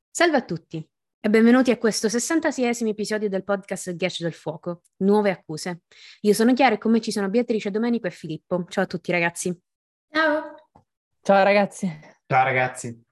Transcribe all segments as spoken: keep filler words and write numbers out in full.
Salve a tutti e benvenuti a questo sessantaseiesimo episodio del podcast Ghiaccio del Fuoco, Nuove Accuse. Io sono Chiara e con me ci sono Beatrice, Domenico e Filippo. Ciao a tutti ragazzi. Ciao. Ciao ragazzi. Ciao ragazzi.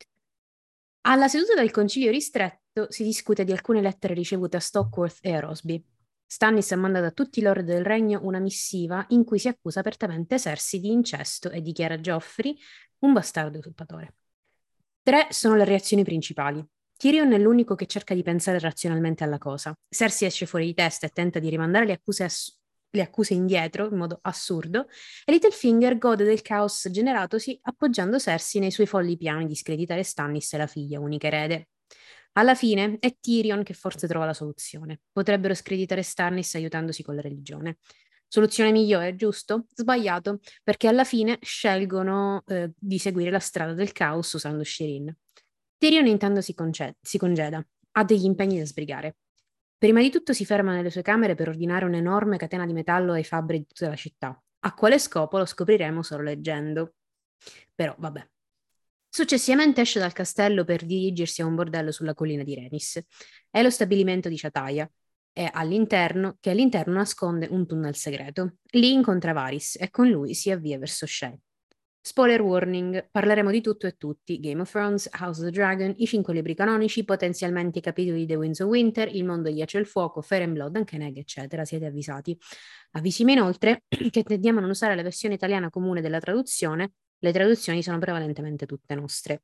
Alla seduta del concilio ristretto si discute di alcune lettere ricevute a Stockworth e a Rosby. Stannis ha mandato a tutti i lord del regno una missiva in cui si accusa apertamente Cersei di incesto e dichiara Joffrey un bastardo usurpatore. Tre sono le reazioni principali. Tyrion è l'unico che cerca di pensare razionalmente alla cosa. Cersei esce fuori di testa e tenta di rimandare le accuse, ass- le accuse indietro in modo assurdo, e Littlefinger gode del caos generatosi appoggiando Cersei nei suoi folli piani di screditare Stannis e la figlia, unica erede. Alla fine è Tyrion che forse trova la soluzione. Potrebbero screditare Stannis aiutandosi con la religione. Soluzione migliore, giusto? Sbagliato, perché alla fine scelgono eh, di seguire la strada del caos usando Shireen. Tyrion intanto si, conce- si congeda, ha degli impegni da sbrigare. Prima di tutto si ferma nelle sue camere per ordinare un'enorme catena di metallo ai fabbri di tutta la città. A quale scopo lo scopriremo solo leggendo. Però, vabbè. Successivamente esce dal castello per dirigersi a un bordello sulla collina di Renis. È lo stabilimento di Ciataia, e all'interno, che all'interno nasconde un tunnel segreto. Lì incontra Varys e con lui si avvia verso Shay. Spoiler warning, parleremo di tutto e tutti: Game of Thrones, House of the Dragon, i cinque libri canonici, potenzialmente i capitoli di The Winds of Winter, Il mondo di Ghiaccio e il Fuoco, Fire and Blood, anche Neg, eccetera, siete avvisati. Avvisimo inoltre che tendiamo a non usare la versione italiana comune della traduzione, le traduzioni sono prevalentemente tutte nostre.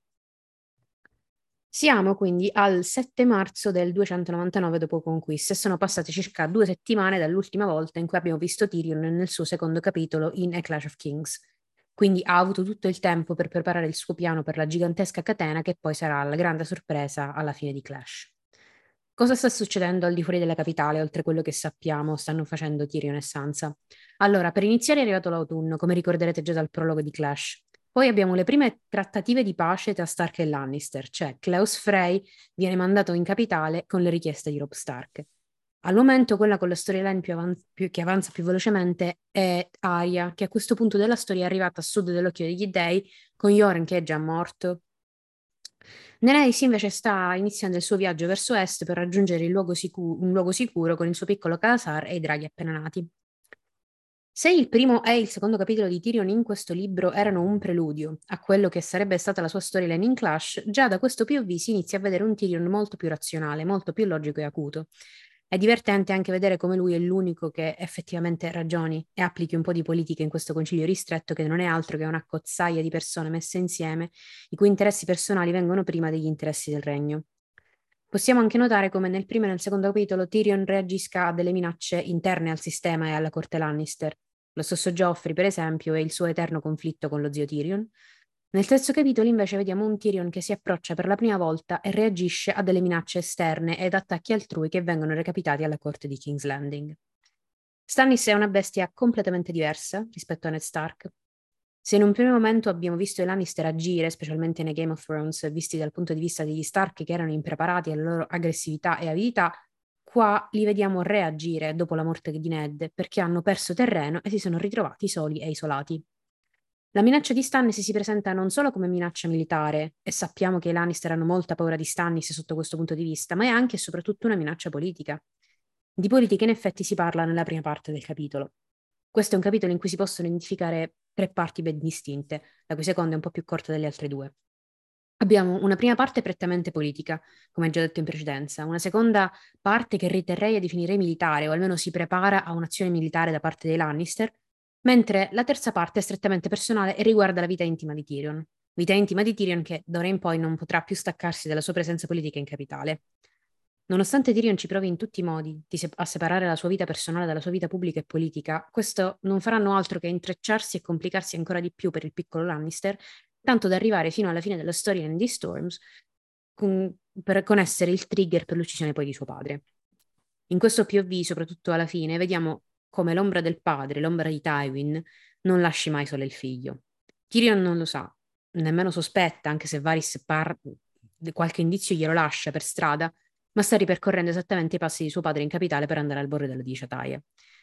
Siamo quindi al sette marzo del duecentonovantanove dopo Conquista e sono passate circa due settimane dall'ultima volta in cui abbiamo visto Tyrion nel suo secondo capitolo in A Clash of Kings. Quindi ha avuto tutto il tempo per preparare il suo piano per la gigantesca catena che poi sarà la grande sorpresa alla fine di Clash. Cosa sta succedendo al di fuori della capitale, oltre quello che sappiamo stanno facendo Tyrion e Sansa? Allora, per iniziare è arrivato l'autunno, come ricorderete già dal prologo di Clash. Poi abbiamo le prime trattative di pace tra Stark e Lannister, cioè Klaus Frey viene mandato in capitale con le richieste di Robb Stark. Al momento quella con la storyline più avan- più- che avanza più velocemente è Arya, che a questo punto della storia è arrivata a sud dell'Occhio degli Dei, con Yoren che è già morto. Daenerys invece sta iniziando il suo viaggio verso est per raggiungere il luogo sicu- un luogo sicuro con il suo piccolo Kalasar e i draghi appena nati. Se il primo e il secondo capitolo di Tyrion in questo libro erano un preludio a quello che sarebbe stata la sua storyline in Clash, già da questo P O V si inizia a vedere un Tyrion molto più razionale, molto più logico e acuto. È divertente anche vedere come lui è l'unico che effettivamente ragioni e applichi un po' di politica in questo concilio ristretto che non è altro che una cozzaia di persone messe insieme, i cui interessi personali vengono prima degli interessi del regno. Possiamo anche notare come nel primo e nel secondo capitolo Tyrion reagisca a delle minacce interne al sistema e alla corte Lannister. Lo stesso Joffrey, per esempio, e il suo eterno conflitto con lo zio Tyrion. Nel terzo capitolo invece vediamo un Tyrion che si approccia per la prima volta e reagisce a delle minacce esterne ed attacchi altrui che vengono recapitati alla corte di King's Landing. Stannis è una bestia completamente diversa rispetto a Ned Stark. Se in un primo momento abbiamo visto i Lannister agire, specialmente nei Game of Thrones, visti dal punto di vista degli Stark che erano impreparati alla loro aggressività e avidità, qua li vediamo reagire dopo la morte di Ned, perché hanno perso terreno e si sono ritrovati soli e isolati. La minaccia di Stannis si presenta non solo come minaccia militare, e sappiamo che i Lannister hanno molta paura di Stannis sotto questo punto di vista, ma è anche e soprattutto una minaccia politica. Di politica in effetti si parla nella prima parte del capitolo. Questo è un capitolo in cui si possono identificare tre parti ben distinte, la cui seconda è un po' più corta delle altre due. Abbiamo una prima parte prettamente politica, come già detto in precedenza, una seconda parte che riterrei e definirei militare, o almeno si prepara a un'azione militare da parte dei Lannister, mentre la terza parte è strettamente personale e riguarda la vita intima di Tyrion. Vita intima di Tyrion che d'ora in poi non potrà più staccarsi dalla sua presenza politica in capitale. Nonostante Tyrion ci provi in tutti i modi se- a separare la sua vita personale dalla sua vita pubblica e politica, questo non faranno altro che intrecciarsi e complicarsi ancora di più per il piccolo Lannister, tanto da arrivare fino alla fine della storia di Storms con, per, con essere il trigger per l'uccisione poi di suo padre. In questo P O V, soprattutto alla fine, vediamo come l'ombra del padre, l'ombra di Tywin, non lasci mai solo il figlio. Tyrion non lo sa, nemmeno sospetta, anche se Varys par- qualche indizio glielo lascia per strada, ma sta ripercorrendo esattamente i passi di suo padre in capitale per andare al bordello di Ciataia.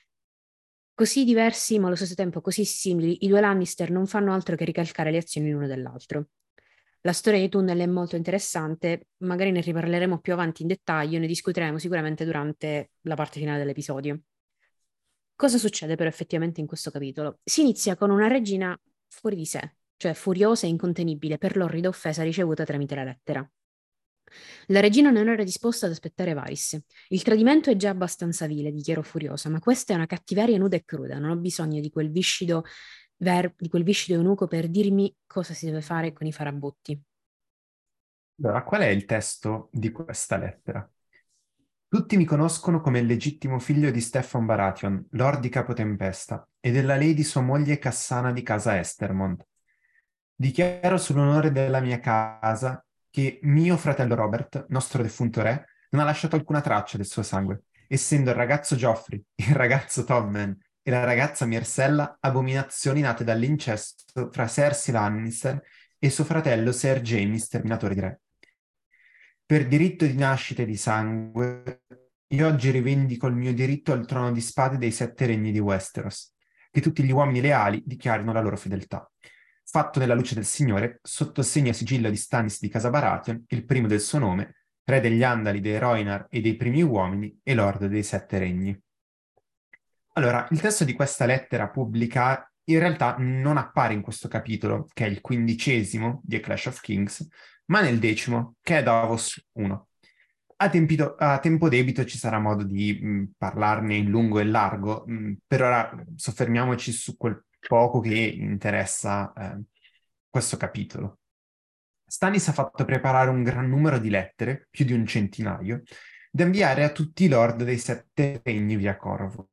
Così diversi, ma allo stesso tempo così simili, i due Lannister non fanno altro che ricalcare le azioni l'uno dell'altro. La storia di Tunnel è molto interessante, magari ne riparleremo più avanti in dettaglio, ne discuteremo sicuramente durante la parte finale dell'episodio. Cosa succede però effettivamente in questo capitolo? Si inizia con una regina fuori di sé, cioè furiosa e incontenibile per l'orrida offesa ricevuta tramite la lettera. La regina non era disposta ad aspettare Varys. Il tradimento è già abbastanza vile, dichiarò furiosa, ma questa è una cattiveria nuda e cruda. Non ho bisogno di quel viscido, ver- di quel viscido eunuco per dirmi cosa si deve fare con i farabutti. Allora, qual è il testo di questa lettera? Tutti mi conoscono come il legittimo figlio di Steffan Baratheon, lord di Capotempesta, e della lady sua moglie Cassana di casa Estermont. Dichiaro sull'onore della mia casa che mio fratello Robert, nostro defunto re, non ha lasciato alcuna traccia del suo sangue, essendo il ragazzo Joffrey, il ragazzo Tommen e la ragazza Myrcella abominazioni nate dall'incesto fra Cersei Lannister e suo fratello Ser Jaime, sterminatore di re. Per diritto di nascita e di sangue, io oggi rivendico il mio diritto al trono di spade dei sette regni di Westeros, che tutti gli uomini leali dichiarino la loro fedeltà. Fatto nella luce del Signore, sotto segno e sigillo di Stannis di Casa Baratheon, il primo del suo nome, re degli Andali, dei Rhoynar e dei primi uomini e lord dei sette regni. Allora, il testo di questa lettera pubblica in realtà non appare in questo capitolo, che è il quindicesimo di A Clash of Kings, ma nel decimo, che è Davos uno. A, tempi do- a tempo debito ci sarà modo di mh, parlarne in lungo e largo, mh, per ora soffermiamoci su quel poco che interessa eh, questo capitolo. Stannis ha fatto preparare un gran numero di lettere, più di un centinaio, da inviare a tutti i lord dei sette regni via Corvo.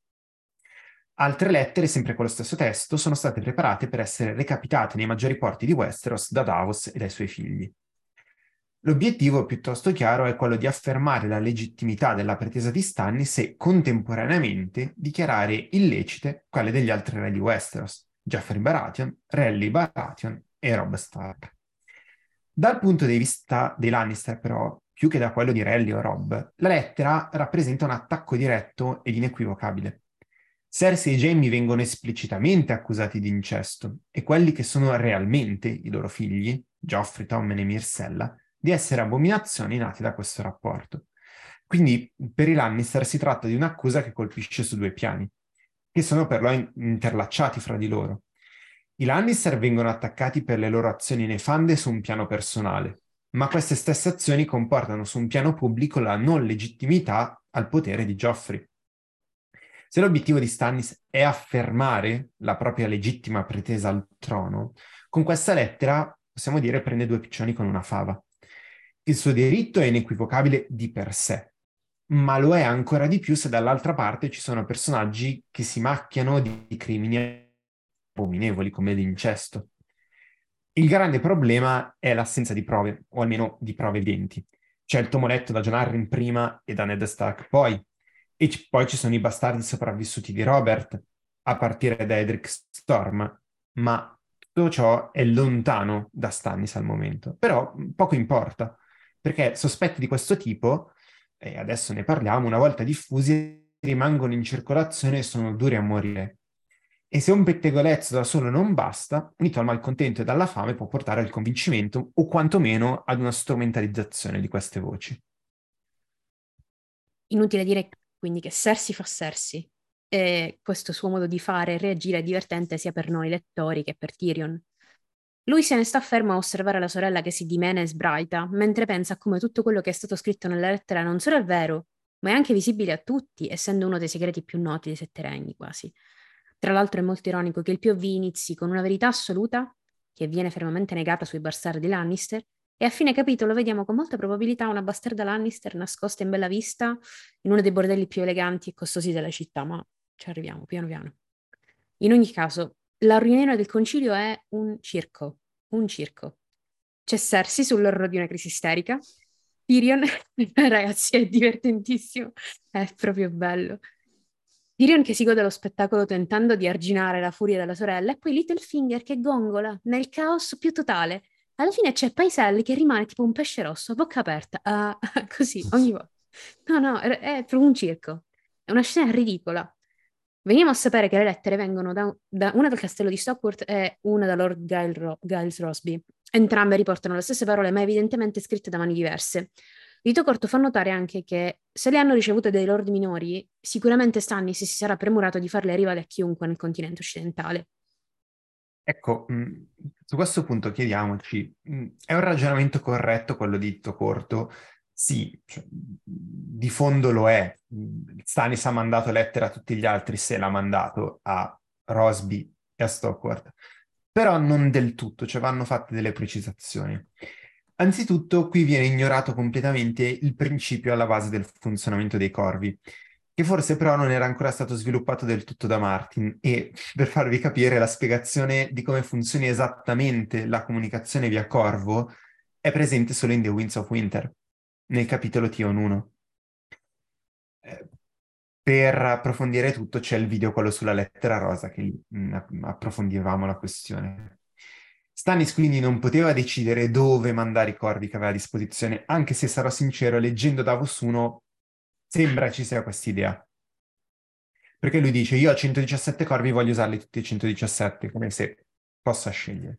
Altre lettere, sempre con lo stesso testo, sono state preparate per essere recapitate nei maggiori porti di Westeros da Davos e dai suoi figli. L'obiettivo piuttosto chiaro è quello di affermare la legittimità della pretesa di Stannis e contemporaneamente dichiarare illecite quelle degli altri re di Westeros, Joffrey Baratheon, Renly Baratheon e Robb Stark. Dal punto di vista dei Lannister, però, più che da quello di Renly o Robb, la lettera rappresenta un attacco diretto ed inequivocabile. Cersei e Jaime vengono esplicitamente accusati di incesto e quelli che sono realmente i loro figli, Joffrey, Tommen e Myrcella, di essere abominazioni nate da questo rapporto. Quindi per i Lannister si tratta di un'accusa che colpisce su due piani, che sono per loro interlacciati fra di loro. I Lannister vengono attaccati per le loro azioni nefande su un piano personale, ma queste stesse azioni comportano su un piano pubblico la non legittimità al potere di Joffrey. Se l'obiettivo di Stannis è affermare la propria legittima pretesa al trono, con questa lettera, possiamo dire, prende due piccioni con una fava. Il suo diritto è inequivocabile di per sé, ma lo è ancora di più se dall'altra parte ci sono personaggi che si macchiano di crimini abominevoli come l'incesto. Il grande problema è l'assenza di prove, o almeno di prove evidenti. C'è il tomo letto da Jon Arryn prima e da Ned Stark poi, e c- poi ci sono i bastardi sopravvissuti di Robert, a partire da Edric Storm, ma tutto ciò è lontano da Stannis al momento. Però mh, poco importa, perché sospetti di questo tipo, e adesso ne parliamo, una volta diffusi rimangono in circolazione e sono duri a morire. E se un pettegolezzo da solo non basta, unito al malcontento e alla fame può portare al convincimento o quantomeno ad una strumentalizzazione di queste voci. Inutile dire quindi che Cersei fa Cersei e questo suo modo di fare e reagire è divertente sia per noi lettori che per Tyrion. Lui se ne sta fermo a osservare la sorella che si dimena e sbraita, mentre pensa a come tutto quello che è stato scritto nella lettera non solo è vero, ma è anche visibile a tutti, essendo uno dei segreti più noti dei Sette Regni, quasi. Tra l'altro è molto ironico che il P O V inizi con una verità assoluta, che viene fermamente negata sui bastardi Lannister, e a fine capitolo vediamo con molta probabilità una bastarda Lannister nascosta in bella vista in uno dei bordelli più eleganti e costosi della città, ma ci arriviamo piano piano. In ogni caso, la riunione del concilio è un circo, un circo. C'è Cersei sull'orlo di una crisi isterica, Tyrion, ragazzi, è divertentissimo, è proprio bello. Tyrion che si gode lo spettacolo tentando di arginare la furia della sorella e poi Littlefinger che gongola nel caos più totale. Alla fine c'è Paisel che rimane tipo un pesce rosso a bocca aperta, ah, così ogni volta. No, no, è, è proprio un circo. È una scena ridicola. Veniamo a sapere che le lettere vengono da, da una dal castello di Stockport e una da Lord Gyle Ro- Giles Rosby. Entrambe riportano le stesse parole, ma evidentemente scritte da mani diverse. Dito Corto fa notare anche che se le hanno ricevute dai lord minori, sicuramente Stannis si sarà premurato di farle arrivare a chiunque nel continente occidentale. Ecco, mh, su questo punto chiediamoci, mh, è un ragionamento corretto quello di Dito Corto? Sì, cioè, di fondo lo è. Mh, Stannis ha mandato lettere a tutti gli altri, se l'ha mandato a Rosby e a Stockworth, però non del tutto, cioè vanno fatte delle precisazioni. Anzitutto, qui viene ignorato completamente il principio alla base del funzionamento dei corvi, che forse però non era ancora stato sviluppato del tutto da Martin, e per farvi capire la spiegazione di come funzioni esattamente la comunicazione via corvo è presente solo in The Winds of Winter, nel capitolo Tion uno. Eh, per approfondire tutto c'è il video, quello sulla lettera rosa, che lì mh, approfondivamo la questione. Stannis quindi non poteva decidere dove mandare i corvi che aveva a disposizione, anche se sarò sincero, leggendo Davos uno sembra ci sia questa idea. Perché lui dice, io ho centodiciassette corvi, voglio usarli tutti e centodiciassette, come se possa scegliere.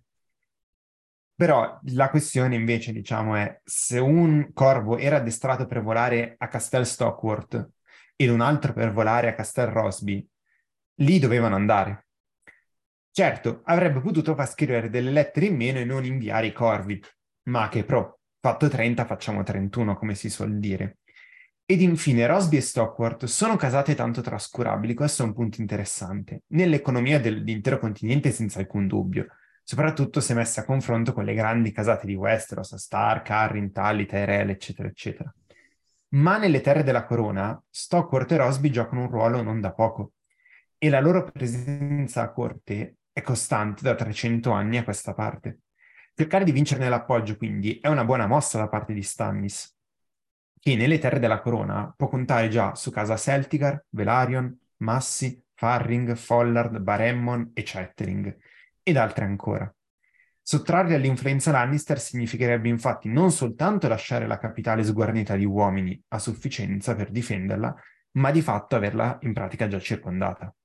Però la questione invece, diciamo, è se un corvo era addestrato per volare a Castel Stockworth ed un altro per volare a Castel Rosby, lì dovevano andare. Certo, avrebbe potuto far scrivere delle lettere in meno e non inviare i corvi, ma che pro, fatto trenta facciamo trentuno, come si suol dire. Ed infine Rosby e Stockworth sono casate tanto trascurabili, questo è un punto interessante, nell'economia dell'intero continente senza alcun dubbio, soprattutto se messe a confronto con le grandi casate di Westeros, Stark, Arryn, Tully, Tyrell, eccetera, eccetera. Ma nelle terre della corona, Stockworth e Rosby giocano un ruolo non da poco, e la loro presenza a corte è costante da trecento anni a questa parte. Cercare di vincerne l'appoggio, quindi, è una buona mossa da parte di Stannis, che nelle terre della corona può contare già su casa Celtigar, Velaryon, Massi, Farring, Follard, Baremmon e Cеттering, ed altre ancora. Sottrarli all'influenza Lannister significherebbe infatti non soltanto lasciare la capitale sguarnita di uomini a sufficienza per difenderla, ma di fatto averla in pratica già circondata.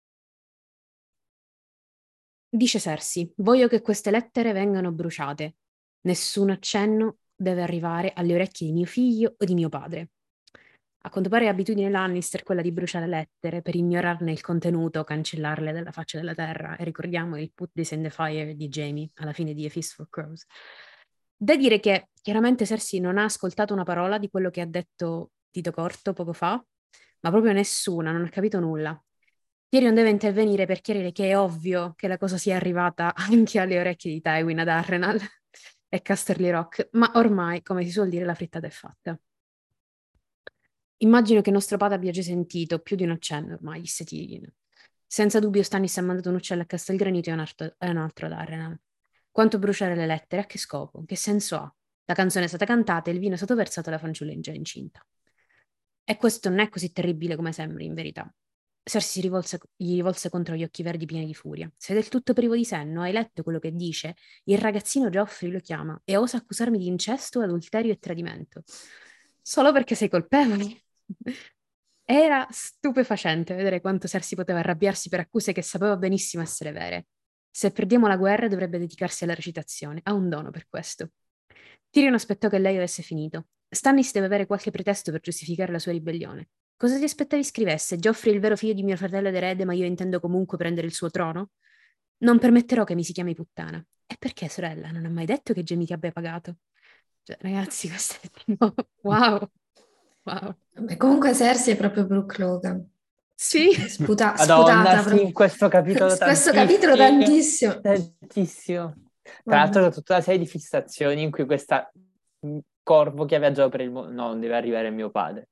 Dice Cersei, voglio che queste lettere vengano bruciate. Nessun accenno deve arrivare alle orecchie di mio figlio o di mio padre. A quanto pare è abitudine Lannister quella di bruciare lettere per ignorarne il contenuto o cancellarle dalla faccia della terra. E ricordiamo il Put This in the Fire di Jaime alla fine di A Feast for Crows. Da dire che chiaramente Cersei non ha ascoltato una parola di quello che ha detto Dito Corto poco fa, ma proprio nessuna, non ha capito nulla. Tyrion deve intervenire per chiarire che è ovvio che la cosa sia arrivata anche alle orecchie di Tywin ad Harrenhal e Casterly Rock, ma ormai, come si suol dire, la frittata è fatta. Immagino che nostro padre abbia già sentito più di un accenno ormai, disse Tyrion. Senza dubbio Stannis ha mandato un uccello a Castelgranito e un altro, e un altro ad Harrenhal. Quanto bruciare le lettere? A che scopo? Che senso ha? La canzone è stata cantata e il vino è stato versato alla fanciulla già incinta. E questo non è così terribile come sembra, in verità. Cersei si rivolse, gli rivolse contro gli occhi verdi pieni di furia. Sei del tutto privo di senno? Hai letto quello che dice? Il ragazzino Geoffrey lo chiama e osa accusarmi di incesto, adulterio e tradimento. Solo perché sei colpevole. Era stupefacente vedere quanto Cersei poteva arrabbiarsi per accuse che sapeva benissimo essere vere. Se perdiamo la guerra dovrebbe dedicarsi alla recitazione, ha un dono per questo. Tyrion aspettò che lei avesse finito. Stannis deve avere qualche pretesto per giustificare la sua ribellione. Cosa ti aspettavi scrivesse? Geoffrey è il vero figlio di mio fratello ed erede, ma io intendo comunque prendere il suo trono? Non permetterò che mi si chiami puttana. E perché, sorella? Non ha mai detto che Jamie ti abbia pagato? Cioè, ragazzi, questo è tipo... Wow! Wow! Beh, comunque Cersei è proprio Brooke Logan. Sì! Sputa- Madonna, sputata sì, proprio. in questo capitolo Questo tantissimo. capitolo tantissimo. Tantissimo. Tra Vabbè. l'altro c'è tutta una serie di fissazioni in cui questa mh, corvo che viaggiava per il mondo... No, non deve arrivare mio padre.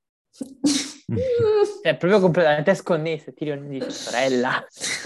È proprio completamente sconnesso. Tyrion dice, sorella.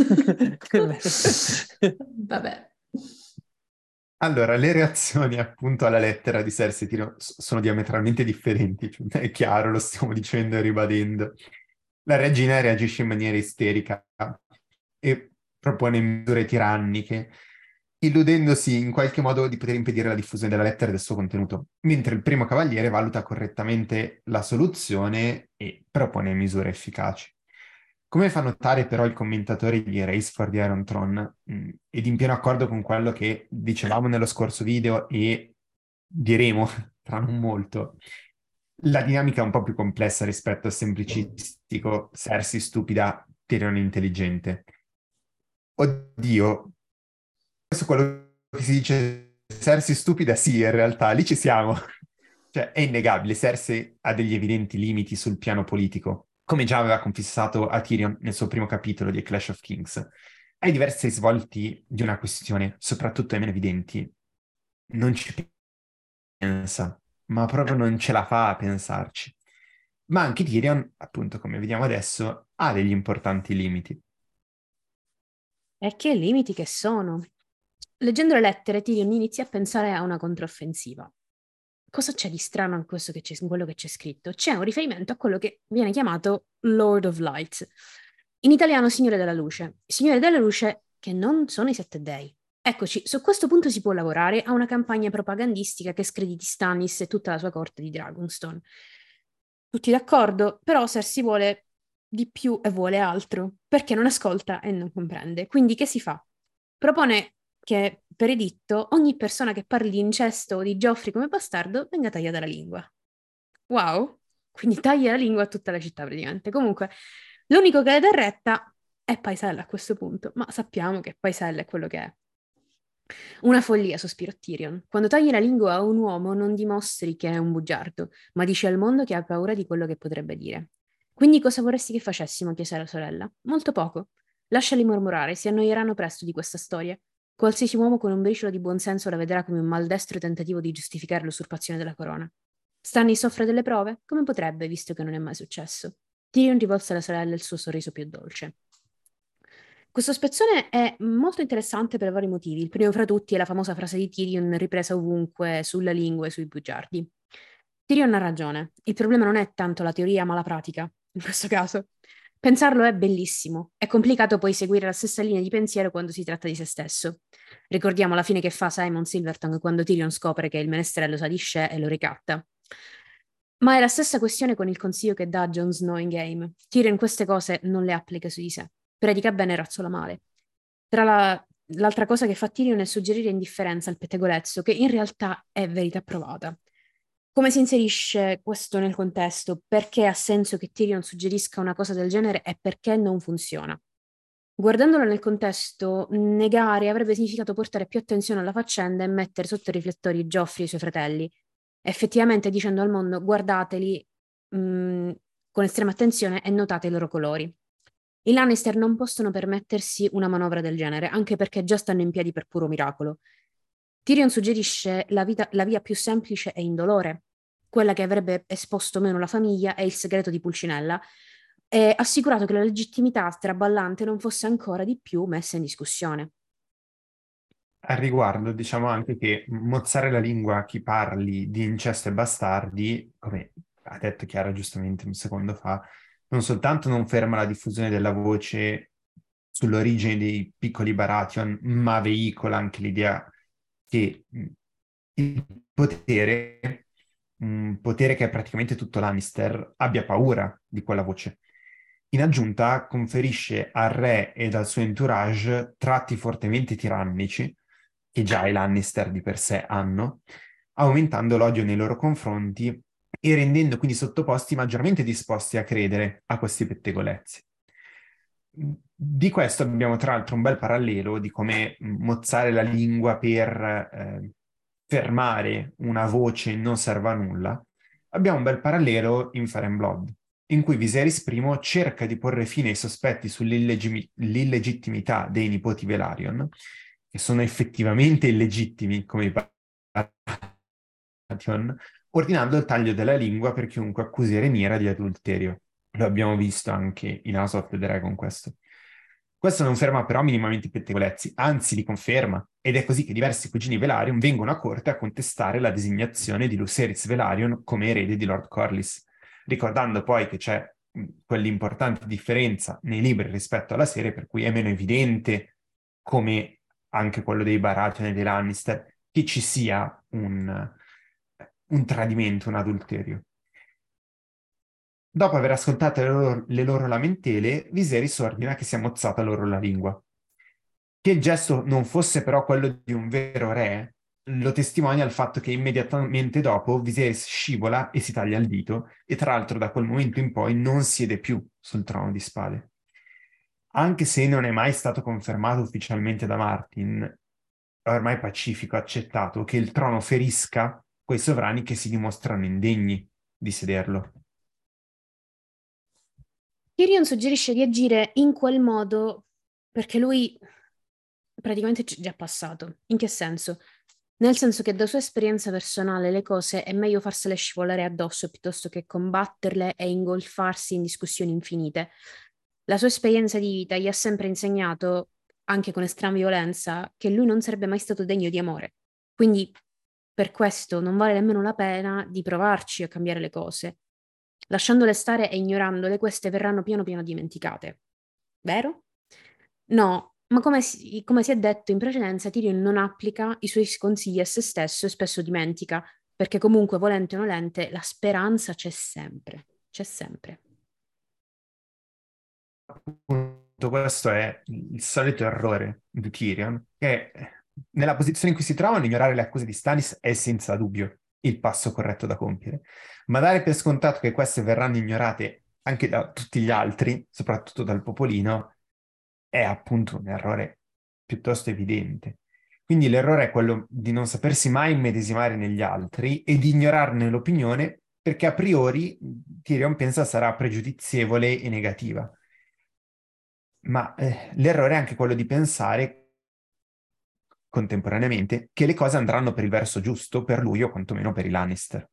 Vabbè. Allora, le reazioni appunto alla lettera di Cersei Tyrion s- sono diametralmente differenti, cioè, è chiaro, lo stiamo dicendo e ribadendo. La regina reagisce in maniera isterica e propone misure tiranniche, illudendosi in qualche modo di poter impedire la diffusione della lettera e del suo contenuto, mentre il primo cavaliere valuta correttamente la soluzione e propone misure efficaci. Come fa notare però il commentatore di Race for the Iron Throne, mh, ed in pieno accordo con quello che dicevamo nello scorso video e diremo tra non molto, la dinamica è un po' più complessa rispetto al semplicistico Cersei stupida, Tyrion intelligente. Oddio, questo è quello che si dice Cersei stupida, sì, in realtà, lì ci siamo. Cioè, è innegabile, Cersei ha degli evidenti limiti sul piano politico, come già aveva confessato a Tyrion nel suo primo capitolo di A Clash of Kings. Ai diversi risvolti di una questione, soprattutto ai meno evidenti, non ci pensa, ma proprio non ce la fa a pensarci. Ma anche Tyrion, appunto, come vediamo adesso, ha degli importanti limiti. E che limiti che sono? Leggendo le lettere, Tyrion inizia a pensare a una controffensiva. Cosa c'è di strano in, questo che c'è, in quello che c'è scritto? C'è un riferimento a quello che viene chiamato Lord of Light. In italiano Signore della Luce. Signore della Luce che non sono i sette dei. Eccoci, su questo punto si può lavorare a una campagna propagandistica che screditi Stannis e tutta la sua corte di Dragonstone. Tutti d'accordo? Però Cersei vuole di più e vuole altro, perché non ascolta e non comprende. Quindi che si fa? Propone che, per editto, ogni persona che parli di incesto o di Joffrey come bastardo venga tagliata la lingua. Wow! Quindi taglia la lingua a tutta la città praticamente. Comunque, l'unico che le dà retta è Paisella a questo punto, ma sappiamo che Paisella è quello che è. Una follia, sospirò Tyrion. Quando tagli la lingua a un uomo non dimostri che è un bugiardo, ma dici al mondo che ha paura di quello che potrebbe dire. Quindi cosa vorresti che facessimo? Chiese la sorella. Molto poco. Lasciali mormorare, si annoieranno presto di questa storia. Qualsiasi uomo con un briciolo di buonsenso la vedrà come un maldestro tentativo di giustificare l'usurpazione della corona. Stannis soffre delle prove? Come potrebbe, visto che non è mai successo? Tyrion rivolse alla sorella il suo sorriso più dolce. Questo spezzone è molto interessante per vari motivi. Il primo fra tutti è la famosa frase di Tyrion ripresa ovunque sulla lingua e sui bugiardi. Tyrion ha ragione. Il problema non è tanto la teoria, ma la pratica, in questo caso. Pensarlo è bellissimo. È complicato poi seguire la stessa linea di pensiero quando si tratta di se stesso. Ricordiamo la fine che fa Simon Silvertongue quando Tyrion scopre che il menestrello sa di Shea e lo ricatta. Ma è la stessa questione con il consiglio che dà a Jon Snow in game. Tyrion queste cose non le applica su di sé. Predica bene e razzola male. Tra la, l'altra cosa che fa Tyrion è suggerire indifferenza al pettegolezzo, che in realtà è verità provata. Come si inserisce questo nel contesto? Perché ha senso che Tyrion suggerisca una cosa del genere e perché non funziona? Guardandolo nel contesto, negare avrebbe significato portare più attenzione alla faccenda e mettere sotto i riflettori Joffrey e i suoi fratelli. Effettivamente dicendo al mondo guardateli mh, con estrema attenzione e notate i loro colori. I Lannister non possono permettersi una manovra del genere, anche perché già stanno in piedi per puro miracolo. Tyrion suggerisce la, vita, la via più semplice e indolore, quella che avrebbe esposto meno la famiglia e il segreto di Pulcinella, e assicurato che la legittimità traballante non fosse ancora di più messa in discussione. Al riguardo, diciamo anche che mozzare la lingua a chi parli di incesto e bastardi, come ha detto Chiara giustamente un secondo fa, non soltanto non ferma la diffusione della voce sull'origine dei piccoli Baratheon, ma veicola anche l'idea che mh, il potere, un potere che è praticamente tutto Lannister, abbia paura di quella voce. In aggiunta, conferisce al re ed al suo entourage tratti fortemente tirannici, che già i Lannister di per sé hanno, aumentando l'odio nei loro confronti e rendendo quindi sottoposti maggiormente disposti a credere a questi pettegolezzi. Di questo abbiamo tra l'altro un bel parallelo di come mozzare la lingua per eh, fermare una voce non serva a nulla. Abbiamo un bel parallelo in Fire and Blood, in cui Viserys I cerca di porre fine ai sospetti sull'illegittimità dei nipoti Velaryon, che sono effettivamente illegittimi come i Baratheon, ordinando il taglio della lingua per chiunque accusi Rhaenyra di adulterio. Lo abbiamo visto anche in House of the Dragon questo. Questo non ferma però minimamente i pettegolezzi, anzi li conferma, ed è così che diversi cugini Velaryon vengono a corte a contestare la designazione di Lucerys Velaryon come erede di Lord Corlys, ricordando poi che c'è mh, quell'importante differenza nei libri rispetto alla serie, per cui è meno evidente, come anche quello dei Baratheon e dei Lannister, che ci sia un, un tradimento, un adulterio. Dopo aver ascoltato le loro, le loro lamentele, Viserys ordina che sia mozzata loro la lingua. Che il gesto non fosse però quello di un vero re, lo testimonia il fatto che immediatamente dopo Viserys scivola e si taglia il dito, e tra l'altro da quel momento in poi non siede più sul trono di spade. Anche se non è mai stato confermato ufficialmente da Martin, è ormai pacifico, accettato che il trono ferisca quei sovrani che si dimostrano indegni di sederlo. Tyrion suggerisce di agire in quel modo perché lui praticamente ci è già passato. In che senso? Nel senso che da sua esperienza personale le cose è meglio farsele scivolare addosso piuttosto che combatterle e ingolfarsi in discussioni infinite. La sua esperienza di vita gli ha sempre insegnato, anche con estrema violenza, che lui non sarebbe mai stato degno di amore. Quindi per questo non vale nemmeno la pena di provarci a cambiare le cose. Lasciandole stare e ignorandole, queste verranno piano piano dimenticate. Vero? No, ma come si, come si è detto in precedenza, Tyrion non applica i suoi consigli a se stesso e spesso dimentica, perché comunque, volente o nolente, la speranza c'è sempre. C'è sempre. Appunto, questo è il solito errore di Tyrion, che nella posizione in cui si trovano, ignorare le accuse di Stannis è senza dubbio il passo corretto da compiere, ma dare per scontato che queste verranno ignorate anche da tutti gli altri, soprattutto dal popolino, è appunto un errore piuttosto evidente. Quindi l'errore è quello di non sapersi mai immedesimare negli altri e di ignorarne l'opinione perché a priori Tyrion pensa sarà pregiudizievole e negativa. Ma eh, l'errore è anche quello di pensare contemporaneamente che le cose andranno per il verso giusto per lui o quantomeno per i Lannister.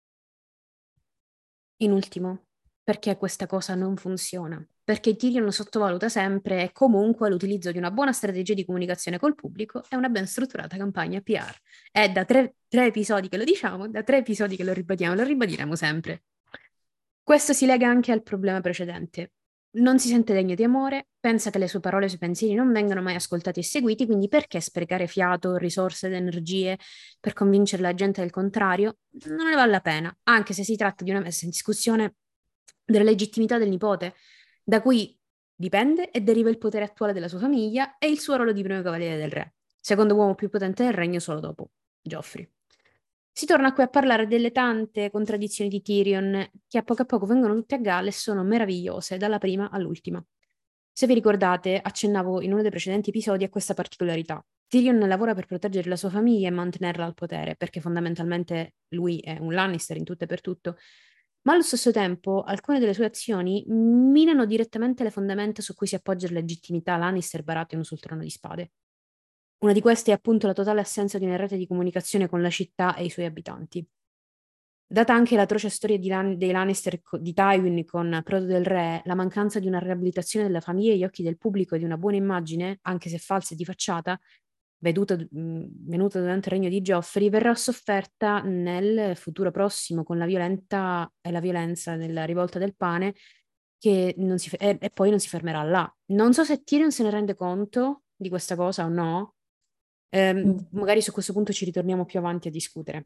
In ultimo, perché questa cosa non funziona? Perché Tyrion sottovaluta sempre e comunque l'utilizzo di una buona strategia di comunicazione col pubblico e una ben strutturata campagna P R. È da tre, tre episodi che lo diciamo, da tre episodi che lo ribadiamo, lo ribadiremo sempre. Questo si lega anche al problema precedente. Non si sente degno di amore, pensa che le sue parole e i suoi pensieri non vengano mai ascoltati e seguiti, quindi perché sprecare fiato, risorse ed energie per convincere la gente del contrario? Non ne vale la pena, anche se si tratta di una messa in discussione della legittimità del nipote, da cui dipende e deriva il potere attuale della sua famiglia e il suo ruolo di primo cavaliere del re, secondo uomo più potente del regno solo dopo Joffrey. Si torna qui a parlare delle tante contraddizioni di Tyrion che a poco a poco vengono tutte a galla e sono meravigliose dalla prima all'ultima. Se vi ricordate, accennavo in uno dei precedenti episodi a questa particolarità. Tyrion lavora per proteggere la sua famiglia e mantenerla al potere, perché fondamentalmente lui è un Lannister in tutto e per tutto, ma allo stesso tempo alcune delle sue azioni minano direttamente le fondamenta su cui si appoggia la legittimità Lannister Baratheon sul trono di spade. Una di queste è appunto la totale assenza di una rete di comunicazione con la città e i suoi abitanti. Data anche l'atroce storia di Lan- dei Lannister co- di Tywin con Prodo del Re, la mancanza di una riabilitazione della famiglia agli occhi del pubblico e di una buona immagine, anche se falsa e di facciata, veduta, mh, venuta durante il regno di Joffrey, verrà sofferta nel futuro prossimo con la violenta e la violenza della rivolta del pane che non si fe- e, e poi non si fermerà là. Non so se Tyrion se ne rende conto di questa cosa o no. Ehm, Mm. magari su questo punto ci ritorniamo più avanti a discutere.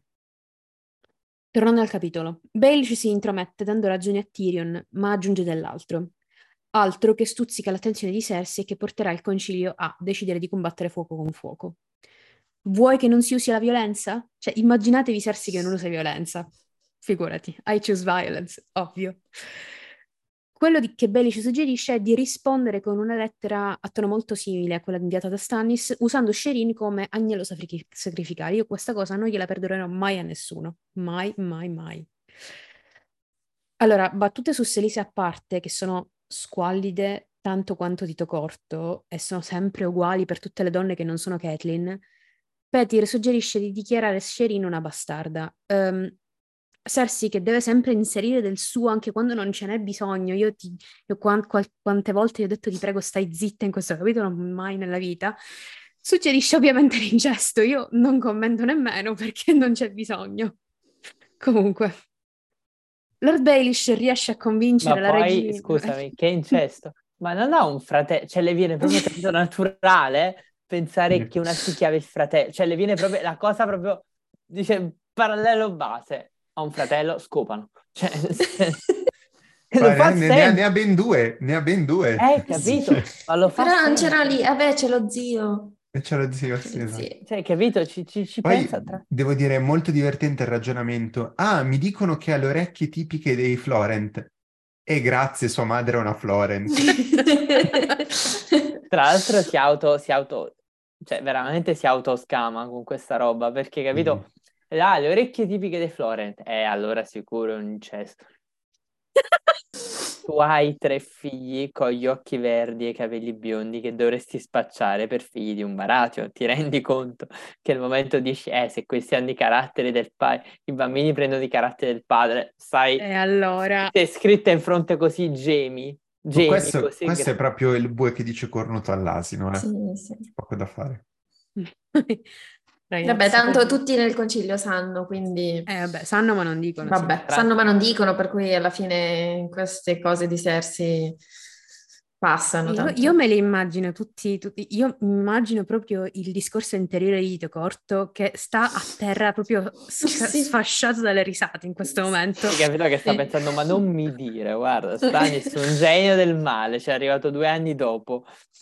Tornando al capitolo, Baelish si intromette dando ragione a Tyrion, ma aggiunge dell'altro. Altro che stuzzica l'attenzione di Cersei e che porterà il concilio a decidere di combattere fuoco con fuoco. Vuoi che non si usi la violenza? Cioè, immaginatevi Cersei che non usa violenza. Figurati, I choose violence, ovvio. Quello di- che Baelish suggerisce è di rispondere con una lettera a tono molto simile a quella inviata da Stannis, usando Shireen come agnello safri- sacrificale. Io questa cosa non gliela perdonerò mai a nessuno. Mai, mai, mai. Allora, battute su Selise a parte, che sono squallide tanto quanto Dito Corto e sono sempre uguali per tutte le donne che non sono Catelyn, Petyr suggerisce di dichiarare Shireen una bastarda. Ehm, Cersei che deve sempre inserire del suo anche quando non ce n'è bisogno. Io, ti, io quan- qual- quante volte io ho detto ti prego stai zitta in questo capitolo, mai nella vita. Suggerisce ovviamente l'incesto. Io non commento nemmeno perché non c'è bisogno. Comunque, Lord Baelish riesce a convincere Ma la poi, regina. scusami, che incesto? Ma non ha un fratello, cioè le viene proprio capito naturale pensare che una spicchia abbia il fratello, cioè le viene proprio la cosa proprio, dice, parallelo base, ha un fratello, scopano. Cioè, nel senso- Lo fa ne, ne ha, ne sempre. ha ben due, ne ha ben due. Eh, capito? Ma lo fa Però non sempre. c'era lì, vabbè, c'è lo zio. E c'è lo zio, C'è sì, lo esatto. zio. Cioè, capito? Ci, ci, ci Poi pensa tra... devo dire, è molto divertente il ragionamento. Ah, mi dicono che ha le orecchie tipiche dei Florent. E grazie, sua madre è una Florent. Tra l'altro si auto, si auto, cioè veramente si autoscama con questa roba, perché, Sì. capito? Ah, le orecchie tipiche dei Florent. Eh, allora sicuro è un incesto. Tu hai tre figli con gli occhi verdi e i capelli biondi che dovresti spacciare per figli di un Baratheon. Ti rendi conto che al momento dici, eh, se questi hanno i caratteri del padre, i bambini prendono i caratteri del padre, sai, E allora... sei scritta in fronte così, gemi, Ma gemi questo, così questo è gra- proprio il bue che dice cornuto all'asino, eh. Sì, sì. C'è poco da fare. Ragazzi, Vabbè, tanto così. tutti nel concilio sanno, quindi... Eh, vabbè, sanno ma non dicono, sì. Vabbè, Tra- sanno ma non dicono, per cui alla fine queste cose di Cersei passano Io, tanto. io me li immagino tutti, tutti- io immagino proprio il discorso interiore di Tito Corto che sta a terra proprio sca- Sì. sfasciato dalle risate in questo momento. Hai capito che sta Sì. pensando, ma non mi dire, guarda, Stannis è un genio del male, ci è arrivato due anni dopo.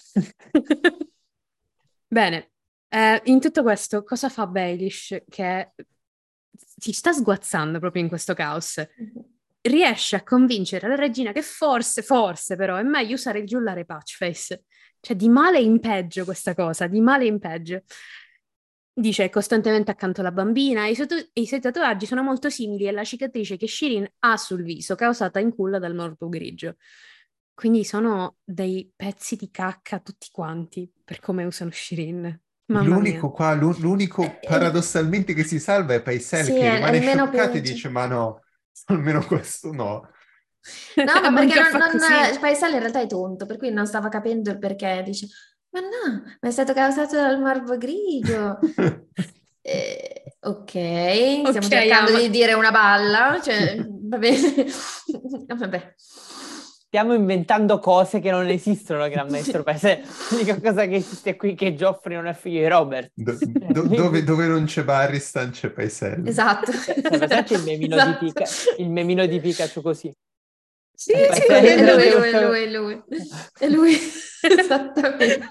Bene, eh, in tutto questo cosa fa Baelish che si sta sguazzando proprio in questo caos? Riesce a convincere la regina che forse, forse però è meglio usare il giullare Patchface. Cioè di male in peggio questa cosa, di male in peggio. Dice è costantemente accanto alla bambina e i, suoi tu- e i suoi tatuaggi sono molto simili alla cicatrice che Shirin ha sul viso, causata in culla dal morbo grigio. Quindi sono dei pezzi di cacca tutti quanti per come usano Shirin. Mamma mia. L'unico qua, l'u- l'unico Eh, eh, paradossalmente che si salva è Paisel Sì, che è, è rimane il meno scioccato e peggio. dice ma no, almeno questo no. No, ma perché Manca non, fa non, così. Paesale in realtà è tonto, per cui non stava capendo il perché. Dice, ma no, ma è stato causato dal morbo grigio. Eh, ok, stiamo Ok, cercando Ama. di dire una balla, cioè, va bene. Vabbè. Stiamo inventando cose che non esistono, Gran Maestro Paese. L'unica cosa che esiste qui è che Joffrey non è figlio di Robert. Do- do- dove, dove non c'è Barristan c'è Paisel. Esatto. Cioè, sei presente il memino, Esatto. di Pika- il memino di Pikachu così? Sì, E sì, Paesel È è lui, è lui. lui, è lui, è lui. È lui, esattamente.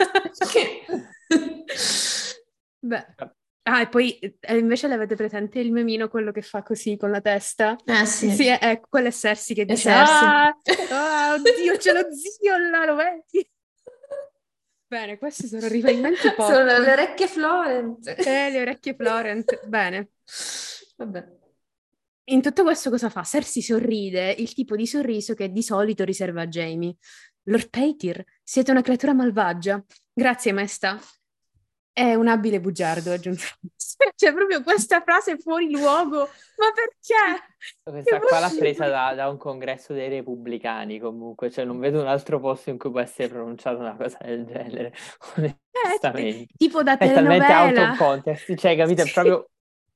Beh. Ah, e poi eh, invece l'avete presente il memino, quello che fa così con la testa? Eh sì, Sì, è, è quello è Cersei che è dice Cersei. ah, ah, oddio, c'è lo zio là, lo vedi? Bene, questi sono riferimenti pop. Sono le orecchie Florent. Eh, le orecchie Florent. Bene. Vabbè. In tutto questo cosa fa? Cersei sorride, il tipo di sorriso che di solito riserva a Jaime. Lord Paetyr, siete una creatura malvagia. Grazie, maestà. È un abile bugiardo, aggiunge. Cioè, proprio questa frase fuori luogo. Ma perché? Questa Che qua l'ha vuol presa dire? da, da un congresso dei repubblicani, comunque, cioè non vedo un altro posto in cui può essere pronunciata una cosa del genere, Eh, onestamente. tipo da È talmente out of telenovela. context, cioè, capito? È Sì. proprio...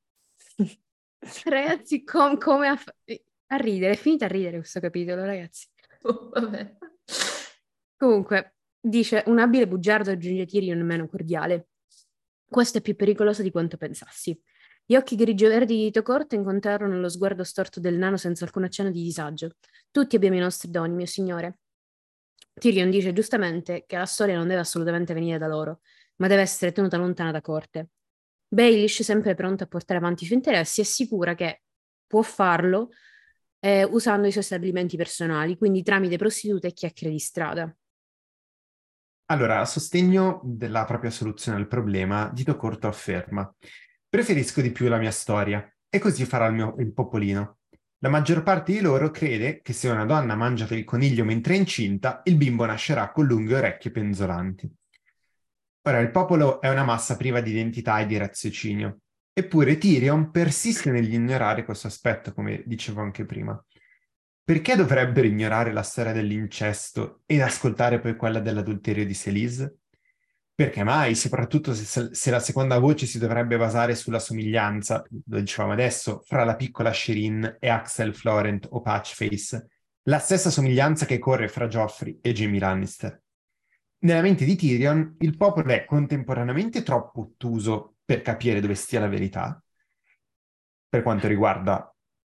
Ragazzi, com- come a, fa- a ridere, è finita a ridere questo capitolo, ragazzi. Oh, vabbè. Comunque, dice, un abile bugiardo aggiunge Tyrion meno cordiale. Questo è più pericoloso di quanto pensassi. Gli occhi grigio-verdi di Tito Corto incontrarono lo sguardo storto del nano senza alcun accenno di disagio. Tutti abbiamo i nostri doni, mio signore. Tyrion dice giustamente che la storia non deve assolutamente venire da loro, ma deve essere tenuta lontana da corte. Baelish, sempre pronto a portare avanti i suoi interessi, è sicura che può farlo eh, usando i suoi stabilimenti personali, quindi tramite prostitute e chiacchiere di strada. Allora, a sostegno della propria soluzione al problema, Dito Corto afferma: preferisco di più la mia storia, e così farà il mio il popolino. La maggior parte di loro crede che se una donna mangia il coniglio mentre è incinta, il bimbo nascerà con lunghe orecchie penzolanti. Ora, il popolo è una massa priva di identità e di raziocinio, eppure Tyrion persiste nell'ignorare questo aspetto, come dicevo anche prima. Perché dovrebbero ignorare la storia dell'incesto ed ascoltare poi quella dell'adulterio di Selyse? Perché mai, soprattutto se, se la seconda voce si dovrebbe basare sulla somiglianza, lo dicevamo adesso, fra la piccola Shireen e Axel Florent o Patchface, la stessa somiglianza che corre fra Joffrey e Jaime Lannister. Nella mente di Tyrion, il popolo è contemporaneamente troppo ottuso per capire dove stia la verità, per quanto riguarda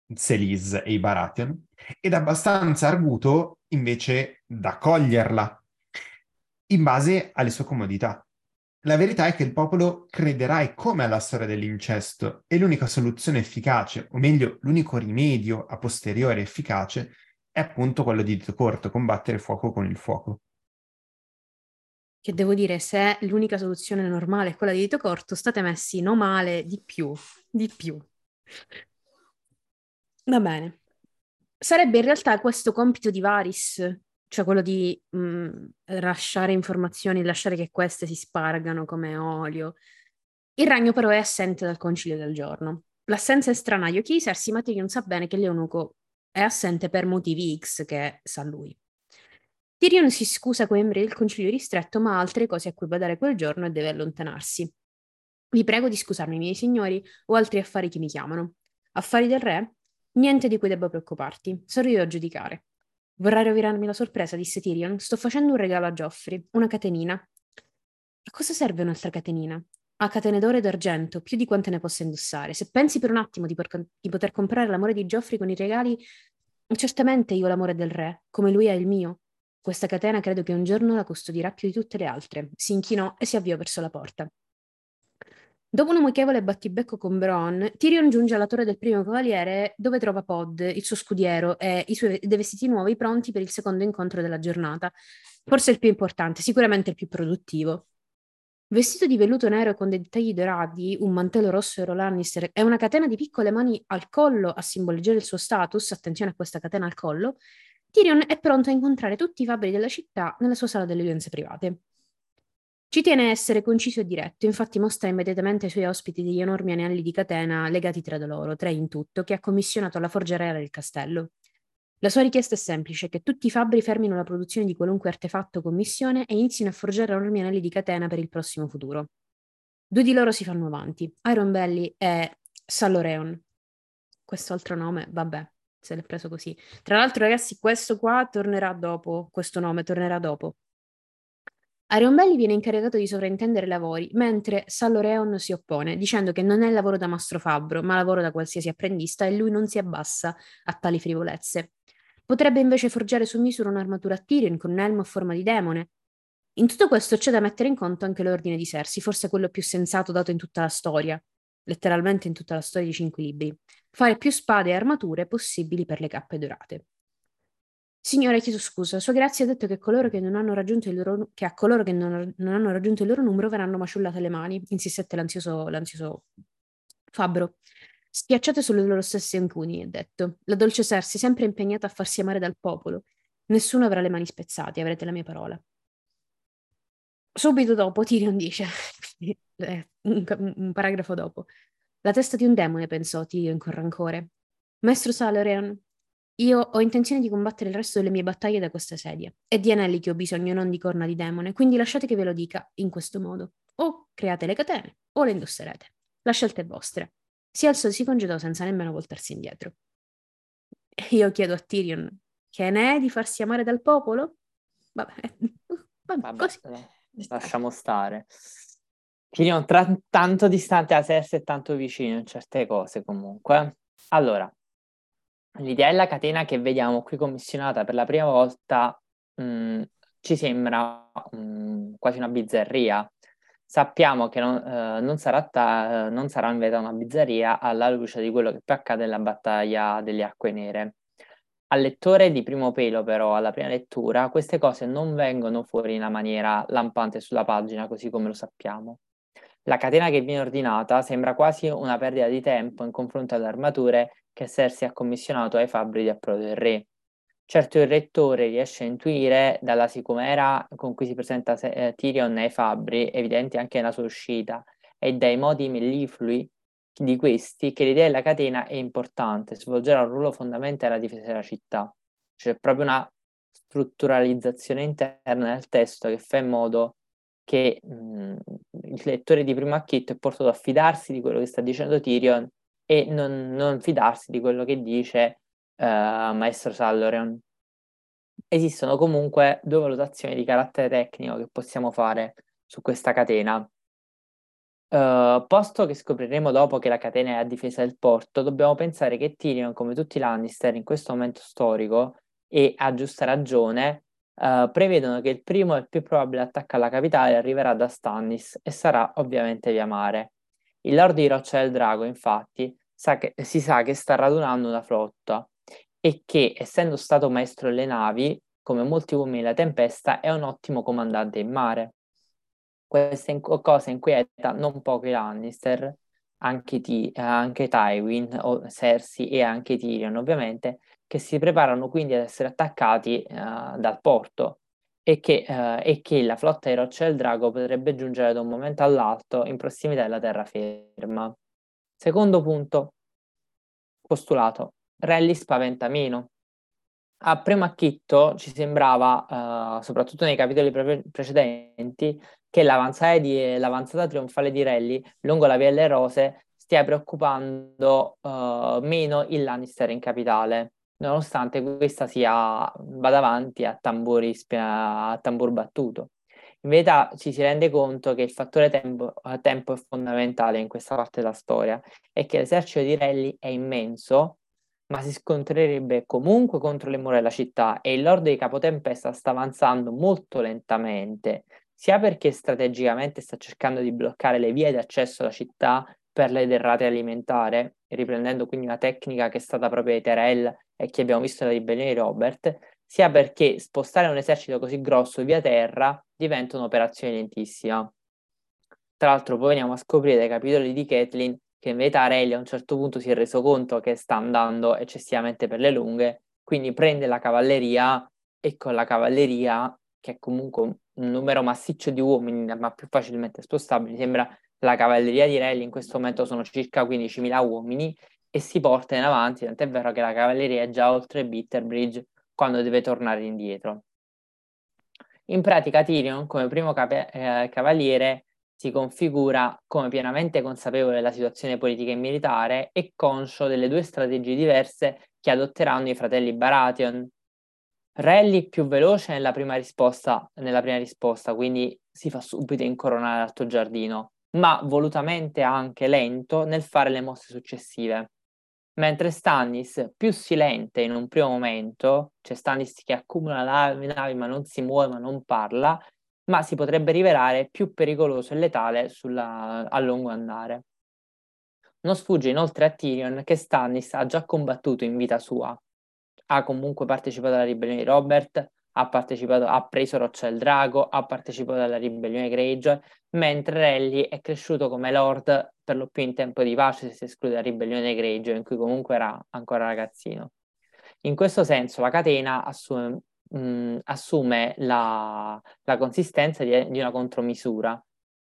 Selyse e i Baratheon, ed abbastanza arguto invece da coglierla in base alle sue comodità. La verità è che il popolo crederà e come alla storia dell'incesto e l'unica soluzione efficace, o meglio l'unico rimedio a posteriore efficace, è appunto quello di dito corto, combattere fuoco con il fuoco. Che devo dire, se l'unica soluzione normale è quella di dito corto, state messi no male di più, di più. Va bene. Sarebbe in realtà questo compito di Varys, cioè quello di mh, lasciare informazioni, lasciare che queste si spargano come olio. Il ragno però è assente dal concilio del giorno. L'assenza è strana agli occhi di Cersei, ma Tyrion sa bene che l'eunuco è assente per motivi X che sa lui. Tyrion si scusa con i membri del concilio ristretto, ma ha altre cose a cui badare quel giorno e deve allontanarsi. Vi prego di scusarmi, miei signori, ho altri affari che mi chiamano. Affari del re? Niente di cui debba preoccuparti, sarò io a giudicare. Vorrai rovinarmi la sorpresa, disse Tyrion. Sto facendo un regalo a Joffrey, una catenina. A cosa serve un'altra catenina? Ha catene d'oro e d'argento, più di quante ne possa indossare. Se pensi per un attimo di, por- di poter comprare l'amore di Joffrey con i regali, certamente io ho l'amore del re, come lui ha il mio. Questa catena credo che un giorno la custodirà più di tutte le altre. Si inchinò e si avviò verso la porta. Dopo un amichevole battibecco con Bronn, Tyrion giunge alla torre del primo cavaliere dove trova Pod, il suo scudiero, e i suoi dei vestiti nuovi pronti per il secondo incontro della giornata. Forse il più importante, sicuramente il più produttivo. Vestito di velluto nero con dei dettagli dorati, un mantello rosso e Lannister e una catena di piccole mani al collo a simboleggiare il suo status, attenzione a questa catena al collo, Tyrion è pronto a incontrare tutti i fabbri della città nella sua sala delle udienze private. Ci tiene a essere conciso e diretto, infatti mostra immediatamente ai suoi ospiti degli enormi anelli di catena legati tra di loro, tre in tutto, che ha commissionato alla forgia reale del castello. La sua richiesta è semplice, che tutti i fabbri fermino la produzione di qualunque artefatto o commissione e inizino a forgiare enormi anelli di catena per il prossimo futuro. Due di loro si fanno avanti, Iron Belly e Salloreon. Questo altro nome, vabbè, se l'è preso così. Tra l'altro, ragazzi, questo qua tornerà dopo, questo nome tornerà dopo. Iron Belly viene incaricato di sovrintendere i lavori, mentre Salloreon si oppone, dicendo che non è lavoro da mastro fabbro, ma lavoro da qualsiasi apprendista e lui non si abbassa a tali frivolezze. Potrebbe invece forgiare su misura un'armatura a Tyrion con un elmo a forma di demone. In tutto questo c'è da mettere in conto anche l'ordine di Cersei, forse quello più sensato dato in tutta la storia, letteralmente in tutta la storia di cinque libri. Fare più spade e armature possibili per le cappe dorate. Signore, chiedo scusa, Sua Grazia ha detto che, coloro che, non hanno raggiunto il loro, che a coloro che non, non hanno raggiunto il loro numero verranno maciullate le mani, insistette l'ansioso, l'ansioso fabbro. Schiacciate sulle loro stesse incuni, ha detto. La dolce Cersei, sempre impegnata a farsi amare dal popolo. Nessuno avrà le mani spezzate, avrete la mia parola. Subito dopo Tyrion dice, eh, un, un paragrafo dopo, la testa di un demone, pensò Tyrion con rancore. Maestro Salorian, io ho intenzione di combattere il resto delle mie battaglie da questa sedia. È di anelli che ho bisogno, non di corna di demone, quindi lasciate che ve lo dica in questo modo. O create le catene, o le indosserete. La scelta è vostra. Si alzò e si congedò senza nemmeno voltarsi indietro. Io chiedo a Tyrion, che ne è di farsi amare dal popolo? Vabbè, vabbè, Vabbè, così. eh, lasciamo stare. Tyrion tra- tanto distante da Cersei e tanto vicino in certe cose comunque. Allora, l'idea della catena che vediamo qui commissionata per la prima volta mh, ci sembra mh, quasi una bizzarria. Sappiamo che non, eh, non sarà, ta- non sarà in verità una bizzarria alla luce di quello che poi accade nella battaglia delle Acque Nere. Al lettore di primo pelo, però, alla prima lettura, queste cose non vengono fuori in una maniera lampante sulla pagina, così come lo sappiamo. La catena che viene ordinata sembra quasi una perdita di tempo in confronto alle armature che Cersei ha commissionato ai fabbri di approdo del re. Certo il rettore riesce a intuire dalla sicumera con cui si presenta eh, Tyrion ai fabbri, evidenti anche nella sua uscita, e dai modi melliflui di questi, che l'idea della catena è importante, svolgerà un ruolo fondamentale nella difesa della città. C'è proprio una strutturalizzazione interna del testo che fa in modo che mh, il lettore di primo acchito è portato a fidarsi di quello che sta dicendo Tyrion e non, non fidarsi di quello che dice uh, Maestro Salloreon. Esistono comunque due valutazioni di carattere tecnico che possiamo fare su questa catena. Uh, posto che scopriremo dopo che la catena è a difesa del porto, dobbiamo pensare che Tyrion, come tutti i Lannister in questo momento storico, e a giusta ragione, uh, prevedono che il primo e il più probabile attacco alla capitale arriverà da Stannis e sarà ovviamente via mare. Il Lord di Roccia del Drago, infatti, sa che, si sa che sta radunando una flotta e che, essendo stato maestro delle navi, come molti uomini della Tempesta, è un ottimo comandante in mare. Questa in- cosa inquieta non poco i Lannister, anche, Ty- eh, anche Tywin, o Cersei e anche Tyrion, ovviamente, che si preparano quindi ad essere attaccati eh, dal porto e che, eh, e che la flotta di Roccia del Drago potrebbe giungere da un momento all'altro in prossimità della terraferma. Secondo punto, postulato, Renly spaventa meno. A primo acchitto ci sembrava, eh, soprattutto nei capitoli pre- precedenti, che l'avanzata, di, l'avanzata trionfale di Renly lungo la Via delle Rose stia preoccupando eh, meno il Lannister in capitale, nonostante questa sia vada avanti a, tamburi, spia- a tambur battuto. In verità ci si rende conto che il fattore tempo, tempo è fondamentale in questa parte della storia e che l'esercito di Renly è immenso, ma si scontrerebbe comunque contro le mura della città e il Lord dei Capotempesta sta avanzando molto lentamente, sia perché strategicamente sta cercando di bloccare le vie di accesso alla città per le derrate alimentari, riprendendo quindi una tecnica che è stata propria di Tyrell e che abbiamo visto nella ribellione di Robert, sia perché spostare un esercito così grosso via terra diventa un'operazione lentissima. Tra l'altro poi veniamo a scoprire dai capitoli di Catelyn che in verità Rayleigh a un certo punto si è reso conto che sta andando eccessivamente per le lunghe, quindi prende la cavalleria e con la cavalleria, che è comunque un numero massiccio di uomini, ma più facilmente spostabili, sembra la cavalleria di Rayleigh in questo momento sono circa quindicimila uomini, e si porta in avanti, tant'è vero che la cavalleria è già oltre Bitterbridge quando deve tornare indietro. In pratica Tyrion, come primo cap- eh, cavaliere, si configura come pienamente consapevole della situazione politica e militare e conscio delle due strategie diverse che adotteranno i fratelli Baratheon. Renly più veloce nella prima risposta, nella prima risposta, quindi si fa subito incoronare l'Alto Giardino, ma volutamente anche lento nel fare le mosse successive. Mentre Stannis, più silente in un primo momento, c'è Stannis che accumula navi, navi ma non si muove, ma non parla, ma si potrebbe rivelare più pericoloso e letale sulla, a lungo andare. Non sfugge inoltre a Tyrion che Stannis ha già combattuto in vita sua, ha comunque partecipato alla ribellione di Robert, ha partecipato, ha preso Roccia del Drago, ha partecipato alla ribellione Greyjoy, mentre Renly è cresciuto come Lord per lo più in tempo di pace, se si esclude la ribellione Greyjoy, in cui comunque era ancora ragazzino. In questo senso la catena assume, mh, assume la, la consistenza di, di una contromisura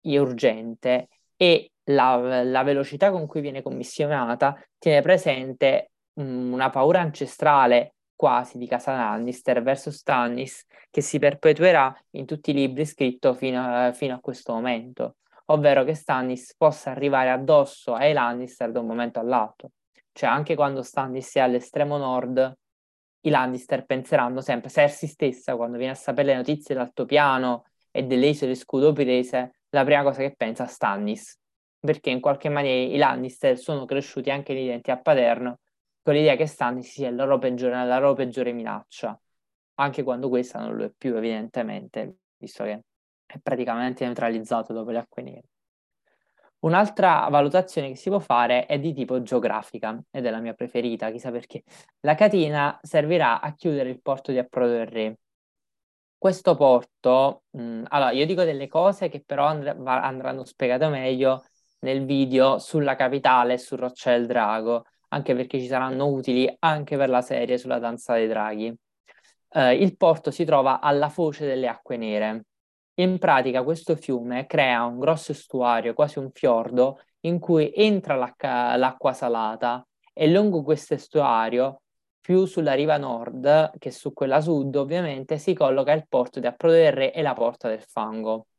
urgente e la, la velocità con cui viene commissionata tiene presente mh, una paura ancestrale quasi di casa Lannister verso Stannis che si perpetuerà in tutti i libri scritti fino a, fino a questo momento, ovvero che Stannis possa arrivare addosso ai Lannister da un momento all'altro. Cioè anche quando Stannis è all'estremo nord, i Lannister penseranno sempre, Cersei stessa quando viene a sapere le notizie dell'altopiano e delle isole scudopirese, la prima cosa che pensa è Stannis, perché in qualche maniera i Lannister sono cresciuti anche in identità paterno con l'idea che Stannis sia la loro peggiore, la loro peggiore minaccia, anche quando questa non lo è più evidentemente, visto che è praticamente neutralizzato dopo le acque nere. Un'altra valutazione che si può fare è di tipo geografica ed è la mia preferita, chissà perché. La catena servirà a chiudere il porto di approdo del re. Questo porto, mh, allora io dico delle cose che però and- andranno spiegate meglio nel video sulla capitale e su Roccia del Drago, anche perché ci saranno utili anche per la serie sulla danza dei draghi. Eh, il porto si trova alla foce delle acque nere. In pratica questo fiume crea un grosso estuario, quasi un fiordo, in cui entra l'acqua, l'acqua salata e lungo questo estuario, più sulla riva nord che su quella sud, ovviamente, si colloca il porto di Approdo del Re e la Porta del Fango.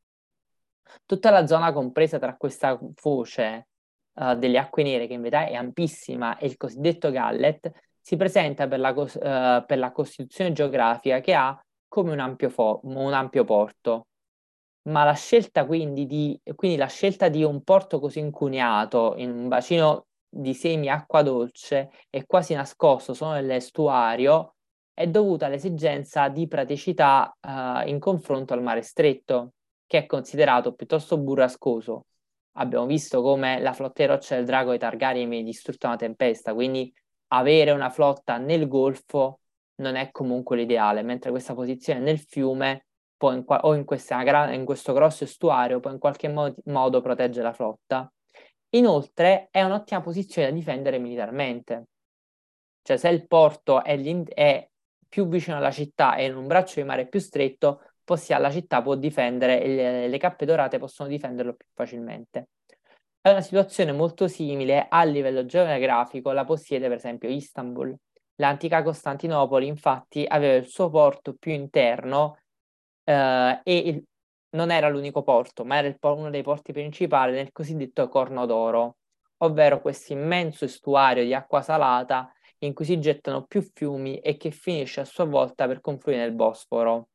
Tutta la zona compresa tra questa foce uh, delle acque nere, che in verità è ampissima, e il cosiddetto Gallet, si presenta per la, cos- uh, per la costituzione geografica che ha come un ampio, fo- un ampio porto. ma la scelta quindi di, quindi la scelta di un porto così incuneato in un bacino di semi acqua dolce e quasi nascosto solo nell'estuario è dovuta all'esigenza di praticità eh, in confronto al mare stretto, che è considerato piuttosto burrascoso. Abbiamo visto come la flotta di rocce del drago e Targaryen viene distrutta da una tempesta, quindi avere una flotta nel golfo non è comunque l'ideale, mentre questa posizione nel fiume può in qua- o in, questa gra- in questo grosso estuario può in qualche mo- modo proteggere la flotta. Inoltre è un'ottima posizione da difendere militarmente. Cioè se il porto è, è più vicino alla città e in un braccio di mare più stretto, possia, la città può difendere, le, le cappe dorate possono difenderlo più facilmente. È una situazione molto simile a livello geografico, la possiede per esempio Istanbul. L'antica Costantinopoli infatti aveva il suo porto più interno eh, e il, non era l'unico porto, ma era il, uno dei porti principali nel cosiddetto Corno d'Oro, ovvero questo immenso estuario di acqua salata in cui si gettano più fiumi e che finisce a sua volta per confluire nel Bosforo.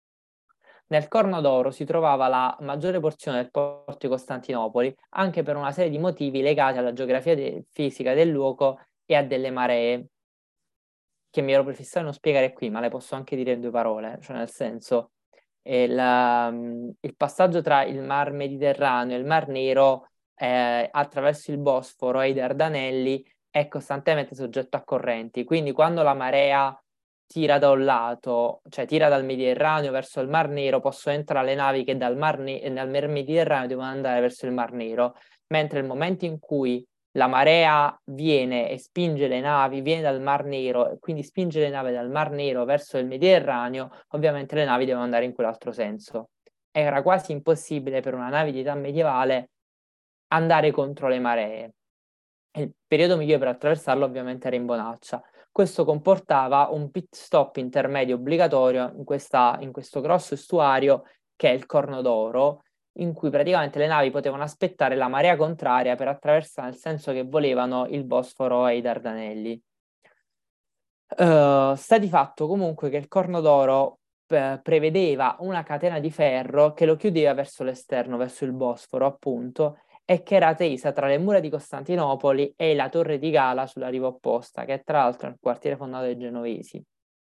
Nel Corno d'Oro si trovava la maggiore porzione del porto di Costantinopoli, anche per una serie di motivi legati alla geografia de- fisica del luogo e a delle maree, che mi ero prefissato di non spiegare qui, ma le posso anche dire in due parole, cioè nel senso, eh, la, il passaggio tra il Mar Mediterraneo e il Mar Nero eh, attraverso il Bosforo e i Dardanelli è costantemente soggetto a correnti, quindi quando la marea tira da un lato, cioè tira dal Mediterraneo verso il Mar Nero, possono entrare le navi che dal Mar, ne- dal Mar Mediterraneo devono andare verso il Mar Nero, mentre il momento in cui la marea viene e spinge le navi, viene dal Mar Nero, e quindi spinge le navi dal Mar Nero verso il Mediterraneo, ovviamente le navi devono andare in quell'altro senso. Era quasi impossibile per una nave di età medievale andare contro le maree. Il periodo migliore per attraversarlo ovviamente era in bonaccia. Questo comportava un pit stop intermedio obbligatorio in, questa, in questo grosso estuario che è il Corno d'Oro, in cui praticamente le navi potevano aspettare la marea contraria per attraversare nel senso che volevano il Bosforo e i Dardanelli. Uh, sta di fatto comunque che il Corno d'Oro eh, prevedeva una catena di ferro che lo chiudeva verso l'esterno, verso il Bosforo appunto, e che era tesa tra le mura di Costantinopoli e la torre di Gala sulla riva opposta, che tra l'altro è il quartiere fondato dai genovesi.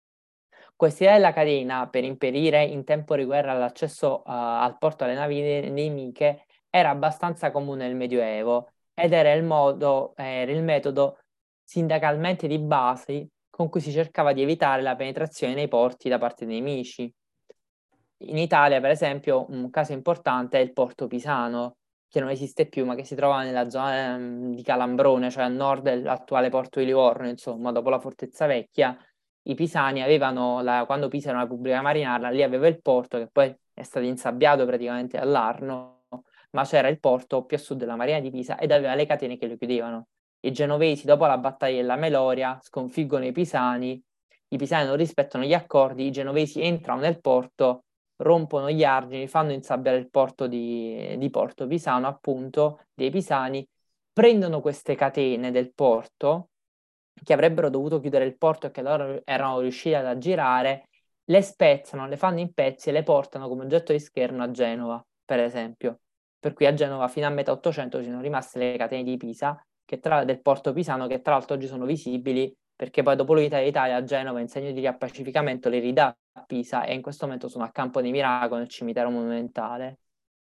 Questa idea della catena per impedire in tempo di guerra l'accesso uh, al porto alle navi ne- nemiche era abbastanza comune nel Medioevo ed era il, modo, era il metodo sindacalmente di base con cui si cercava di evitare la penetrazione nei porti da parte dei nemici. In Italia, per esempio, un caso importante è il Porto Pisano, che non esiste più, ma che si trova nella zona ehm, di Calambrone, cioè a nord dell'attuale porto di Livorno, insomma, dopo la Fortezza Vecchia. I pisani avevano, la, quando Pisa era una pubblica marinara, lì aveva il porto che poi è stato insabbiato praticamente all'Arno, ma c'era il porto più a sud della Marina di Pisa ed aveva le catene che lo chiudevano. I genovesi, dopo la battaglia della Meloria, sconfiggono i pisani, i pisani non rispettano gli accordi, i genovesi entrano nel porto, rompono gli argini, fanno insabbiare il porto di, di Porto Pisano, appunto, dei pisani, prendono queste catene del porto, che avrebbero dovuto chiudere il porto e che loro erano riusciti ad aggirare, le spezzano, le fanno in pezzi e le portano come oggetto di scherno a Genova, per esempio. Per cui a Genova fino a metà Ottocento ci sono rimaste le catene di Pisa, che tra, del porto pisano, che tra l'altro oggi sono visibili, perché poi dopo l'unità d'Italia a Genova, in segno di riappacificamento, le ridà a Pisa e in questo momento sono a Campo dei Miracoli, nel cimitero monumentale,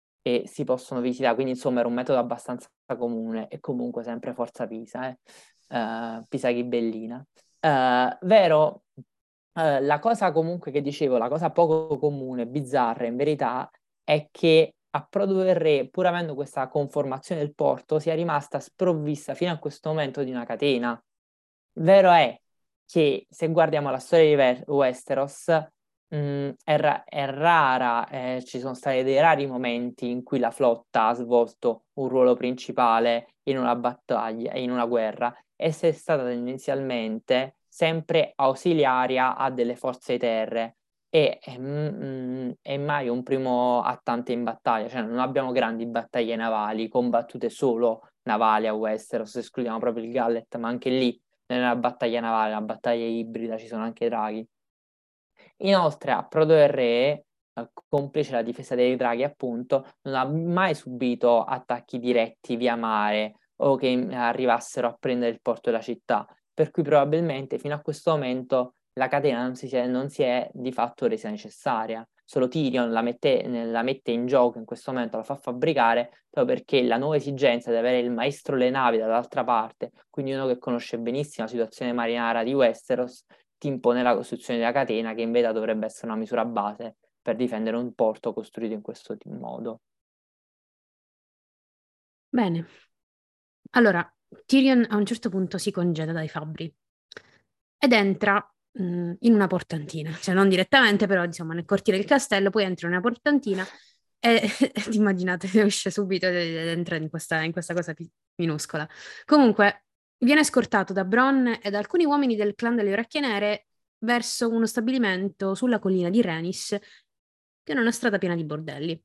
e si possono visitare, quindi insomma era un metodo abbastanza comune e comunque sempre forza Pisa, eh? Uh, Pisa Ghibellina. Uh, vero, uh, la cosa comunque che dicevo, la cosa poco comune, bizzarra in verità, è che a Prodo del Re, pur avendo questa conformazione del porto, sia rimasta sprovvista fino a questo momento di una catena. Vero è che se guardiamo la storia di Ver- Westeros, mh, è, ra- è rara, eh, ci sono stati dei rari momenti in cui la flotta ha svolto un ruolo principale in una battaglia, in una guerra, e se è stata tendenzialmente sempre ausiliaria a delle forze terre e è, mm, è mai un primo attante in battaglia, cioè non abbiamo grandi battaglie navali combattute solo navali a Westeros, escludiamo proprio il Gallet, ma anche lì nella battaglia navale, la battaglia ibrida, ci sono anche i draghi. Inoltre a Prodo del Re eh, complice la difesa dei draghi, appunto, non ha mai subito attacchi diretti via mare o che in- arrivassero a prendere il porto della città, per cui probabilmente fino a questo momento la catena non si, è- non si è di fatto resa necessaria. Solo Tyrion la mette, la mette in gioco in questo momento, la fa fabbricare proprio perché la nuova esigenza di avere il maestro le navi dall'altra parte, quindi uno che conosce benissimo la situazione marinara di Westeros, ti impone la costruzione della catena, che in verità dovrebbe essere una misura base per difendere un porto costruito in questo ti- modo. Bene. Allora, Tyrion a un certo punto si congeda dai fabbri ed entra mh, in una portantina, cioè non direttamente, però insomma nel cortile del castello, poi entra in una portantina e ed immaginate, esce subito ed entra in questa, in questa cosa pi- minuscola. Comunque, viene scortato da Bronn e da alcuni uomini del clan delle Orecchie Nere verso uno stabilimento sulla collina di Rhaenys, che è una strada piena di bordelli.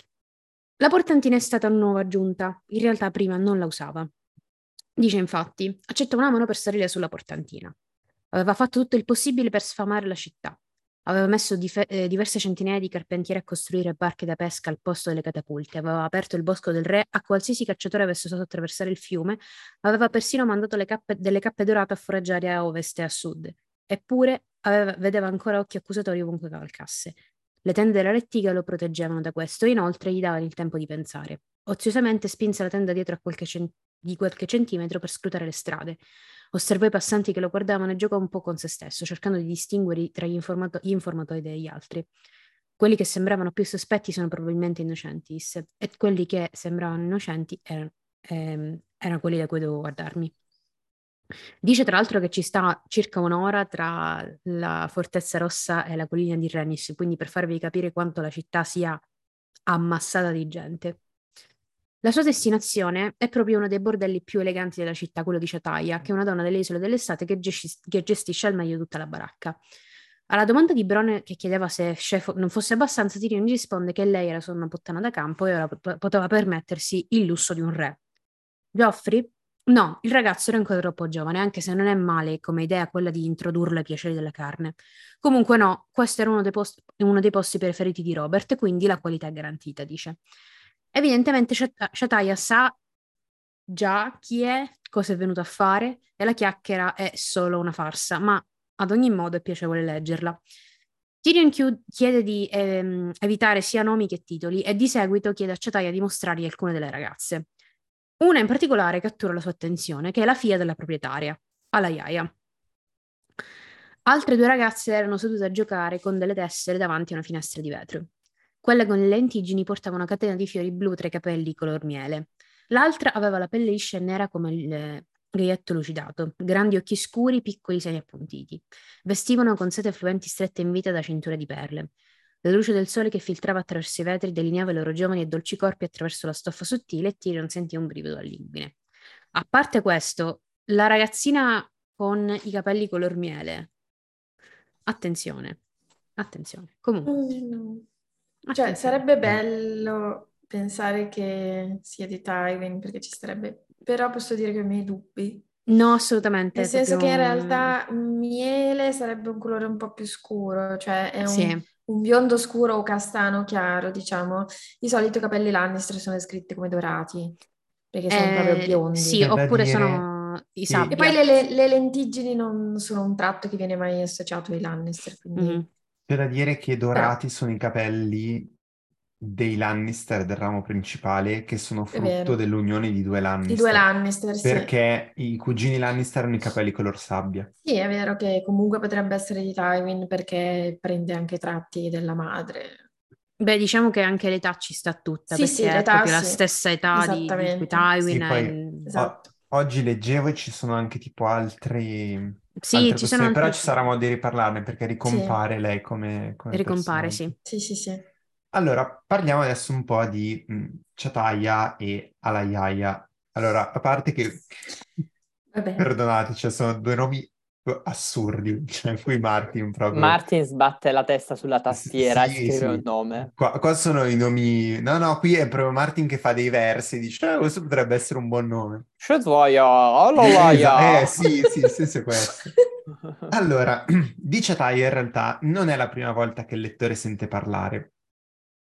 La portantina è stata una nuova aggiunta, in realtà prima non la usava. Dice infatti, accetta una mano per salire sulla portantina. Aveva fatto tutto il possibile per sfamare la città. Aveva messo dife- eh, diverse centinaia di carpentieri a costruire barche da pesca al posto delle catapulte, aveva aperto il bosco del re a qualsiasi cacciatore avesse osato attraversare il fiume, aveva persino mandato le cappe- delle cappe dorate a foraggiare a ovest e a sud. Eppure aveva- vedeva ancora occhi accusatori ovunque cavalcasse. Le tende della lettiga lo proteggevano da questo e inoltre gli davano il tempo di pensare. Oziosamente spinse la tenda dietro a qualche cen- di qualche centimetro per scrutare le strade. Osservò i passanti che lo guardavano e giocò un po' con se stesso, cercando di distinguere tra gli, informato- gli informatori degli altri. Quelli che sembravano più sospetti sono probabilmente innocenti, disse, e quelli che sembravano innocenti erano, ehm, erano quelli da cui dovevo guardarmi. Dice tra l'altro che ci sta circa un'ora tra la Fortezza Rossa e la collina di Rhaenys, quindi per farvi capire quanto la città sia ammassata di gente. La sua destinazione è proprio uno dei bordelli più eleganti della città, quello di Chataia, che è una donna delle isole dell'estate che, gestis- che gestisce al meglio tutta la baracca. Alla domanda di Bronn che chiedeva se Chef non fosse abbastanza, Tyrion gli risponde che lei era solo una puttana da campo e ora pot- poteva permettersi il lusso di un re. Joffrey? No, il ragazzo era ancora troppo giovane, anche se non è male come idea quella di introdurlo ai piaceri della carne. Comunque no, questo era uno dei, post- uno dei posti preferiti di Robert, quindi la qualità è garantita, dice. Evidentemente Shat- Shataia sa già chi è, cosa è venuto a fare e la chiacchiera è solo una farsa, ma ad ogni modo è piacevole leggerla. Tyrion chiu- chiede di ehm, evitare sia nomi che titoli e di seguito chiede a Shataia di mostrargli alcune delle ragazze. Una in particolare cattura la sua attenzione, che è la figlia della proprietaria, Alayaia. Altre due ragazze erano sedute a giocare con delle tessere davanti a una finestra di vetro. Quella con le lentiggini portava una catena di fiori blu tra i capelli color miele. L'altra aveva la pelle liscia e nera come il eh, ghiaietto lucidato, grandi occhi scuri, piccoli seni appuntiti. Vestivano con sete fluenti strette in vita da cinture di perle. La luce del sole che filtrava attraverso i vetri delineava i loro giovani e dolci corpi attraverso la stoffa sottile e Tyrion sentì un brivido all'inguine. A parte questo, la ragazzina con i capelli color miele. Attenzione, attenzione. Comunque, Mm. Cioè, attenzione. sarebbe bello pensare che sia di Tywin, perché ci sarebbe... Però posso dire che ho i miei dubbi. No, assolutamente. Nel È senso che in proprio... realtà miele sarebbe un colore un po' più scuro, cioè è un, Sì. un biondo scuro o castano chiaro, diciamo. Di solito i capelli Lannister sono descritti come dorati, perché sono proprio Eh, sì, biondi. C'è da oppure dire sono i che E poi sabbia. le, le- le lentiggini non sono un tratto che viene mai associato ai Lannister, quindi... Mhm. C'è da dire che Però, dorati sono i capelli dei Lannister del ramo principale, che sono è frutto vero. dell'unione di due Di due Lannister, Lannister, sì. perché i cugini Lannister hanno i capelli color sabbia. Sì, è vero che comunque potrebbe essere di Tywin perché prende anche i tratti della madre. Beh, diciamo che anche l'età ci sta tutta, Sì, perché sì, è l'età proprio la sì, stessa età di, di cui esattamente. Tywin Sì, è... poi in- o- Esatto. oggi leggevo e ci sono anche tipo altri, Sì, altre ci sono questioni, però ci altri... sarà modo di riparlarne perché Sì, ricompare lei come, come Ricompare, personaggio. sì. sì, sì, sì. Allora, parliamo adesso un po' di mh, Chataia e Alayaia. Allora, a parte che, Vabbè. perdonate, cioè sono due nomi assurdi, cioè qui Martin proprio... Martin sbatte la testa sulla S- tastiera e Sì, scrive un sì. nome. Qua, qua sono i nomi... No, no, qui è proprio Martin che fa dei versi, dice, "Eh, questo potrebbe essere un buon nome." Shazwaya, Eh, esa- eh, ololaia. sì, sì, il senso è questo. Allora, di Chataia in realtà non è la prima volta che il lettore sente parlare.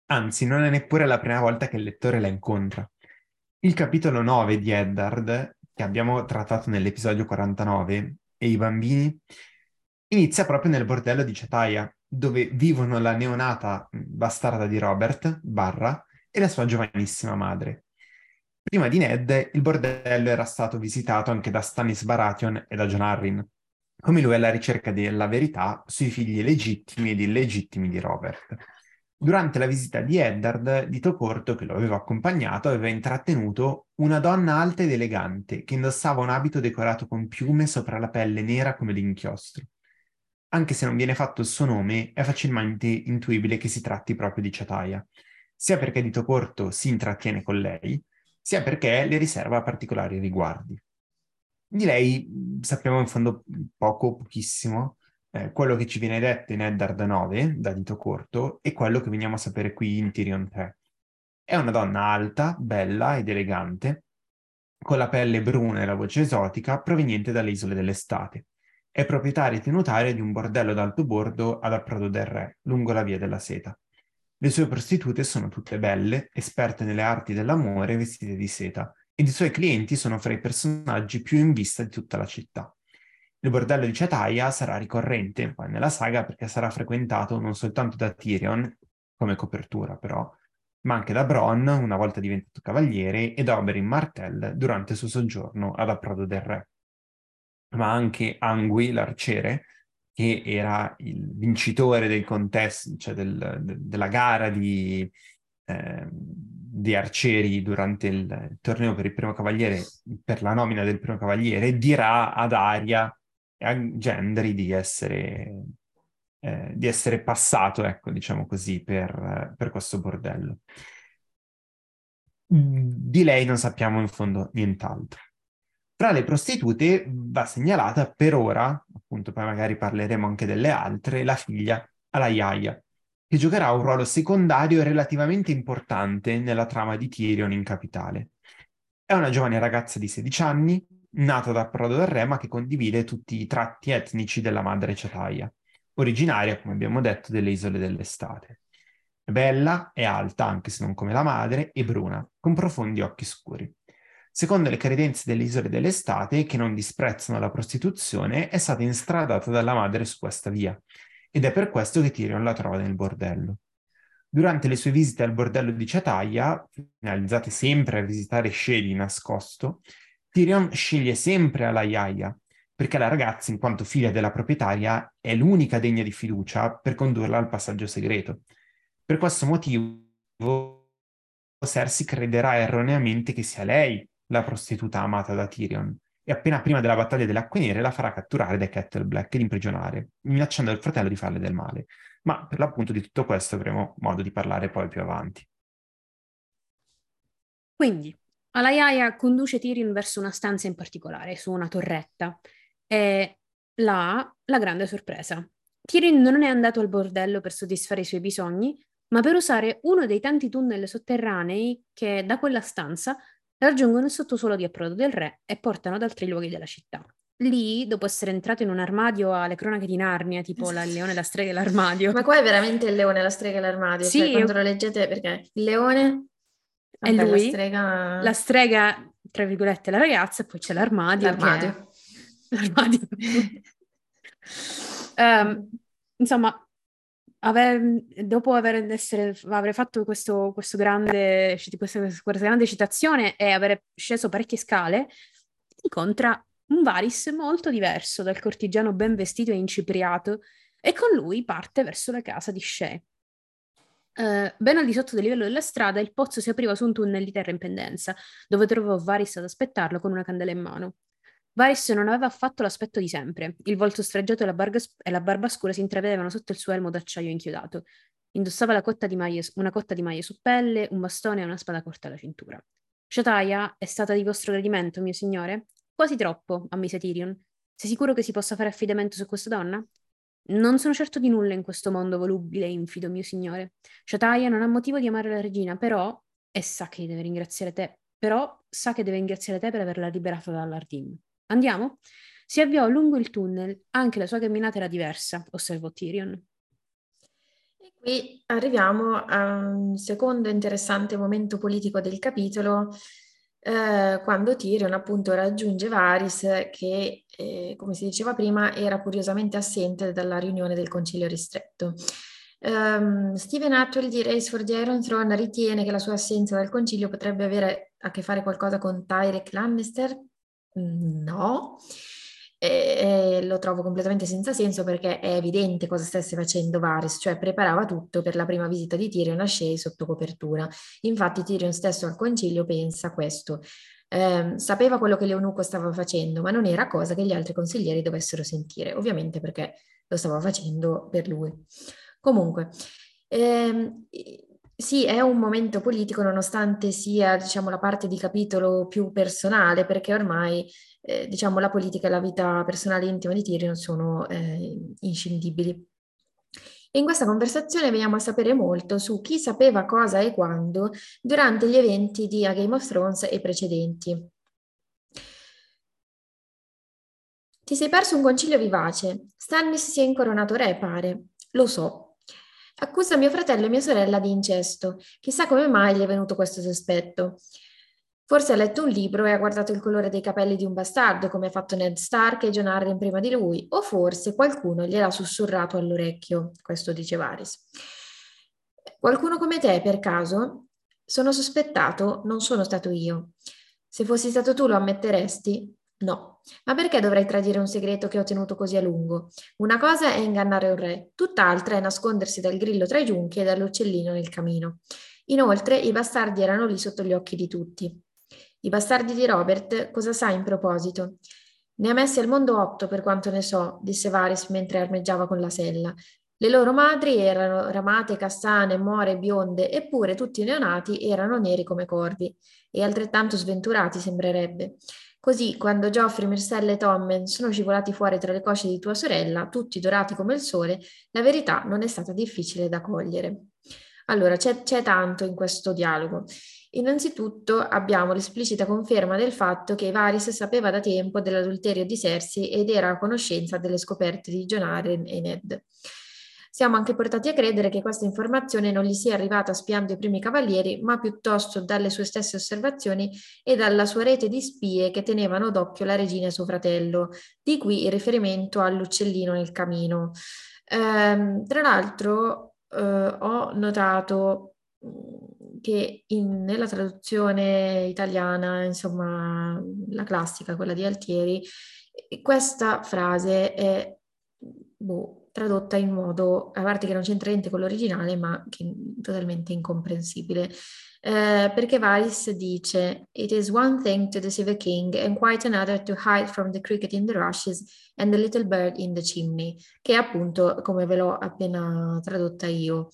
Anzi, non è neppure la prima volta che il lettore la incontra. Il capitolo nove di Eddard, che abbiamo trattato nell'episodio quarantanove, e i bambini, inizia proprio nel bordello di Cetaya, dove vivono la neonata bastarda di Robert, Barra, e la sua giovanissima madre. Prima di Ned, il bordello era stato visitato anche da Stannis Baratheon e da Jon Arryn, come lui alla ricerca della verità sui figli legittimi ed illegittimi di Robert. Durante la visita di Eddard, Dito Corto, che lo aveva accompagnato, aveva intrattenuto una donna alta ed elegante che indossava un abito decorato con piume sopra la pelle nera come l'inchiostro. Anche se non viene fatto il suo nome, è facilmente intuibile che si tratti proprio di Cetaya, sia perché Dito Corto si intrattiene con lei, sia perché le riserva particolari riguardi. Di lei mh, sappiamo in fondo poco, pochissimo. Eh, quello che ci viene detto in Eddard nove, da Dito Corto, e quello che veniamo a sapere qui in Tyrion tre. È una donna alta, bella ed elegante, con la pelle bruna e la voce esotica, proveniente dalle Isole dell'Estate. È proprietaria e tenutaria di un bordello d'alto bordo ad Approdo del Re, lungo la via della Seta. Le sue prostitute sono tutte belle, esperte nelle arti dell'amore, vestite di seta, ed i suoi clienti sono fra i personaggi più in vista di tutta la città. Il bordello di Cetaya sarà ricorrente poi nella saga perché sarà frequentato non soltanto da Tyrion, come copertura però, ma anche da Bronn, una volta diventato cavaliere, e da Oberyn Martell durante il suo soggiorno ad Approdo del Re. Ma anche Angui, l'arciere, che era il vincitore del contesto, cioè del, de, della gara di, eh, di arcieri durante il torneo per il primo cavaliere, per la nomina del primo cavaliere, dirà ad Arya e a Gendry di essere, eh, di essere passato, ecco, diciamo così, per, per questo bordello. Di lei non sappiamo in fondo nient'altro. Tra le prostitute va segnalata per ora, appunto poi magari parleremo anche delle altre, la figlia Alayaya, che giocherà un ruolo secondario relativamente importante nella trama di Tyrion in capitale. È una giovane ragazza di sedici anni, nata da Approdo del Re, ma che condivide tutti i tratti etnici della madre Cetaya, originaria, come abbiamo detto, delle Isole dell'Estate. È bella, è alta, anche se non come la madre, e bruna, con profondi occhi scuri. Secondo le credenze delle Isole dell'Estate, che non disprezzano la prostituzione, è stata instradata dalla madre su questa via, ed è per questo che Tyrion la trova nel bordello. Durante le sue visite al bordello di Cetaya, finalizzate sempre a visitare Shae di nascosto, Tyrion sceglie sempre Alayaya, perché la ragazza, in quanto figlia della proprietaria, è l'unica degna di fiducia per condurla al passaggio segreto. Per questo motivo Cersei crederà erroneamente che sia lei la prostituta amata da Tyrion, e appena prima della battaglia delle Acque Nere la farà catturare dai Kettle Black ed imprigionare, minacciando il fratello di farle del male. Ma per l'appunto di tutto questo avremo modo di parlare poi più avanti. Quindi, Alayaya conduce Tyrion verso una stanza in particolare, su una torretta, e là la grande sorpresa. Tyrion non è andato al bordello per soddisfare i suoi bisogni, ma per usare uno dei tanti tunnel sotterranei che da quella stanza raggiungono il sottosuolo di Approdo del Re e portano ad altri luoghi della città. Lì, dopo essere entrato in un armadio alle cronache di Narnia, tipo la- il leone, la strega e l'armadio. Ma qua è veramente il leone, la strega e l'armadio. Sì, Cioè, quando io- lo leggete, perché il leone, è vabbè, la lui, strega, la strega, tra virgolette, la ragazza, e poi c'è l'armadio che è- l'armadio. l'armadio. Ehm, insomma, aver- dopo aver, essere, aver fatto questo, questo grande, questa, questa grande citazione e aver sceso parecchie scale, incontra un Varys molto diverso dal cortigiano ben vestito e incipriato, e con lui parte verso la casa di Shae. Eh, ben al di sotto del livello della strada, il pozzo si apriva su un tunnel di terra in pendenza, dove trovò Varys ad aspettarlo con una candela in mano. Varys non aveva affatto l'aspetto di sempre. Il volto sfregiato e la, barga- e la barba scura si intravedevano sotto il suo elmo d'acciaio inchiodato. Indossava la cotta di maglie- una cotta di maglie su pelle, un bastone e una spada corta alla cintura. Cetaya è stata di vostro gradimento, mio signore? Quasi troppo, ammise Tyrion. Sei sicuro che si possa fare affidamento su questa donna? Non sono certo di nulla in questo mondo volubile e infido, mio signore. Cetaya non ha motivo di amare la regina, però, e sa che deve ringraziare te, però sa che deve ringraziare te per averla liberata dall'Ardin. Andiamo? Si avviò lungo il tunnel, anche la sua camminata era diversa, osservò Tyrion. E qui arriviamo a un secondo interessante momento politico del capitolo, eh, quando Tyrion appunto raggiunge Varys che, eh, come si diceva prima, era curiosamente assente dalla riunione del concilio ristretto. Um, Stephen Atwell di Race for the Iron Throne ritiene che la sua assenza dal concilio potrebbe avere a che fare qualcosa con Tyrek Lannister. No, e, e lo trovo completamente senza senso perché è evidente cosa stesse facendo Varys, cioè preparava tutto per la prima visita di Tyrion a Shae sotto copertura. Infatti Tyrion stesso al concilio pensa questo. Eh, sapeva quello che l'eunuco stava facendo, ma non era cosa che gli altri consiglieri dovessero sentire, ovviamente perché lo stava facendo per lui. Comunque, ehm, sì, è un momento politico nonostante sia, diciamo, la parte di capitolo più personale, perché ormai, eh, diciamo, la politica e la vita personale e intima di Tyrion sono eh, inscindibili. In questa conversazione veniamo a sapere molto su chi sapeva cosa e quando durante gli eventi di A Game of Thrones e precedenti. Ti sei perso un concilio vivace. Stannis si è incoronato re, pare. Lo so. Accusa mio fratello e mia sorella di incesto. Chissà come mai gli è venuto questo sospetto. Forse ha letto un libro e ha guardato il colore dei capelli di un bastardo, come ha fatto Ned Stark e Jon Arryn prima di lui, o forse qualcuno gliel'ha sussurrato all'orecchio. Questo dice Varys. Qualcuno come te, per caso? Sono sospettato, non sono stato io. Se fossi stato tu lo ammetteresti? No. Ma perché dovrei tradire un segreto che ho tenuto così a lungo? Una cosa è ingannare un re, tutt'altra è nascondersi dal grillo tra i giunchi e dall'uccellino nel camino. Inoltre i bastardi erano lì sotto gli occhi di tutti. I bastardi di Robert cosa sai in proposito? Ne ha messi al mondo otto per quanto ne so, disse Varys mentre armeggiava con la sella. Le loro madri erano ramate, castane, more, bionde, eppure tutti i neonati erano neri come corvi, e altrettanto sventurati sembrerebbe. Così, quando Joffrey, Myrcella e Tommen sono scivolati fuori tra le cosce di tua sorella, tutti dorati come il sole, la verità non è stata difficile da cogliere. Allora, c'è, c'è tanto in questo dialogo. Innanzitutto abbiamo l'esplicita conferma del fatto che Varys sapeva da tempo dell'adulterio di Cersei ed era a conoscenza delle scoperte di Jon Arryn e Ned. Siamo anche portati a credere che questa informazione non gli sia arrivata spiando i primi cavalieri, ma piuttosto dalle sue stesse osservazioni e dalla sua rete di spie che tenevano d'occhio la regina e suo fratello. Di qui il riferimento all'uccellino nel camino. Ehm, tra l'altro eh, ho notato che in, nella traduzione italiana, insomma, la classica, quella di Altieri, questa frase è boh, tradotta in modo, a parte che non c'entra niente con l'originale, ma che è totalmente incomprensibile. Eh, perché Varys dice "It is one thing to deceive a king and quite another to hide from the cricket in the rushes and the little bird in the chimney", che è appunto come ve l'ho appena tradotta io.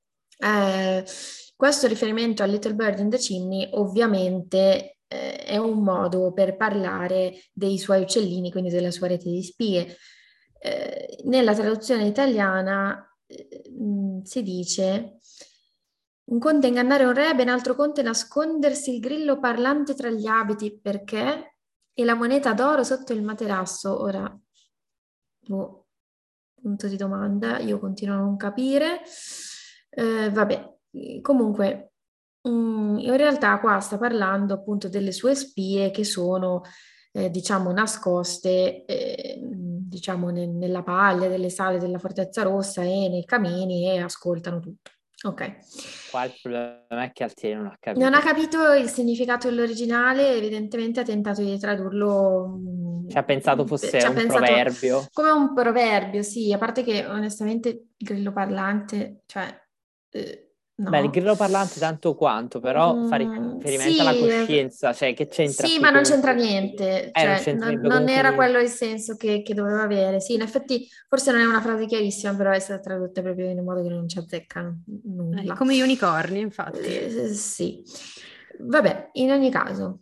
Eh, questo riferimento a Little Bird in the Chimney ovviamente eh, è un modo per parlare dei suoi uccellini, quindi della sua rete di spie. Eh, nella traduzione italiana eh, si dice un conto è ingannare un re, ben altro conto è nascondersi il grillo parlante tra gli abiti, perché? E la moneta d'oro sotto il materasso. Ora, boh, punto di domanda, io continuo a non capire. Eh, vabbè, comunque, mh, in realtà qua sta parlando appunto delle sue spie che sono, eh, diciamo, nascoste, eh, diciamo, ne- nella paglia delle sale della Fortezza Rossa e nei camini e ascoltano tutto. Ok. Qua il problema è che Altieri non ha capito. Non ha capito il significato dell'originale, evidentemente ha tentato di tradurlo. mh, Ci ha pensato fosse ci ha un pensato proverbio. come un proverbio, sì, a parte che onestamente il grillo parlante, cioè, eh, Beh, il no. grillo parlante tanto quanto, però fa Mm, riferimento alla sì, eh, coscienza, cioè che c'entra sì, qui ma non con il c'entra concilio? niente, Eh, non cioè non, c'entrerebbe non comunque era niente. quello il senso che, che doveva avere. Sì, in effetti forse non è una frase chiarissima, però è stata tradotta proprio in un modo che non ci azzeccano Eh, nulla. come gli unicorni, infatti. Eh, sì, vabbè, in ogni caso,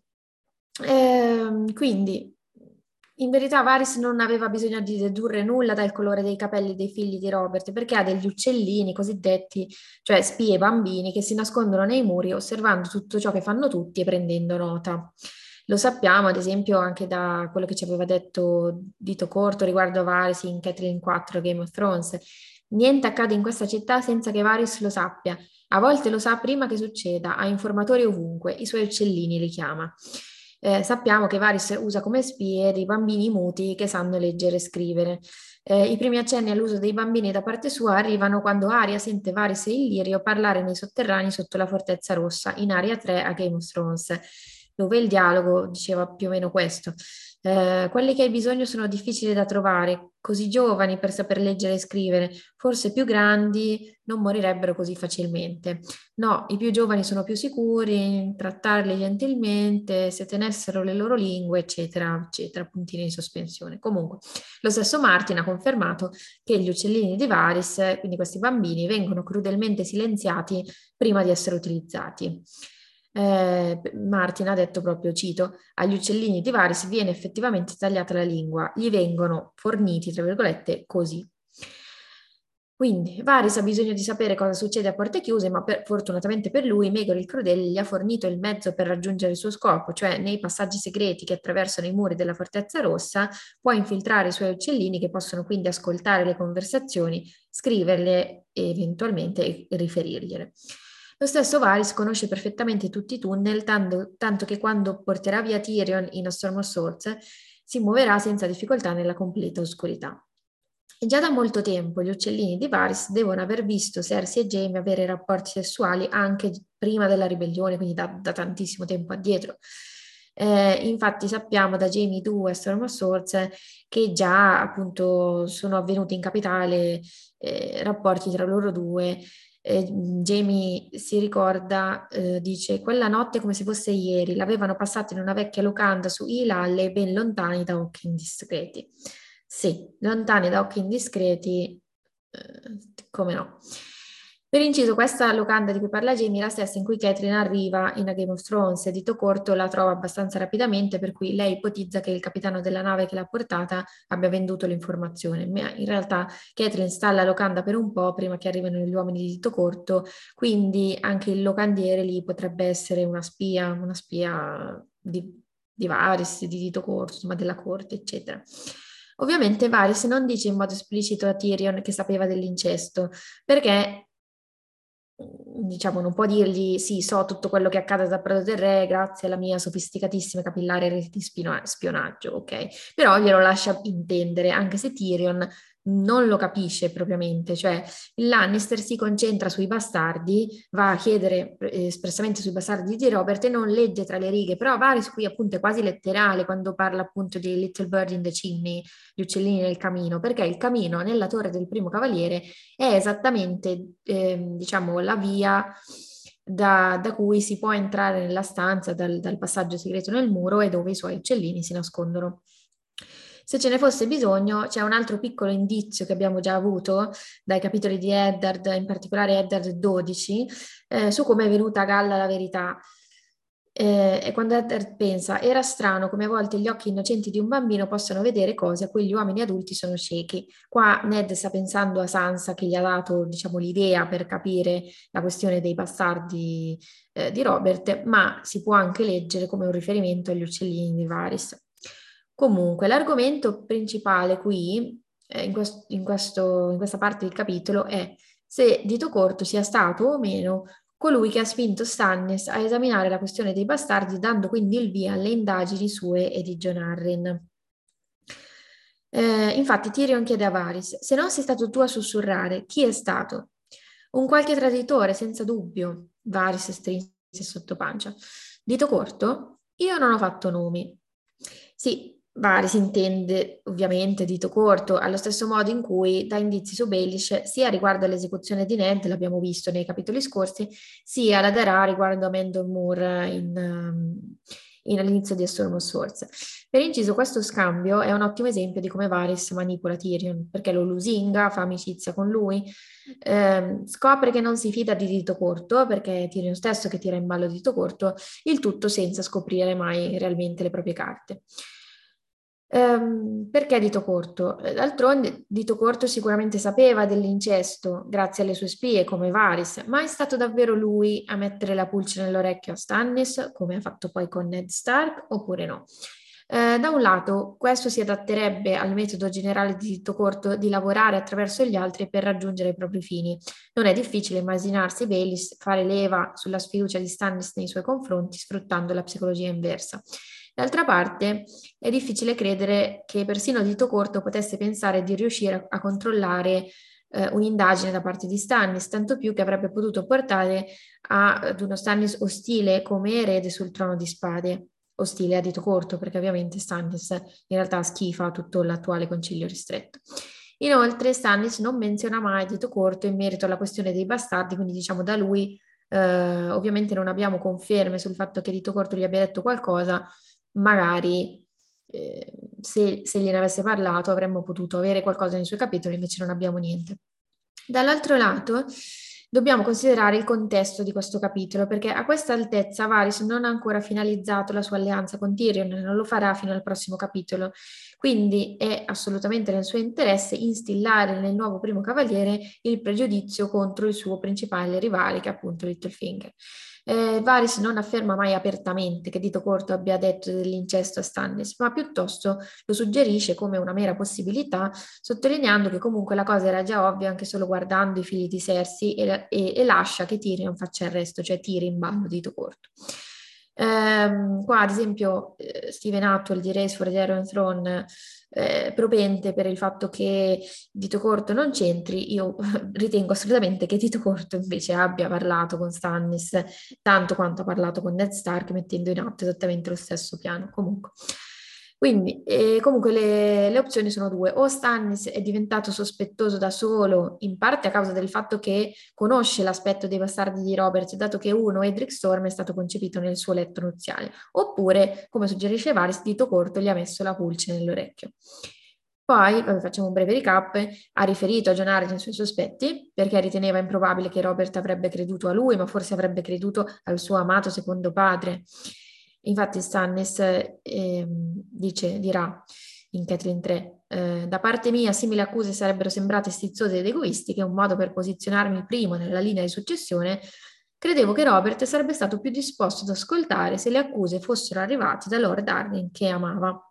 ehm, quindi in verità Varys non aveva bisogno di dedurre nulla dal colore dei capelli dei figli di Robert, perché ha degli uccellini cosiddetti, cioè spie bambini, che si nascondono nei muri osservando tutto ciò che fanno tutti e prendendo nota. Lo sappiamo, ad esempio, anche da quello che ci aveva detto Dito Corto riguardo a Varys in Catelyn quattro Game of Thrones. Niente accade in questa città senza che Varys lo sappia. A volte lo sa prima che succeda, ha informatori ovunque, i suoi uccellini li chiama. Eh, sappiamo che Varys usa come spie dei bambini muti che sanno leggere e scrivere. Eh, I primi accenni all'uso dei bambini da parte sua arrivano quando Arya sente Varys e Illyrio parlare nei sotterranei sotto la Fortezza Rossa, in Aria tre a Game of Thrones, dove il dialogo diceva più o meno questo. Eh, quelli che hai bisogno sono difficili da trovare, così giovani per saper leggere e scrivere, forse più grandi non morirebbero così facilmente. No, i più giovani sono più sicuri, trattarli gentilmente, se tenessero le loro lingue, eccetera, eccetera, puntini di sospensione. Comunque, lo stesso Martin ha confermato che gli uccellini di Varys, quindi questi bambini, vengono crudelmente silenziati prima di essere utilizzati. Eh, Martin ha detto proprio, cito, agli uccellini di Varys viene effettivamente tagliata la lingua, gli vengono forniti, tra virgolette, così. Quindi Varys ha bisogno di sapere cosa succede a porte chiuse, ma per, fortunatamente per lui Maegor il Crudele gli ha fornito il mezzo per raggiungere il suo scopo, cioè nei passaggi segreti che attraversano i muri della Fortezza Rossa può infiltrare i suoi uccellini che possono quindi ascoltare le conversazioni, scriverle e eventualmente riferirgliele. Lo stesso Varys conosce perfettamente tutti i tunnel, tanto, tanto che quando porterà via Tyrion in A Storm of Swords si muoverà senza difficoltà nella completa oscurità. E già da molto tempo gli uccellini di Varys devono aver visto Cersei e Jaime avere rapporti sessuali anche prima della ribellione, quindi da, da tantissimo tempo addietro. Eh, infatti sappiamo da Jaime due a Storm of Swords che già appunto sono avvenuti in capitale eh, rapporti tra loro due. Eh, Jamie si ricorda, eh, dice, quella notte come se fosse ieri, l'avevano passata in una vecchia locanda su Ilalle, ben lontani da occhi indiscreti. Sì, lontani da occhi indiscreti, eh, come no. Per inciso, questa locanda di cui parla Jamie è la stessa in cui Catelyn arriva in A Game of Thrones e Dito Corto la trova abbastanza rapidamente, per cui lei ipotizza che il capitano della nave che l'ha portata abbia venduto l'informazione. Ma in realtà Catelyn sta alla locanda per un po' prima che arrivino gli uomini di Dito Corto, quindi anche il locandiere lì potrebbe essere una spia, una spia di, di Varys, di Dito Corto, insomma della corte, eccetera. Ovviamente Varys non dice in modo esplicito a Tyrion che sapeva dell'incesto, perché diciamo non può dirgli sì, so tutto quello che accade da Prato del Re grazie alla mia sofisticatissima e capillare rete di spionaggio, ok? Però glielo lascia intendere, anche se Tyrion non lo capisce propriamente, cioè il Lannister si concentra sui bastardi, va a chiedere eh, espressamente sui bastardi di Robert e non legge tra le righe, però Varys qui appunto è quasi letterale quando parla appunto di Little Bird in the Chimney, gli uccellini nel camino, perché il camino nella torre del primo cavaliere è esattamente eh, diciamo la via da, da cui si può entrare nella stanza dal, dal passaggio segreto nel muro e dove i suoi uccellini si nascondono. Se ce ne fosse bisogno, c'è un altro piccolo indizio che abbiamo già avuto dai capitoli di Eddard, in particolare Eddard dodici, eh, su come è venuta a galla la verità. Eh, e quando Eddard pensa, era strano come a volte gli occhi innocenti di un bambino possano vedere cose a cui gli uomini adulti sono ciechi. Qua Ned sta pensando a Sansa che gli ha dato, diciamo, l'idea per capire la questione dei bastardi eh, di Robert, ma si può anche leggere come un riferimento agli uccellini di Varys. Comunque, l'argomento principale qui, eh, in, quest- in, questo, in questa parte del capitolo, è se Dito Corto sia stato o meno colui che ha spinto Stannis a esaminare la questione dei bastardi, dando quindi il via alle indagini sue e di Jon Arryn. Eh, infatti Tyrion chiede a Varys, se non sei stato tu a sussurrare, chi è stato? Un qualche traditore, senza dubbio, Varys strinse sotto pancia. Dito Corto? Io non ho fatto nomi. Sì, Varys intende ovviamente Dito Corto, allo stesso modo in cui dà indizi su Baelish sia riguardo all'esecuzione di Ned, l'abbiamo visto nei capitoli scorsi, sia la darà riguardo a Mendon Moore in, um, in all'inizio di A Storm of Swords. Per inciso, questo scambio è un ottimo esempio di come Varys manipola Tyrion, perché lo lusinga, fa amicizia con lui, eh, scopre che non si fida di Dito Corto, perché è Tyrion stesso che tira in ballo Dito Corto, il tutto senza scoprire mai realmente le proprie carte. Ehm, perché Dito Corto? Eh, D'altronde Dito Corto sicuramente sapeva dell'incesto grazie alle sue spie come Varys, ma è stato davvero lui a mettere la pulce nell'orecchio a Stannis, come ha fatto poi con Ned Stark, oppure no? Eh, da un lato, questo si adatterebbe al metodo generale di Dito Corto di lavorare attraverso gli altri per raggiungere i propri fini. Non è difficile immaginarsi Baelish fare leva sulla sfiducia di Stannis nei suoi confronti sfruttando la psicologia inversa. D'altra parte, è difficile credere che persino Dito Corto potesse pensare di riuscire a, a controllare eh, un'indagine da parte di Stannis, tanto più che avrebbe potuto portare a, ad uno Stannis ostile come erede sul trono di spade, ostile a Dito Corto, perché ovviamente Stannis in realtà schifa tutto l'attuale concilio ristretto. Inoltre Stannis non menziona mai Dito Corto in merito alla questione dei bastardi, quindi diciamo da lui eh, ovviamente non abbiamo conferme sul fatto che Dito Corto gli abbia detto qualcosa, magari eh, se, se gliene avesse parlato avremmo potuto avere qualcosa nei suoi capitoli, invece non abbiamo niente. Dall'altro lato, dobbiamo considerare il contesto di questo capitolo, perché a questa altezza Varys non ha ancora finalizzato la sua alleanza con Tyrion, non lo farà fino al prossimo capitolo, quindi è assolutamente nel suo interesse instillare nel nuovo primo cavaliere il pregiudizio contro il suo principale rivale, che è appunto Littlefinger. Eh, Varys non afferma mai apertamente che Dito Corto abbia detto dell'incesto a Stannis, ma piuttosto lo suggerisce come una mera possibilità, sottolineando che comunque la cosa era già ovvia anche solo guardando i figli di Cersei e, e, e lascia che Tyrion faccia il resto, cioè tiri in ballo Dito Corto. Ehm, qua ad esempio eh, Stephen Attwell di Race for the Iron Throne eh, propente per il fatto che Dito Corto non c'entri, io ritengo assolutamente che Dito Corto invece abbia parlato con Stannis tanto quanto ha parlato con Ned Stark, mettendo in atto esattamente lo stesso piano. Comunque. Quindi, eh, comunque le, le opzioni sono due. O Stannis è diventato sospettoso da solo, in parte a causa del fatto che conosce l'aspetto dei bastardi di Robert, dato che uno, Edric Storm, è stato concepito nel suo letto nuziale. Oppure, come suggerisce Varys, Dito Corto gli ha messo la pulce nell'orecchio. Poi, vabbè, facciamo un breve recap, ha riferito a Jon Arryn i suoi sospetti, perché riteneva improbabile che Robert avrebbe creduto a lui, ma forse avrebbe creduto al suo amato secondo padre. Infatti Stannis eh, dice, dirà in Catelyn tre, eh, da parte mia simili accuse sarebbero sembrate stizzose ed egoistiche, un modo per posizionarmi primo nella linea di successione. Credevo che Robert sarebbe stato più disposto ad ascoltare se le accuse fossero arrivate da Lord Arryn che amava.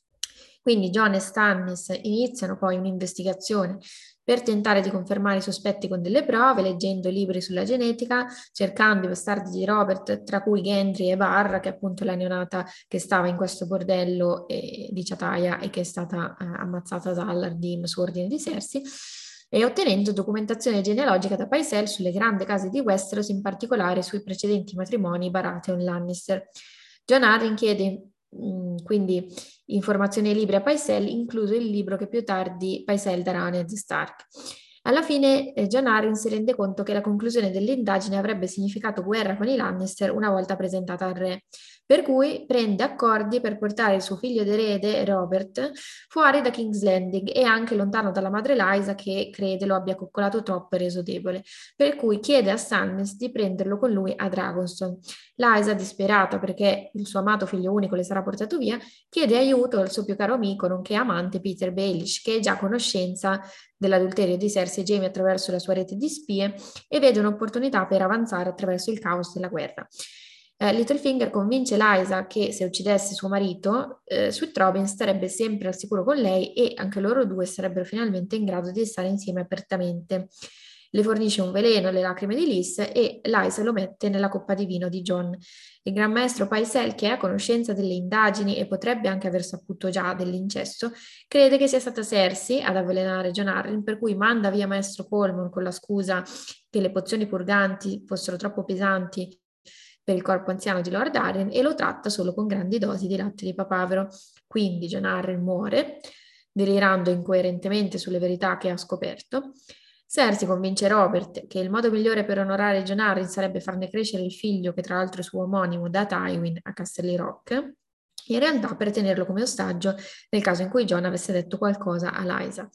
Quindi Jon e Stannis iniziano poi un'investigazione per tentare di confermare i sospetti con delle prove, leggendo libri sulla genetica, cercando i bastardi di Robert, tra cui Gendry e Barra, che è appunto la neonata che stava in questo bordello eh, di Ciataia e che è stata eh, ammazzata da Allardim su ordine di Cersei, e ottenendo documentazione genealogica da Pycelle sulle grandi case di Westeros, in particolare sui precedenti matrimoni Baratheon-Lannister. Jon Arryn chiede mh, quindi informazioni e libri a Pycelle, incluso il libro che più tardi Pycelle darà a Ned Stark. Alla fine eh, Jon Arryn si rende conto che la conclusione dell'indagine avrebbe significato guerra con i Lannister una volta presentata al re, per cui prende accordi per portare il suo figlio d'erede, Robert, fuori da King's Landing e anche lontano dalla madre Lysa che crede lo abbia coccolato troppo e reso debole, per cui chiede a Stannis di prenderlo con lui a Dragonstone. Lysa, disperata perché il suo amato figlio unico le sarà portato via, chiede aiuto al suo più caro amico, nonché amante Peter Baelish, che è già a conoscenza dell'adulterio di Cersei e Jaime attraverso la sua rete di spie e vede un'opportunità per avanzare attraverso il caos della guerra. Eh, Littlefinger convince Lysa che se uccidesse suo marito, eh, Sweet Robin starebbe sempre al sicuro con lei e anche loro due sarebbero finalmente in grado di stare insieme apertamente. Le fornisce un veleno, le lacrime di Lys, e Lysa lo mette nella coppa di vino di Jon. Il gran maestro Pycelle, che è a conoscenza delle indagini e potrebbe anche aver saputo già dell'incesto, crede che sia stata Cersei ad avvelenare Jon Arryn, per cui manda via maestro Colemon con la scusa che le pozioni purganti fossero troppo pesanti per il corpo anziano di Lord Arryn e lo tratta solo con grandi dosi di latte di papavero. Quindi Jon Arryn muore, delirando incoerentemente sulle verità che ha scoperto. Cersei convince Robert che il modo migliore per onorare Jon Arryn sarebbe farne crescere il figlio, che tra l'altro è suo omonimo, da Tywin a Casterly Rock, in realtà per tenerlo come ostaggio nel caso in cui Jon avesse detto qualcosa a Lysa.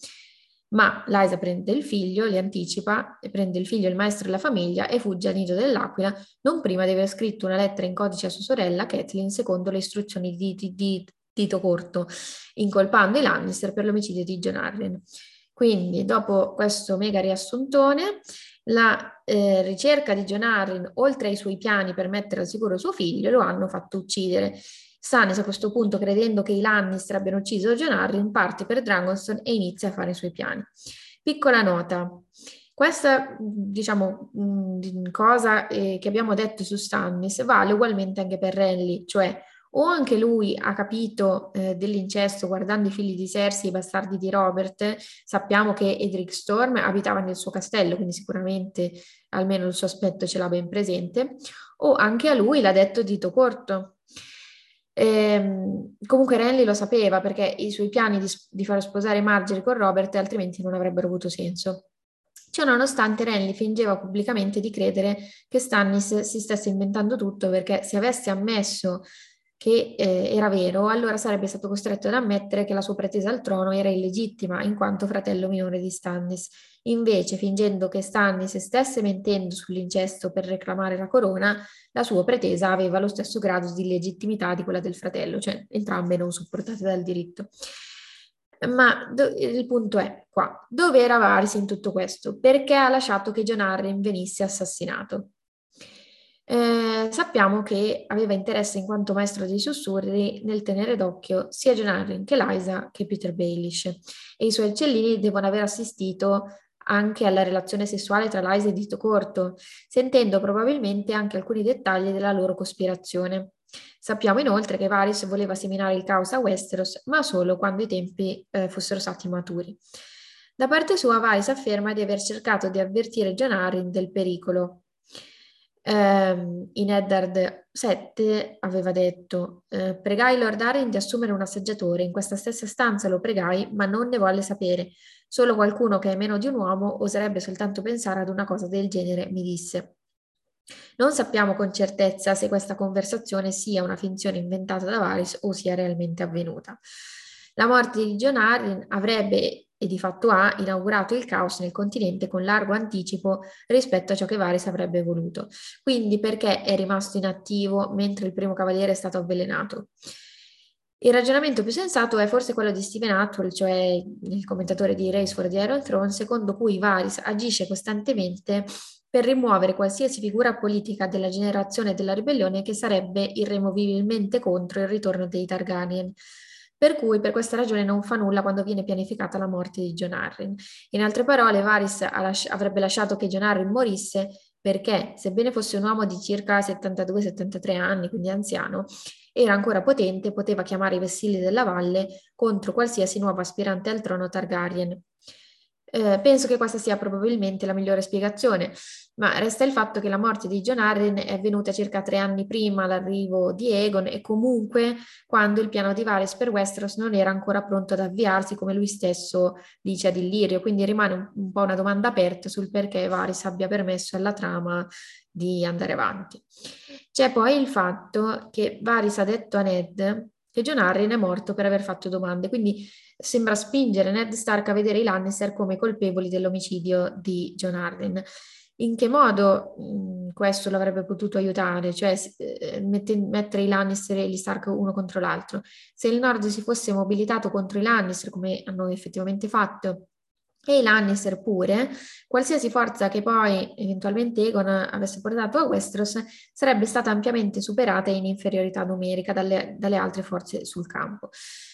Ma Lysa prende il figlio, li anticipa, e prende il figlio, il maestro della famiglia, e fugge al nido dell'aquila, non prima di aver scritto una lettera in codice a sua sorella, Catelyn, secondo le istruzioni di, di, di dito corto, incolpando i Lannister per l'omicidio di Jon Arryn. Quindi, dopo questo mega riassuntone, la eh, ricerca di Jon Arryn, oltre ai suoi piani per mettere al sicuro suo figlio, lo hanno fatto uccidere. Stannis a questo punto, credendo che i Lannister abbiano ucciso Jon Arryn, parte per Dragonstone e inizia a fare i suoi piani. Piccola nota. Questa, diciamo, mh, cosa eh, che abbiamo detto su Stannis vale ugualmente anche per Renly, cioè o anche lui ha capito eh, dell'incesto guardando i figli di Cersei e i bastardi di Robert. Sappiamo che Edric Storm abitava nel suo castello, quindi sicuramente almeno il suo aspetto ce l'ha ben presente, o anche a lui l'ha detto dito corto. Ehm, comunque Renly lo sapeva, perché i suoi piani di, di far sposare Margaery con Robert altrimenti non avrebbero avuto senso. Ciò nonostante, Renly fingeva pubblicamente di credere che Stannis si stesse inventando tutto, perché se avesse ammesso che eh, era vero, allora sarebbe stato costretto ad ammettere che la sua pretesa al trono era illegittima, in quanto fratello minore di Stannis. Invece, fingendo che Stannis stesse mentendo sull'incesto per reclamare la corona, la sua pretesa aveva lo stesso grado di legittimità di quella del fratello, cioè entrambe non supportate dal diritto. Ma do- il punto è qua, dove era Varys in tutto questo? Perché ha lasciato che Jon Arryn venisse assassinato? Eh, sappiamo che aveva interesse in quanto maestro dei sussurri nel tenere d'occhio sia Jon Arryn che Lysa che Peter Baelish, e i suoi uccellini devono aver assistito anche alla relazione sessuale tra Lysa e Dito Corto, sentendo probabilmente anche alcuni dettagli della loro cospirazione. Sappiamo inoltre che Varys voleva seminare il caos a Westeros, ma solo quando i tempi eh, fossero stati maturi. Da parte sua, Varys afferma di aver cercato di avvertire Jon Arryn del pericolo. Um, in Eddard sette aveva detto: eh, pregai Lord Arryn di assumere un assaggiatore, in questa stessa stanza lo pregai, ma non ne volle sapere. Solo qualcuno che è meno di un uomo oserebbe soltanto pensare ad una cosa del genere, mi disse. Non sappiamo con certezza se questa conversazione sia una finzione inventata da Varys o sia realmente avvenuta. La morte di Jon Arryn avrebbe, e di fatto ha, inaugurato il caos nel continente con largo anticipo rispetto a ciò che Varys avrebbe voluto. Quindi perché è rimasto inattivo mentre il primo cavaliere è stato avvelenato? Il ragionamento più sensato è forse quello di Stephen Atwell, cioè il commentatore di Race for the Iron Throne, secondo cui Varys agisce costantemente per rimuovere qualsiasi figura politica della generazione della ribellione che sarebbe irremovibilmente contro il ritorno dei Targaryen. Per cui per questa ragione non fa nulla quando viene pianificata la morte di Jon Arryn. In altre parole, Varys lasci- avrebbe lasciato che Jon Arryn morisse perché, sebbene fosse un uomo di circa settantadue settantatré anni, quindi anziano, era ancora potente e poteva chiamare i vessilli della valle contro qualsiasi nuovo aspirante al trono Targaryen. Eh, penso che questa sia probabilmente la migliore spiegazione, ma resta il fatto che la morte di Jon Arryn è avvenuta circa tre anni prima l'arrivo di Aegon e comunque quando il piano di Varys per Westeros non era ancora pronto ad avviarsi, come lui stesso dice ad Illyrio, quindi rimane un, un po' una domanda aperta sul perché Varys abbia permesso alla trama di andare avanti. C'è poi il fatto che Varys ha detto a Ned che Jon Arryn è morto per aver fatto domande, quindi sembra spingere Ned Stark a vedere i Lannister come colpevoli dell'omicidio di Jon Arryn. In che modo mh, questo l'avrebbe potuto aiutare? Cioè eh, mette, mettere i Lannister e gli Stark uno contro l'altro. Se il Nord si fosse mobilitato contro i Lannister, come hanno effettivamente fatto, e i Lannister pure, qualsiasi forza che poi eventualmente Aegon avesse portato a Westeros sarebbe stata ampiamente superata in inferiorità numerica dalle, dalle altre forze sul campo.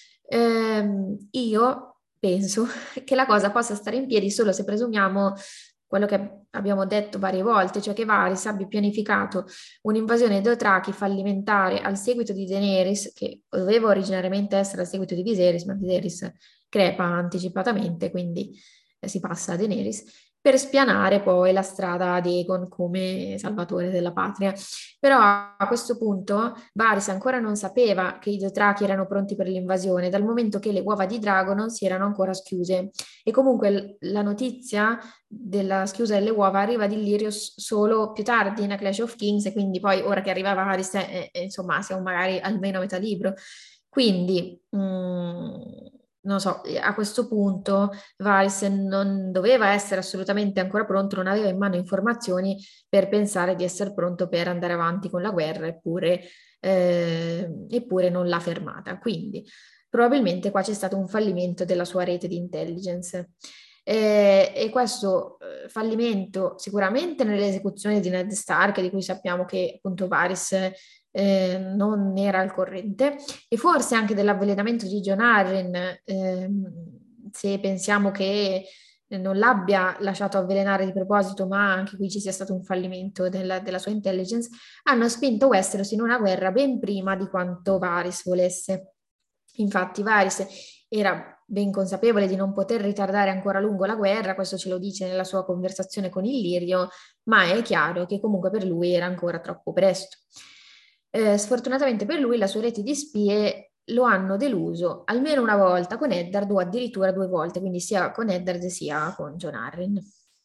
Ehm, io penso che la cosa possa stare in piedi solo se presumiamo quello che abbiamo detto varie volte, cioè che Varys abbia pianificato un'invasione Dothraki fallimentare al seguito di Daenerys, che doveva originariamente essere al seguito di Viserys, ma Viserys crepa anticipatamente, quindi eh, si passa a Daenerys, per spianare poi la strada ad Aegon come salvatore della patria. Però a questo punto Varys ancora non sapeva che i Dothraki erano pronti per l'invasione, dal momento che le uova di drago non si erano ancora schiuse. E comunque la notizia della schiusa delle uova arriva di Illyrio solo più tardi in A Clash of Kings, e quindi poi ora che arriva Varys, eh, eh, insomma, siamo magari almeno a metà libro. Quindi mh, non so, a questo punto Varys non doveva essere assolutamente ancora pronto, non aveva in mano informazioni per pensare di essere pronto per andare avanti con la guerra, eppure, eh, eppure non l'ha fermata. Quindi probabilmente qua c'è stato un fallimento della sua rete di intelligence. Eh, e questo eh, fallimento sicuramente nell'esecuzione di Ned Stark, di cui sappiamo che appunto Varys eh, non era al corrente, e forse anche dell'avvelenamento di Jon Arryn, ehm, se pensiamo che non l'abbia lasciato avvelenare di proposito, ma anche qui ci sia stato un fallimento della, della sua intelligence, hanno spinto Westeros in una guerra ben prima di quanto Varys volesse. Infatti Varys era ben consapevole di non poter ritardare ancora a lungo la guerra, questo ce lo dice nella sua conversazione con Illyrio, ma è chiaro che comunque per lui era ancora troppo presto. Eh, sfortunatamente per lui la sua rete di spie lo hanno deluso almeno una volta con Eddard o addirittura due volte, quindi sia con Eddard sia con Jon Arryn.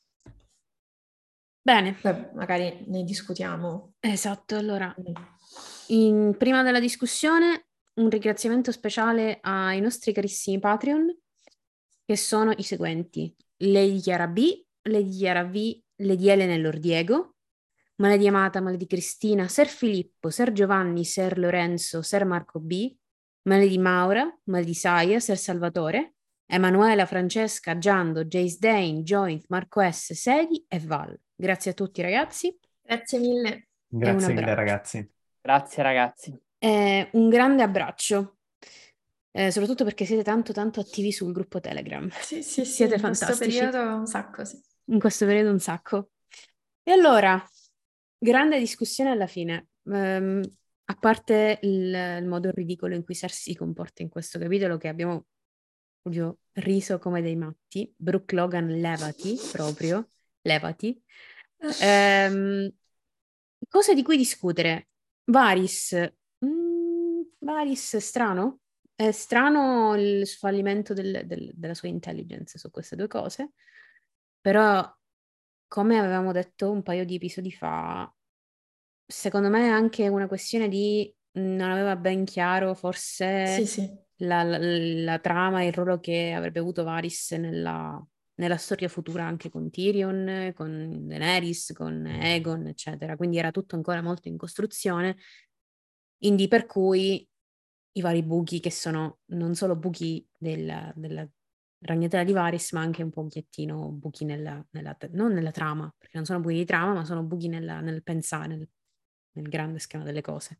Bene. Poi magari ne discutiamo. Esatto, allora, in, prima della discussione un ringraziamento speciale ai nostri carissimi Patreon, che sono i seguenti: Lady Chiara B, Lady Chiara V, Lady Elena e Lord Diego, Maledi Amata, Maledi Cristina, Ser Filippo, Ser Giovanni, Ser Lorenzo, Ser Marco B, Maledi Maura, Maledi Saia, Ser Salvatore, Emanuela, Francesca, Giando, Jace Dane, Joint, Marco S, Sedi e Val. Grazie a tutti ragazzi. Grazie mille. Grazie mille ragazzi. Grazie ragazzi. Eh, un grande abbraccio, eh, soprattutto perché siete tanto tanto attivi sul gruppo Telegram. Sì, sì, siete sì, fantastici. In questo periodo un sacco, sì. In questo periodo un sacco. E allora, grande discussione alla fine. Um, a parte il, il modo ridicolo in cui Cersei si comporta in questo capitolo, che abbiamo proprio riso come dei matti. Brooke Logan, levati, proprio, levati. Um, cose di cui discutere. Varys, mm, Varys strano? È strano il fallimento del, del, della sua intelligence su queste due cose, però come avevamo detto un paio di episodi fa, secondo me è anche una questione di non aveva ben chiaro forse Sì, sì. la, la, la trama e il ruolo che avrebbe avuto Varys nella, nella storia futura anche con Tyrion, con Daenerys, con Aegon, eccetera. Quindi era tutto ancora molto in costruzione, quindi per cui i vari buchi che sono non solo buchi della, della ragnatela di Varys, ma anche un pochettino buchi nella, nella, non nella trama, perché non sono buchi di trama, ma sono buchi nella, nel pensare, nel, nel grande schema delle cose.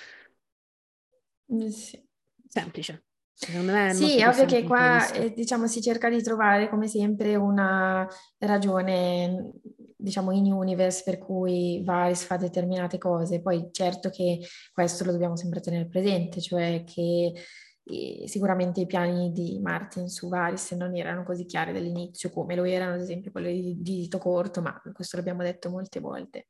Sì. Semplice. Secondo me è sì, molto più ovvio che semplice qua di eh, diciamo, si cerca di trovare come sempre una ragione, diciamo, in universe per cui Varys fa determinate cose. Poi certo che questo lo dobbiamo sempre tenere presente, cioè che eh, sicuramente i piani di Martin su Varys non erano così chiari dall'inizio come lo erano ad esempio quelli di, di Dito Corto, ma questo l'abbiamo detto molte volte.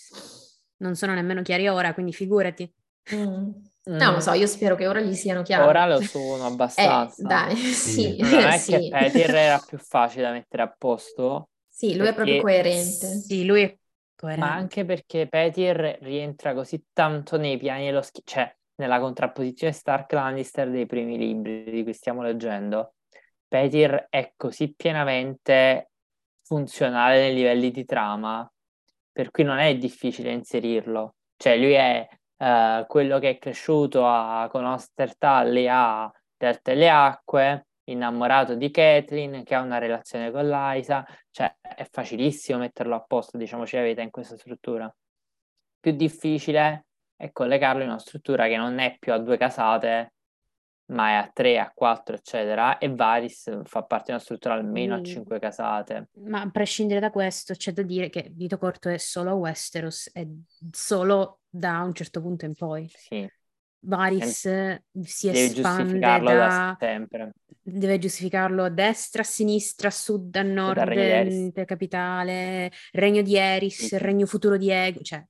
Non sono nemmeno chiari ora, quindi figurati. Mm. Non lo so, io spero che ora gli siano chiari. Ora lo sono abbastanza. Eh, dai, sì. Non è sì. che Petyr era più facile da mettere a posto. Sì, lui è proprio perché... coerente. Sì, lui è coerente. Ma anche perché Petyr rientra così tanto nei piani dello schifo, cioè nella contrapposizione Stark-Lannister dei primi libri di cui stiamo leggendo. Petyr è così pienamente funzionale nei livelli di trama, per cui non è difficile inserirlo. Cioè lui è uh, quello che è cresciuto a, con Oster Tully a Delta delle Acque, innamorato di Catelyn, che ha una relazione con Lysa, cioè è facilissimo metterlo a posto, diciamoci la verità, in questa struttura. Più difficile è collegarlo in una struttura che non è più a due casate, ma è a tre, a quattro, eccetera, e Varys fa parte di una struttura almeno a cinque casate. Ma a prescindere da questo, c'è da dire che Dito Corto è solo a Westeros, è solo da un certo punto in poi. Sì. Varys e si deve espande giustificarlo da... da sempre. Deve giustificarlo a destra, a sinistra, a sud, a nord, Regno capitale, regno di Eris, sì. regno futuro di Ego, cioè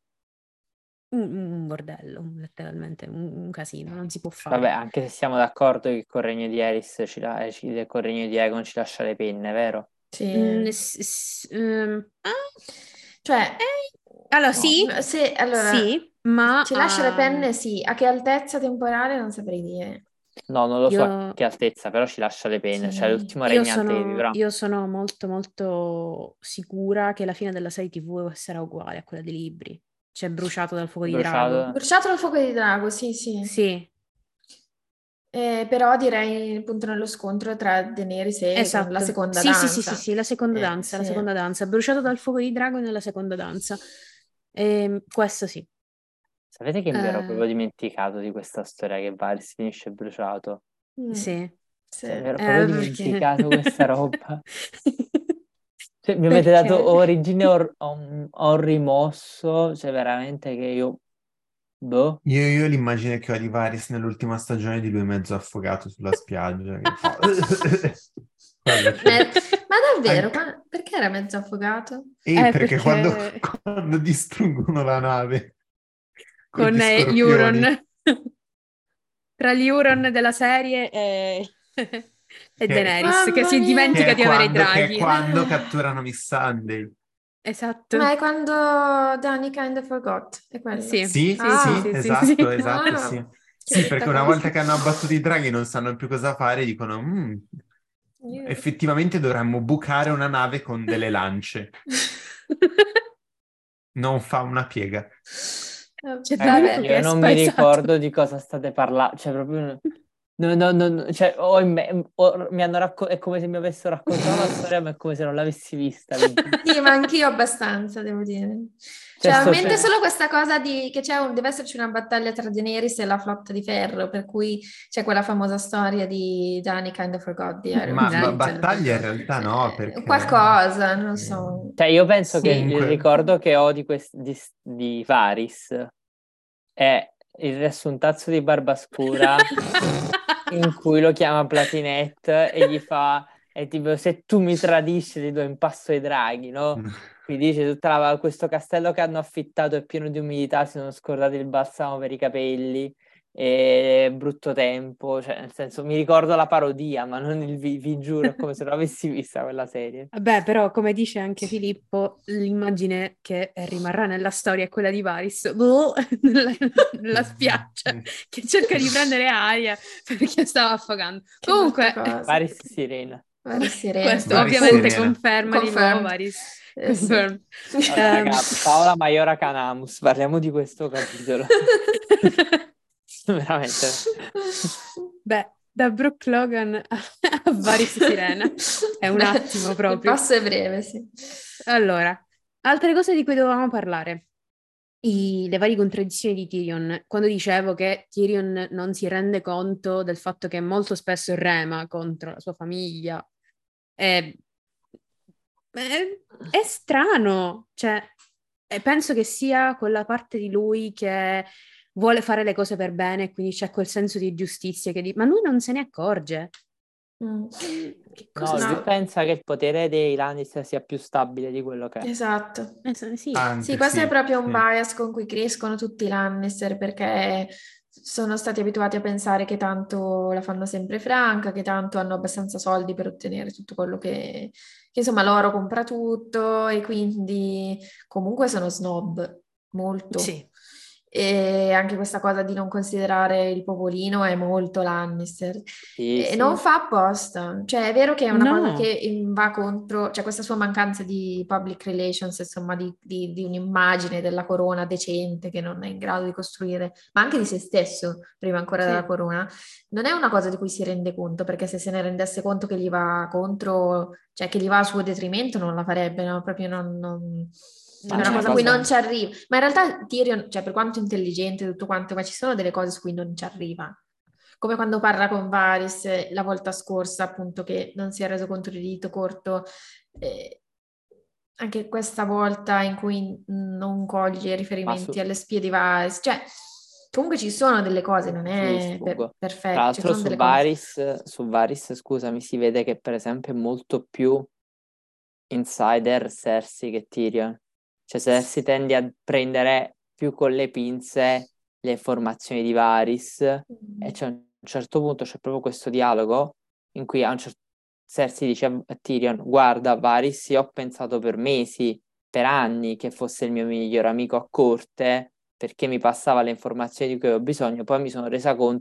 un, un bordello, letteralmente, un, un casino, non si può fare. Vabbè, anche se siamo d'accordo che col regno di Eris, ci la, ci, col regno di Aegon ci lascia le penne, vero? Sì. Mm, s- s- um, ah, cioè, eh, allora sì, se, allora, sì, ma ci lascia le um, penne, sì. A che altezza temporale non saprei dire. No, non lo so Io, a che altezza, però ci lascia le penne. Cioè, Sì. l'ultimo io regnante che sono, vivrà. io sono molto molto sicura che la fine della serie ti vu sarà uguale a quella dei libri. Cioè, bruciato dal fuoco di drago. Bruciato. Bruciato dal fuoco di drago, sì, sì. Sì, Eh, però direi appunto nello scontro tra Daenerys e con la esatto. seconda Sì, sì, sì, sì, danza. sì, la seconda Eh, danza, la sì. seconda danza. Bruciato dal fuoco di drago nella seconda danza. Ehm, questo sì. Sapete che mi ero Eh, proprio dimenticato di questa storia che Varys finisce bruciato? Mm, sì. sì. Cioè, mi ero proprio Eh, perché... dimenticato questa roba. Cioè, mi avete dato Perché? origine, ho, ho, ho rimosso, cioè veramente che io... Boh. Io, io l'immagine che ho di Varys nell'ultima stagione di lui mezzo affogato sulla spiaggia. Che fa... Quello c'è. Me- Ma davvero? Anche- Qua- Perché era mezzo affogato? E Eh, perché quando, perché quando distruggono la nave con con gli eh, scorpioni, Euron, tra gli Euron della serie e, e che, Daenerys, che Mamma si mia! che dimentica è di avere i quando, che è draghi. quando Ah, catturano Miss Sunday. ma Esatto. è quando Danny kind of forgot, è quello. Sì, Sì, sì, sì, sì, Ah, sì, sì, sì. esatto, esatto, ah, sì. che Sì, brutta perché una cosa. volta che hanno abbattuto i draghi non sanno più cosa fare, dicono, "Mm, Io- effettivamente dovremmo bucare una nave con delle lance. Non fa una piega." C'è Ragazzi, Vabbè, Domenico che io è non mi spaesato. ricordo di cosa state parlando, cioè proprio... No, no, no, no, cioè, ho in me- ho- mi hanno racco- è come se mi avessero raccontato una storia, ma è come se non l'avessi vista. Quindi... sì, ma anch'io abbastanza, devo dire. Cioè, Cioè, ho in sto mente pe- solo questa cosa di che c'è un, deve esserci una battaglia tra Daenerys e la flotta di ferro, per cui c'è quella famosa storia di Dany kind of forgot the Iron Ma ba- Fleet. Esatto. battaglia in realtà no, Eh, perché qualcosa, non lo eh, so. cioè, io penso che il comunque ricordo che ho di, quest- di, di Varys è il riassuntazzo di Barbascura in cui lo chiama Platinette e gli fa, è tipo, se tu mi tradisci ti do in pasto ai draghi, no? Qui dice, tutta la- questo castello che hanno affittato è pieno di umidità, si sono scordati il balsamo per i capelli, e brutto tempo, cioè nel senso, mi ricordo la parodia, ma non il vi, vi giuro, è come se non avessi vista quella serie. Vabbè, però, come dice anche Filippo, l'immagine che rimarrà nella storia è quella di Varys boh, nella, nella spiaggia che cerca di prendere aria perché stava affogando. Che brutta Comunque, cosa. Varys Sirena. Vari sirene. questo Varys ovviamente Serena. conferma di nuovo Confirmed. Varys. Eh, sì. Confirmed. Allora, Ehm, raga, Paola Maiora Canamus, parliamo di questo capitolo. Veramente. Beh, da Brooke Logan a, a Varys Sirena è un Beh, attimo il proprio. passo è breve, sì. Allora, altre cose di cui dovevamo parlare. I- le varie contraddizioni di Tyrion. Quando dicevo che Tyrion non si rende conto del fatto che molto spesso rema contro la sua famiglia. È, è- è strano. Cioè, e penso che sia quella parte di lui che vuole fare le cose per bene e quindi c'è quel senso di giustizia che di... Ma lui non se ne accorge. Mm. Mm, Che cosa No, lui sta... No, pensa che il potere dei Lannister sia più stabile di quello che è. esatto. Eh, so- sì. Sì, Anche questo è sì, proprio un sì. bias con cui crescono tutti i Lannister perché sono stati abituati a pensare che tanto la fanno sempre franca, che tanto hanno abbastanza soldi per ottenere tutto quello che, che insomma loro compra tutto e quindi comunque sono snob, molto. Sì, E anche questa cosa di non considerare il popolino è molto Lannister. Sì, E non sì. fa apposta, cioè è vero che è una cosa no. che va contro, cioè questa sua mancanza di public relations, insomma, di, di- di un'immagine della corona decente che non è in grado di costruire, ma anche di se stesso, prima ancora della Sì. corona, non è una cosa di cui si rende conto, perché se se ne rendesse conto che gli va contro, cioè che gli va a suo detrimento, non la farebbe, no? Proprio non... non- è Non Ma è una una cosa a cui c'arriva. non cosa... ci arriva. Ma in realtà Tyrion, cioè per quanto intelligente e tutto quanto, ma ci sono delle cose su cui non ci arriva. Come quando parla con Varys eh, la volta scorsa, appunto, che non si è reso conto di dito corto. eh, Anche questa volta in cui non coglie Ma su... riferimenti alle spie di Varys. Cioè, comunque ci sono delle cose, non Sì, è per- sfuggo. Tra perfetto, ci l'altro sono su delle cose. Varys, su Varys, scusami, si vede che per esempio è molto più insider Cersei che Tyrion. Cioè Cersei tende a prendere più con le pinze le informazioni di Varys e c'è a un certo punto c'è proprio questo dialogo in cui a un certo Cersei dice a a Tyrion: guarda Varys, io ho pensato per mesi, per anni che fosse il mio miglior amico a corte perché mi passava le informazioni di cui avevo bisogno, poi mi sono resa conto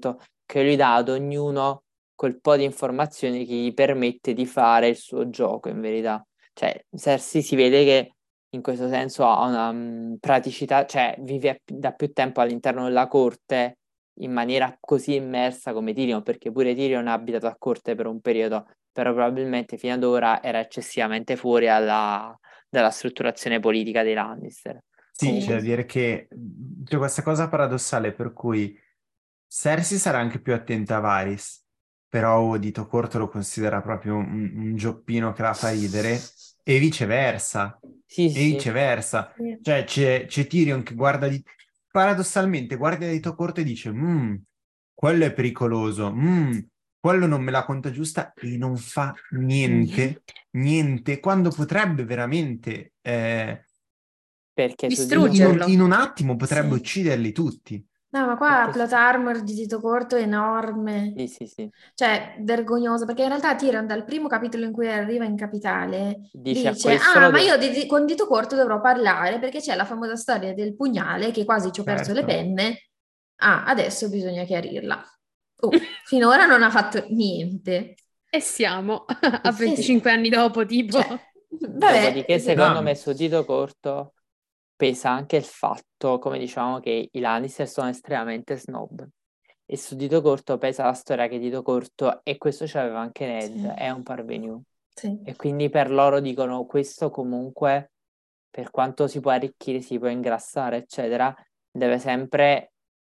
che lui dà ad ognuno quel po' di informazioni che gli permette di fare il suo gioco, in verità. Cioè, Cersei si vede che in questo senso ha una um, praticità, cioè vive da più tempo all'interno della corte in maniera così immersa come Tyrion, perché pure Tyrion ha abitato a corte per un periodo, però probabilmente fino ad ora era eccessivamente fuori alla, dalla strutturazione politica dei Lannister. Sì, Sì. c'è da dire che c'è questa cosa paradossale per cui Cersei sarà anche più attenta a Varys, però Dito Corto lo considera proprio un, un gioppino che la fa ridere, e viceversa, Sì, e sì, viceversa. Sì. Cioè c'è, c'è Tyrion che guarda di... paradossalmente guarda Dito Corto e dice "Mm, quello è pericoloso, mm, quello non me la conta giusta", e non fa niente, niente, quando potrebbe veramente... eh, perché su in, Dito in un, Distruggerlo. in un attimo potrebbe Sì. ucciderli tutti. No, ma qua perché plot armor di Dito Corto è enorme. sì, sì, sì. Cioè, vergognoso, perché in realtà Tyrion dal primo capitolo in cui arriva in capitale Dice a dice, questo ah, lo ma devo... io di- di- con Dito Corto dovrò parlare perché c'è la famosa storia del pugnale che quasi ci ho perso le Certo. penne. Ah, adesso bisogna chiarirla. Oh, finora non ha fatto niente. E siamo a Sì, sì. venticinque anni dopo, tipo. Cioè, vabbè, Dopodiché, sì. secondo No, me, su Dito Corto pesa anche il fatto, come diciamo, che i Lannister sono estremamente snob. E su Dito Corto pesa la storia che Dito Corto, e questo c'aveva anche Ned, Sì. è un parvenu. Sì. E quindi per loro dicono questo comunque, per quanto si può arricchire, si può ingrassare, eccetera, deve sempre,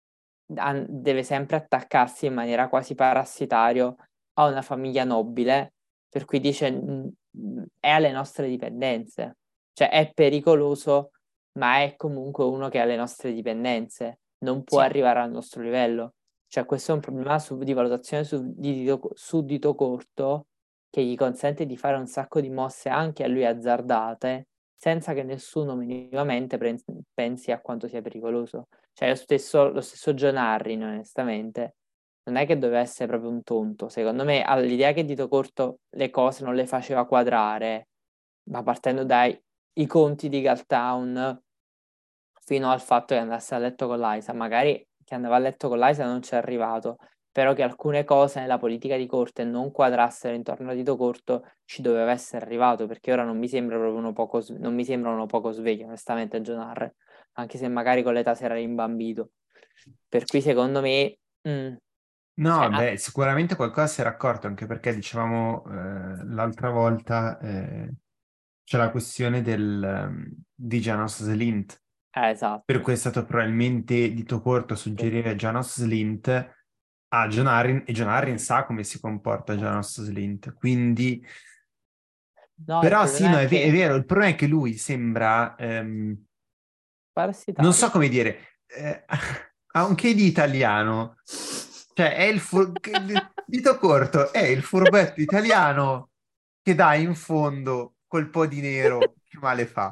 an- deve sempre attaccarsi in maniera quasi parassitario a una famiglia nobile, per cui dice "Mm, mm, è alle nostre dipendenze, cioè è pericoloso, ma è comunque uno che ha le nostre dipendenze, non può Sì. arrivare al nostro livello". Cioè questo è un problema su- di valutazione su, di dito, su dito corto, che gli consente di fare un sacco di mosse anche a lui azzardate, senza che nessuno minimamente pre- pensi a quanto sia pericoloso. Cioè lo stesso, lo stesso John Arryn, onestamente, non è che doveva essere proprio un tonto. Secondo me, all'idea che Dito Corto le cose non le faceva quadrare, ma partendo dai i conti di Galtown fino al fatto che andasse a letto con Lysa, magari che andava a letto con Lysa non ci è arrivato, però che alcune cose nella politica di corte non quadrassero intorno a Dito Corto ci doveva essere arrivato, perché ora non mi sembra proprio uno poco, non mi sembra uno poco sveglio, onestamente, John Arryn, anche se magari con l'età si era rimbambito. Per cui secondo me... mm, cioè, no, ah, beh, sicuramente qualcosa si era accorto, anche perché dicevamo eh, l'altra volta eh, c'è la questione del, ehm, di Janos Slint, eh, per esatto. cui è stato probabilmente Dito Corto a Sì. suggerire Janos Slint a Jon Arryn, e Jon Arryn sa come si comporta Janos Slint, quindi... No, il Però sì, no, problema è è, ve- è che vero, il problema è che lui sembra... ehm, non parassitario. so come dire, eh, ha un che di italiano, cioè è il fur- che- dito corto, è il furbetto italiano che dà in fondo quel po' di nero che male fa.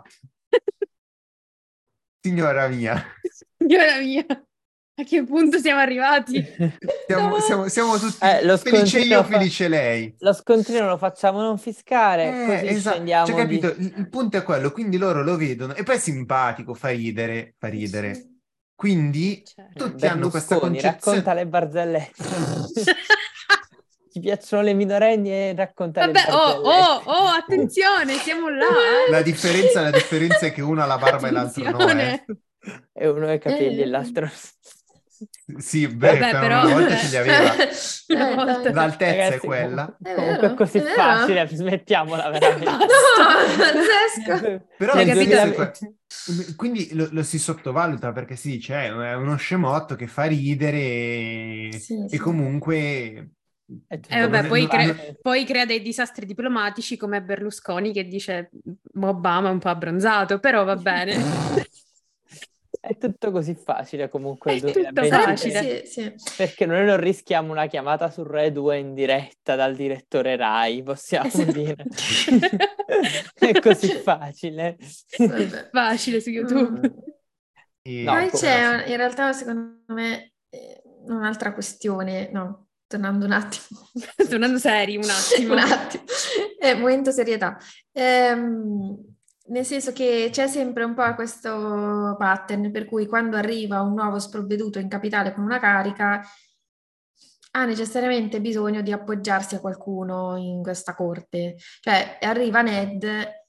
Signora mia, Signora mia, a che punto siamo arrivati? siamo, siamo- siamo tutti Eh, lo felice io, scontrino, fa- felice lei. lo scontrino lo facciamo non fiscare, Eh, così esatto, cioè scendiamo capito, di... il, il punto è quello, quindi loro lo vedono e poi è simpatico, fa ridere, fa ridere. Sì. Quindi Certo. tutti hanno questa Berlusconi, racconta concezione. le barzellette. Ti piacciono le minorenni e racconta le Vabbè, oh, oh, barzellette. oh, attenzione, siamo là, La eh. differenza, la differenza è che uno ha la barba e l'altro no, eh. Attenzione. E uno ha i capelli e Eh. l'altro... Sì, beh, Vabbè, però però, una volta ce cioè, li aveva. una Eh, volta. dai. L'altezza è Ragazzi, quella. È comunque è vero? così È vero? facile, smettiamola veramente. Basta. No, pazzesco. Però Hai Nel nel capito? senso è duemilaventi... que- quindi lo, lo si sottovaluta perché si dice "Eh, è uno scemotto che fa ridere e, Sì, e sì. comunque È E tutto vabbè, non è- poi, non- cre- non- poi crea dei disastri diplomatici come Berlusconi che dice Obama è un po' abbronzato, però va bene. È tutto così facile comunque il È tutto Sarebbe, facile. duemilaventitré, sì, sì. perché noi non rischiamo una chiamata su Rai due in diretta dal direttore Rai, possiamo Esatto. dire. È così facile. Vabbè. Facile su YouTube. Mm. e- No, Poi però sì. c'è in realtà secondo me eh, un'altra questione, no, tornando un attimo. Tornando seri un attimo. Un attimo, eh, momento serietà. Ehm, nel senso che c'è sempre un po' questo pattern per cui quando arriva un nuovo sprovveduto in capitale con una carica, ha necessariamente bisogno di appoggiarsi a qualcuno in questa corte. Cioè, arriva Ned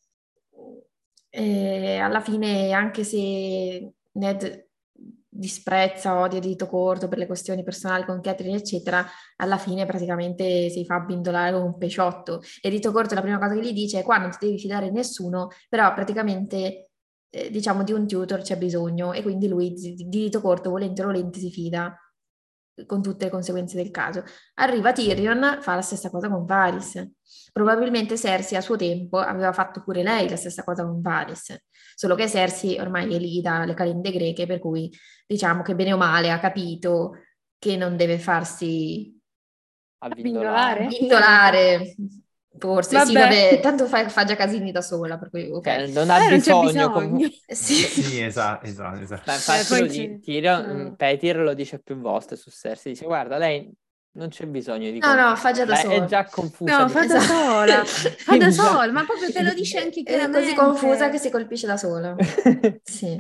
e alla fine, anche se Ned disprezza, odia Dito Corto per le questioni personali con Catherine, eccetera, alla fine praticamente si fa abbindolare come un peciotto. E Dito Corto la prima cosa che gli dice è: qua non ti devi fidare di nessuno, però praticamente, eh, diciamo, di un tutor c'è bisogno, e quindi lui di, di Dito Corto, volente o nolente, si fida, con tutte le conseguenze del caso. Arriva Tyrion, fa la stessa cosa con Varys. Probabilmente Cersei a suo tempo aveva fatto pure lei la stessa cosa con Varys, solo che Cersei ormai è lì dalle calende greche, per cui diciamo che bene o male ha capito che non deve farsi Abbindolare. abbindolare. Forse sì, Vabbè. vabbè, tanto fa, fa già casini da sola, per cui ok. Cioè, non ha Eh, non c'è bisogno, bisogno. comunque. Sì. Sì, esatto, esatto, esatto. Ma Eh, infatti poi lo c'è- di- Tyrion, no. mm, Petyr lo dice più volte su Cersei, dice: guarda, lei non c'è bisogno di No, no, fa già da convincerla, è sola. già confusa No, di fa da Esatto. sola, fa da Già. sola, ma proprio te lo dice anche È così chiaramente. confusa che si colpisce da sola. Sì.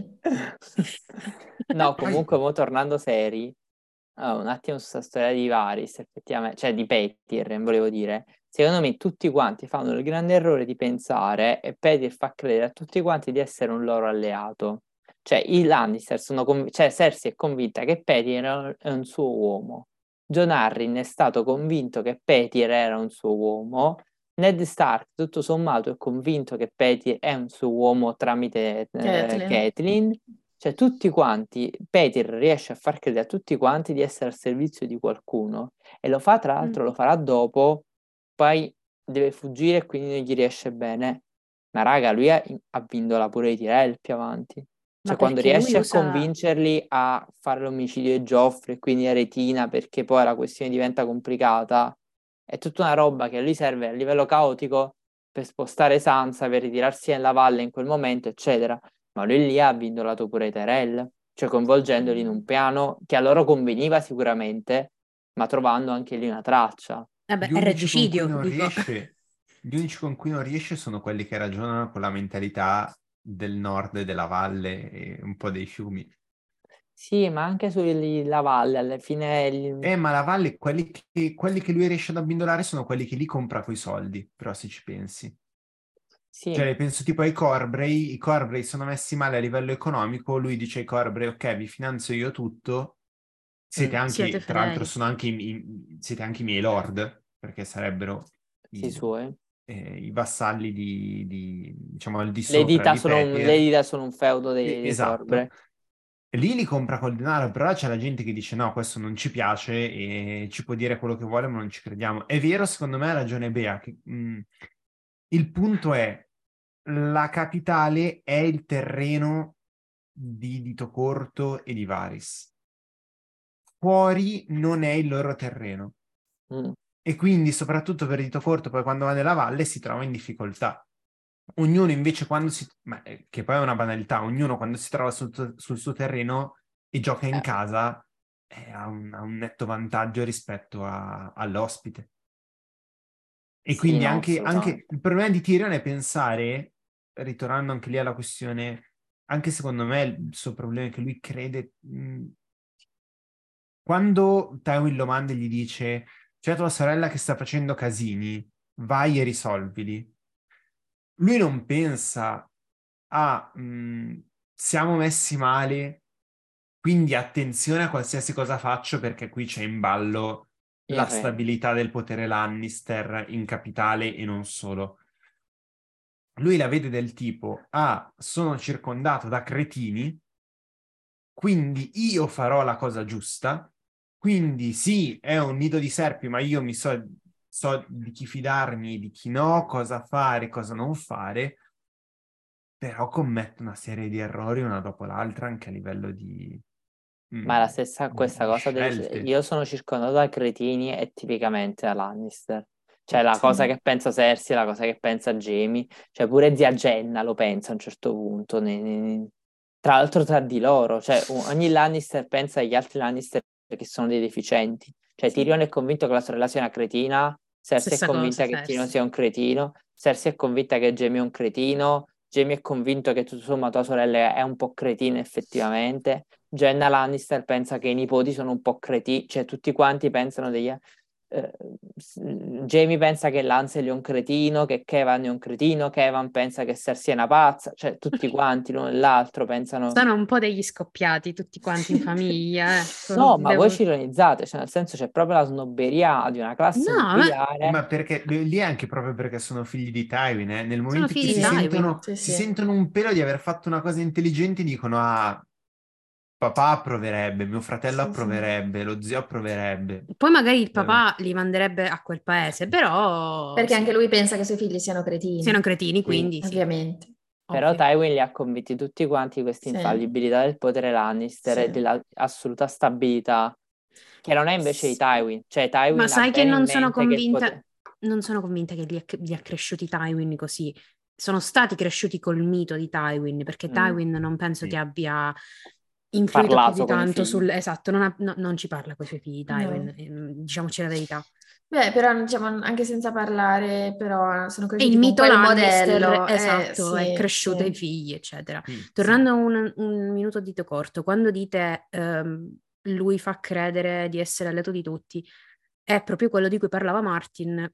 No, Poi, comunque, mo tornando seri, ah, un attimo su questa storia di Varys, effettivamente, cioè di Petyr, volevo dire. Secondo me tutti quanti fanno il grande errore di pensare, e Petyr fa credere a tutti quanti di essere un loro alleato. Cioè i Lannister sono conv- cioè Cersei è convinta che Petyr è un suo uomo. Jon Arryn è stato convinto che Petyr era un suo uomo. Ned Stark, tutto sommato, è convinto che Petyr è un suo uomo tramite eh, Catelyn. Catelyn. Cioè tutti quanti, Petyr riesce a far credere a tutti quanti di essere al servizio di qualcuno, e lo fa, tra l'altro Mm. lo farà dopo, poi deve fuggire e quindi non gli riesce bene. Ma raga, lui ha, ha vinto pure i Tyrell più avanti. Cioè Ma quando perché lui riesce a usa... convincerli a fare l'omicidio di Joffrey e quindi a Retina, perché poi la questione diventa complicata, è tutta una roba che a lui serve a livello caotico per spostare Sansa, per ritirarsi nella valle in quel momento, eccetera. Ma lui lì ha abbindolato pure i Tyrell, cioè coinvolgendoli in un piano che a loro conveniva sicuramente, ma trovando anche lì una traccia. Vabbè, gli è unici con cui regicidio, non dico. riesce, gli unici con cui non riesce sono quelli che ragionano con la mentalità del nord della valle e un po' dei fiumi. Sì, ma anche sulla valle, alla fine... il- Eh, ma la valle, quelli che, quelli che lui riesce ad abbindolare sono quelli che li compra coi soldi, però se ci pensi. Sì, Cioè, penso tipo ai Corbray, i Corbray sono messi male a livello economico, lui dice ai Corbray: ok, vi finanzio io tutto, siete mm, Siete anche, tra l'altro fedeli. sono anche i, i- siete anche i miei lord, perché sarebbero sì, i, suoi. eh, i vassalli di, di, diciamo, al di Le sopra dita di sono un, le Petyr. dita sono un feudo E- dei, dei esatto. Corbray. Lì li compra col denaro, però c'è la gente che dice: no, questo non ci piace e ci può dire quello che vuole, ma non ci crediamo. È vero, secondo me ha ragione Bea, che, mh, il punto è: la capitale è il terreno di Dito Corto e di Varys. Fuori non è il loro terreno. Mm. E quindi, soprattutto per Dito Corto, poi quando va nella valle si trova in difficoltà. Ognuno invece quando si... ma, eh, che poi è una banalità, ognuno quando si trova sul, sul suo terreno e gioca in Eh, casa eh, ha, un, ha un netto vantaggio rispetto a- all'ospite. E sì, quindi no, anche, anche assolutamente. il problema di Tyrion è pensare, ritornando anche lì alla questione, anche secondo me il suo problema è che lui crede... mh, quando Tywin lo manda e gli dice: c'è tua sorella che sta facendo casini, vai e risolvili. Lui non pensa a "mh, siamo messi male, quindi attenzione a qualsiasi cosa faccio perché qui c'è in ballo Il la re. stabilità del potere Lannister in capitale e non solo." Lui la vede del tipo: ah, sono circondato da cretini, quindi io farò la cosa giusta. Quindi sì, è un nido di serpi, ma io mi so, so di chi fidarmi, di chi no, cosa fare, cosa non fare. Però commetto una serie di errori una dopo l'altra anche a livello di, Ma è la mm, stessa di- questa di cosa dei... scelte. Io sono circondato da cretini è tipicamente da Lannister. Cioè la cosa Sì. che pensa Cersei, la cosa che pensa Jaime, cioè pure zia Jenna lo pensa a un certo punto. ne- ne- Tra l'altro tra di loro, cioè o- ogni Lannister pensa agli altri Lannister che sono dei deficienti. Cioè Sì. Tyrion è convinto che la sorella sia una cretina, Cersei è Stessa cosa, convinta che Tyrion Cersei. sia un cretino, Cersei è convinta che Jaime è un cretino, Jaime è convinto che tutto sommato tua sorella è un po' cretina effettivamente. Jenna Lannister pensa che i nipoti sono un po' cretini, cioè tutti quanti pensano degli... Eh, Jaime pensa che Lancel è un cretino, che Kevan è un cretino, Kevan pensa che Cersei è una pazza, cioè tutti quanti l'uno e l'altro pensano... Sono un po' degli scoppiati tutti quanti in famiglia, ecco. No, ma Devo- voi ci ironizzate, cioè nel senso c'è proprio la snobberia di una classe No, ma nobiliare. Ma perché lì è anche proprio perché sono figli di Tywin, eh? Nel momento in figli cui di si Tywin, sentono, sì, si sì. sentono un pelo di aver fatto una cosa intelligente, dicono: ah, papà approverebbe, mio fratello Sì, sì. approverebbe, lo zio approverebbe. poi magari il Vabbè. papà li manderebbe a quel paese, però Perché sì, anche lui pensa che i suoi figli siano cretini. siano cretini, quindi sì, Ovviamente. Però ovvio. Tywin li ha convinti tutti quanti di questa Sì. infallibilità del potere Lannister Sì. e della assoluta stabilità, che non è invece di Tywin. Cioè Tywin Ma ha sai che bene in non sono mente che il convinta, potere... non sono convinta che li ha, li ha cresciuti Tywin così. Sono stati cresciuti col mito di Tywin, perché Mm. Tywin non penso Sì. che abbia influito più Parlato di con i tanto figli. sul... Esatto, non, ha- no- non ci parla con i suoi figli No. Tywin, ehm, diciamoci la verità. Beh, però diciamo, anche senza parlare, però sono E cresciuti il con mito quel Lannister, modello. esatto, Eh, è sì, cresciuto ai sì. figli, eccetera. Sì, Tornando sì. a un, un minuto dito corto, quando dite ehm, lui fa credere di essere alleato di tutti, è proprio quello di cui parlava Martin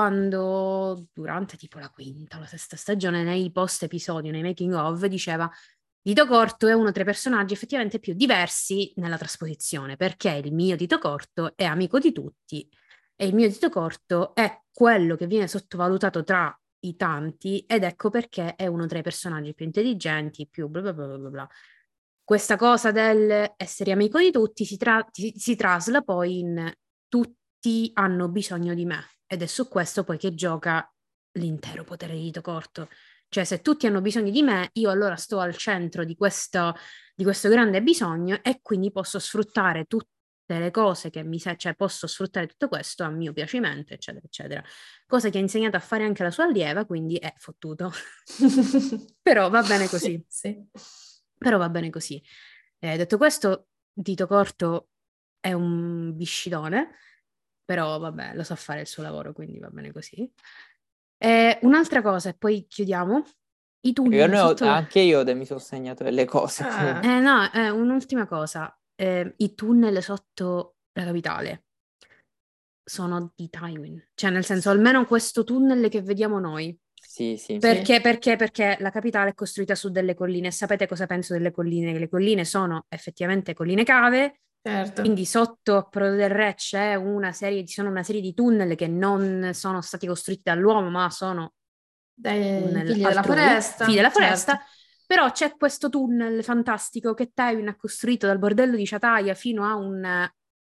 quando, durante tipo la quinta o la sesta stagione, nei post episodio, nei making of, diceva Dito Corto è uno tra i personaggi effettivamente più diversi nella trasposizione, perché il mio Dito Corto è amico di tutti e il mio Dito Corto è quello che viene sottovalutato tra i tanti ed ecco perché è uno tra i personaggi più intelligenti, più bla bla bla bla bla. Questa cosa del essere amico di tutti si, tra- si- si trasla poi in tutti hanno bisogno di me ed è su questo poi che gioca l'intero potere di Dito Corto. Cioè, se tutti hanno bisogno di me, io allora sto al centro di questo, di questo grande bisogno e quindi posso sfruttare tutte le cose che mi servono, cioè posso sfruttare tutto questo a mio piacimento, eccetera, eccetera. Cosa che ha insegnato a fare anche la sua allieva, quindi è fottuto. Però va bene così. Sì. Però va bene così. Eh, detto questo, Dito Corto è un biscidone, però vabbè, lo sa fare il suo lavoro, quindi va bene così. Eh, un'altra cosa, e poi chiudiamo. I Io tunnel ne ho, sotto la... anche io mi sono segnato delle cose. Ah. Eh no, eh, un'ultima cosa. Eh, i tunnel sotto la capitale sono di Tywin. Cioè, nel senso, almeno questo tunnel che vediamo noi. Sì, sì. Perché? Perché? Perché la capitale è costruita su delle colline. Sapete cosa penso delle colline? Le colline sono effettivamente colline cave, Certo. quindi sotto Approdo del Re c'è una serie, ci sono una serie di tunnel che non sono stati costruiti dall'uomo, ma sono Dai tunnel figli della altrui, foresta. figli della Certo. foresta. Però c'è questo tunnel fantastico che Tywin ha costruito dal bordello di Ciataia fino a un,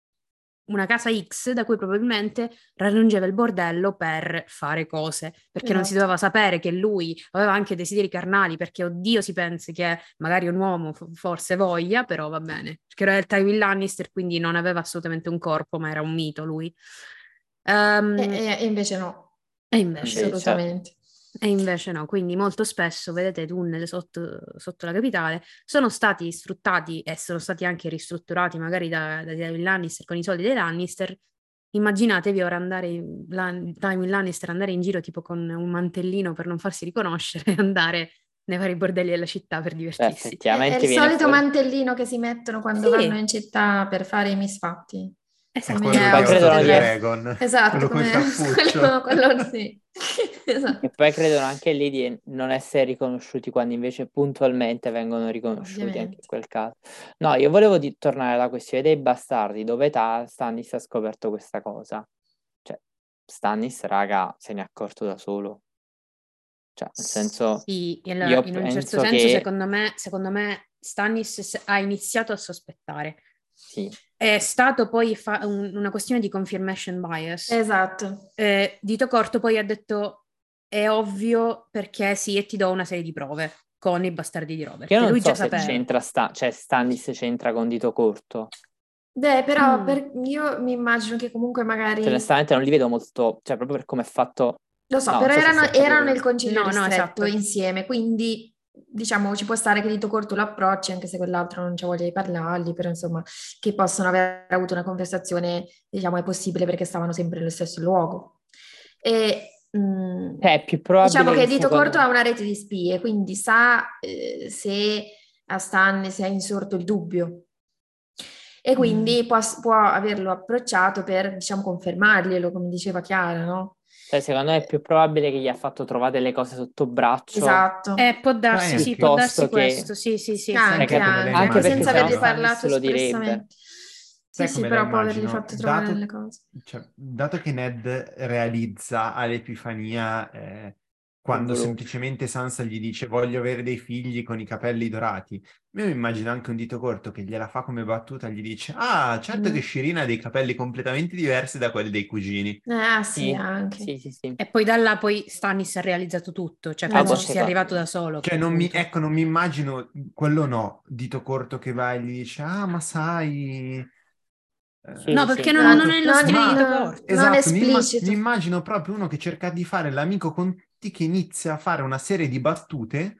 una casa X da cui probabilmente raggiungeva il bordello per fare cose, perché non si Esatto. doveva sapere che lui aveva anche desideri carnali, perché oddio si pensi che magari un uomo f- forse voglia, però va bene, perché era il Tywin Lannister, quindi non aveva assolutamente un corpo, ma era un mito lui. Um, E, e- e invece no. e invece Invece. Assolutamente. E invece no, quindi molto spesso vedete i tunnel sotto, sotto la capitale sono stati sfruttati e sono stati anche ristrutturati magari da, da Tywin Lannister con i soldi dei Lannister. Immaginatevi ora andare, in- Lan- Tywin Lannister andare in giro tipo con un mantellino per non farsi riconoscere e andare nei vari bordelli della città per Beh, divertirsi. È, è effettivamente il viene solito fuori. mantellino che si mettono quando Sì. vanno in città per fare i misfatti. È Esatto. Come quello di Poi House of credono the di Dragon. essere- Dragon. Esatto, Quello col come cappuccio. quello, quello sì. Esatto. E poi credono anche lì di non essere riconosciuti quando invece puntualmente vengono riconosciuti anche in Ovviamente. quel caso. No, io volevo di- tornare alla questione dei bastardi, dove ta- Stannis ha scoperto questa cosa. Cioè, Stannis, raga, se ne è accorto da solo. Cioè, nel senso, Sì, allora, io in un certo penso senso, che secondo me, secondo me Stannis s- ha iniziato a sospettare. sì, È stato poi fa- un- una questione di confirmation bias. Esatto. Eh, Dito Corto poi ha detto è ovvio perché sì, e ti do una serie di prove con i bastardi di Robert. io non Lui so già se sapeva. c'entra sta- cioè Stannis c'entra con Dito Corto. Beh, però Mm. per- io mi immagino che comunque magari... Cioè, onestamente non li vedo molto, cioè proprio per come è fatto. Lo so, No, però non so se erano, si è capito. erano nel concilio No, no, ristretto esatto. insieme, quindi diciamo ci può stare che Dito Corto lo approcci, anche se quell'altro non c'ha voglia di parlargli, però insomma che possono aver avuto una conversazione, diciamo, è possibile perché stavano sempre nello stesso luogo. E mm, Cioè, è più probabile diciamo che che Dito secondo Corto ha una rete di spie, quindi sa eh, se a Stannis è insorto il dubbio. E Mm. quindi può, può averlo approcciato per, diciamo, confermarglielo, come diceva Chiara, no? Cioè, secondo me è più probabile che gli ha fatto trovare le cose sotto braccio Esatto. Eh, può darsi, Sai sì, può anche, darsi piuttosto che... questo, sì, sì, sì. sai Anche, anche come la anche, Anche anche perché immagino senza sennò avergli io? Stannis parlato lo direbbe. espressamente. Sì, Sai sì, come la però può avergli immagino? fatto trovare delle Dato, cose. cioè, dato che Ned realizza all'Epifania eh, Il quando volume. semplicemente Sansa gli dice voglio avere dei figli con i capelli dorati, io mi immagino anche un Dito Corto che gliela fa come battuta, gli dice ah, certo che Mm. Shireen ha dei capelli completamente diversi da quelli dei cugini. Eh sì, Sì, anche. sì, sì, sì. E poi da là poi Stannis ha realizzato tutto, cioè Ah, penso boh, ci sia Esatto. secondo arrivato me. da solo a Cioè, quel non mi, punto. ecco, non mi immagino, quello no, Dito Corto che va e gli dice ah, ma sai... Sì, eh, No, sì, perché sì. non, non Non, è nello non- stile di Dito ma no- Corto. non esatto, mi, imma- mi esplicito. immagino proprio uno che cerca di fare l'amico Conti che inizia a fare una serie di battute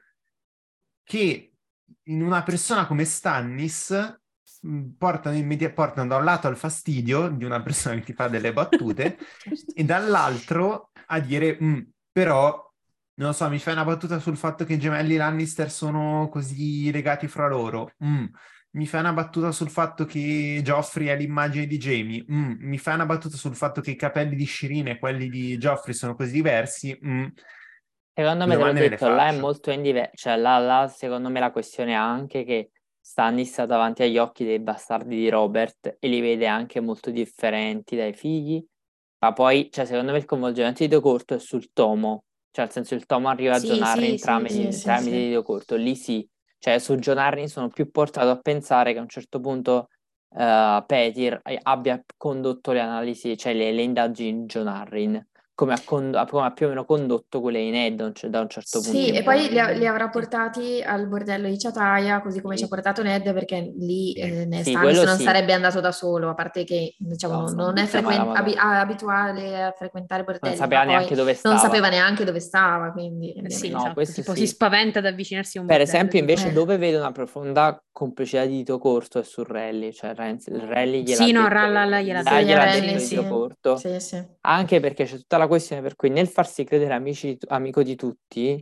che in una persona come Stannis mh, portano, immedia- portano da un lato al fastidio di una persona che ti fa delle battute Certo. e dall'altro a dire "Mm, però non lo so, mi fai una battuta sul fatto che i gemelli Lannister sono così legati fra loro. Mm. Mi fai una battuta sul fatto che Joffrey è l'immagine di Jaime. Mm. Mi fai una battuta sul fatto che i capelli di Shireen e quelli di Joffrey sono così diversi. Mm. Secondo Le me, te l'ho domande me le detto, là è faccio. molto indiverso. Cioè, là, là, secondo me la questione è anche che Stannis ha davanti agli occhi dei bastardi di Robert e li vede anche molto differenti dai figli. Ma poi, cioè, secondo me il coinvolgimento di Dio Corto è sul tomo. Cioè, nel senso, il tomo arriva a Jon Sì, sì, Arryn sì, Sì, tramite, sì. sì, tramite sì. Dio Corto. Lì sì. Cioè, su Jon Arryn sono più portato a pensare che a un certo punto eh, Petyr abbia condotto le analisi, cioè le, le indagini in Jon Arryn, come ha, cond- come ha più o meno condotto quelle in Eddon, cioè da un certo punto Sì, in e poi li, poi. li avrà Sì. portati al bordello di Ciataia, così come ci ha Sì, portato Ned, perché lì Sì. eh, ne- sì, Stannis quello non sì. sarebbe andato da solo, a parte che diciamo, No, non, non non è butta mai la frequen- abi- Madonna. abituale a frequentare Non bordelli, ma sapeva poi neanche dove non stava. sapeva neanche dove stava, quindi Eh sì, ovviamente. No, esatto, questo tipo si sì. spaventa ad avvicinarsi a un Per bordello, esempio, tipo. invece, Eh, dove vedo una profonda complicità di Dito Corto è su Rally, cioè Renzi- il Rally gliel'ha Sì, no, detto, Ralla gliel'ha sì, là detto, a gliel'ha sì, detto Renly, di sì, Dito Corto, sì, sì. anche perché c'è tutta la questione per cui nel farsi credere amici, amico di tutti,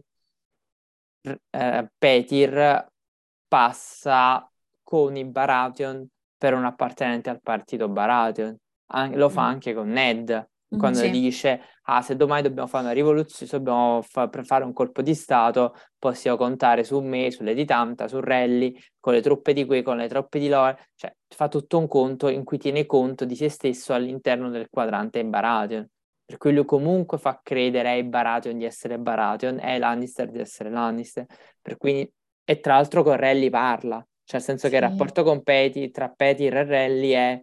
r- eh, Petyr passa con i Baratheon per un appartenente al partito Baratheon. An- lo fa Mm. anche con Ned, Mhm. quando Sì. dice, ah, se domani dobbiamo fare una rivoluzione, se dobbiamo fa- per fare un colpo di stato, possiamo contare su me, su Lady Tanta, su Renly, con le truppe di qui, con le truppe di là, cioè fa tutto un conto in cui tiene conto di se stesso all'interno del quadrante Baratheon. Per cui lui comunque fa credere ai Baratheon di essere Baratheon e ai Lannister di essere Lannister. Per cui, e tra l'altro con Renly parla, cioè nel senso che il Sì. rapporto con Peti, tra Petyr e Renly è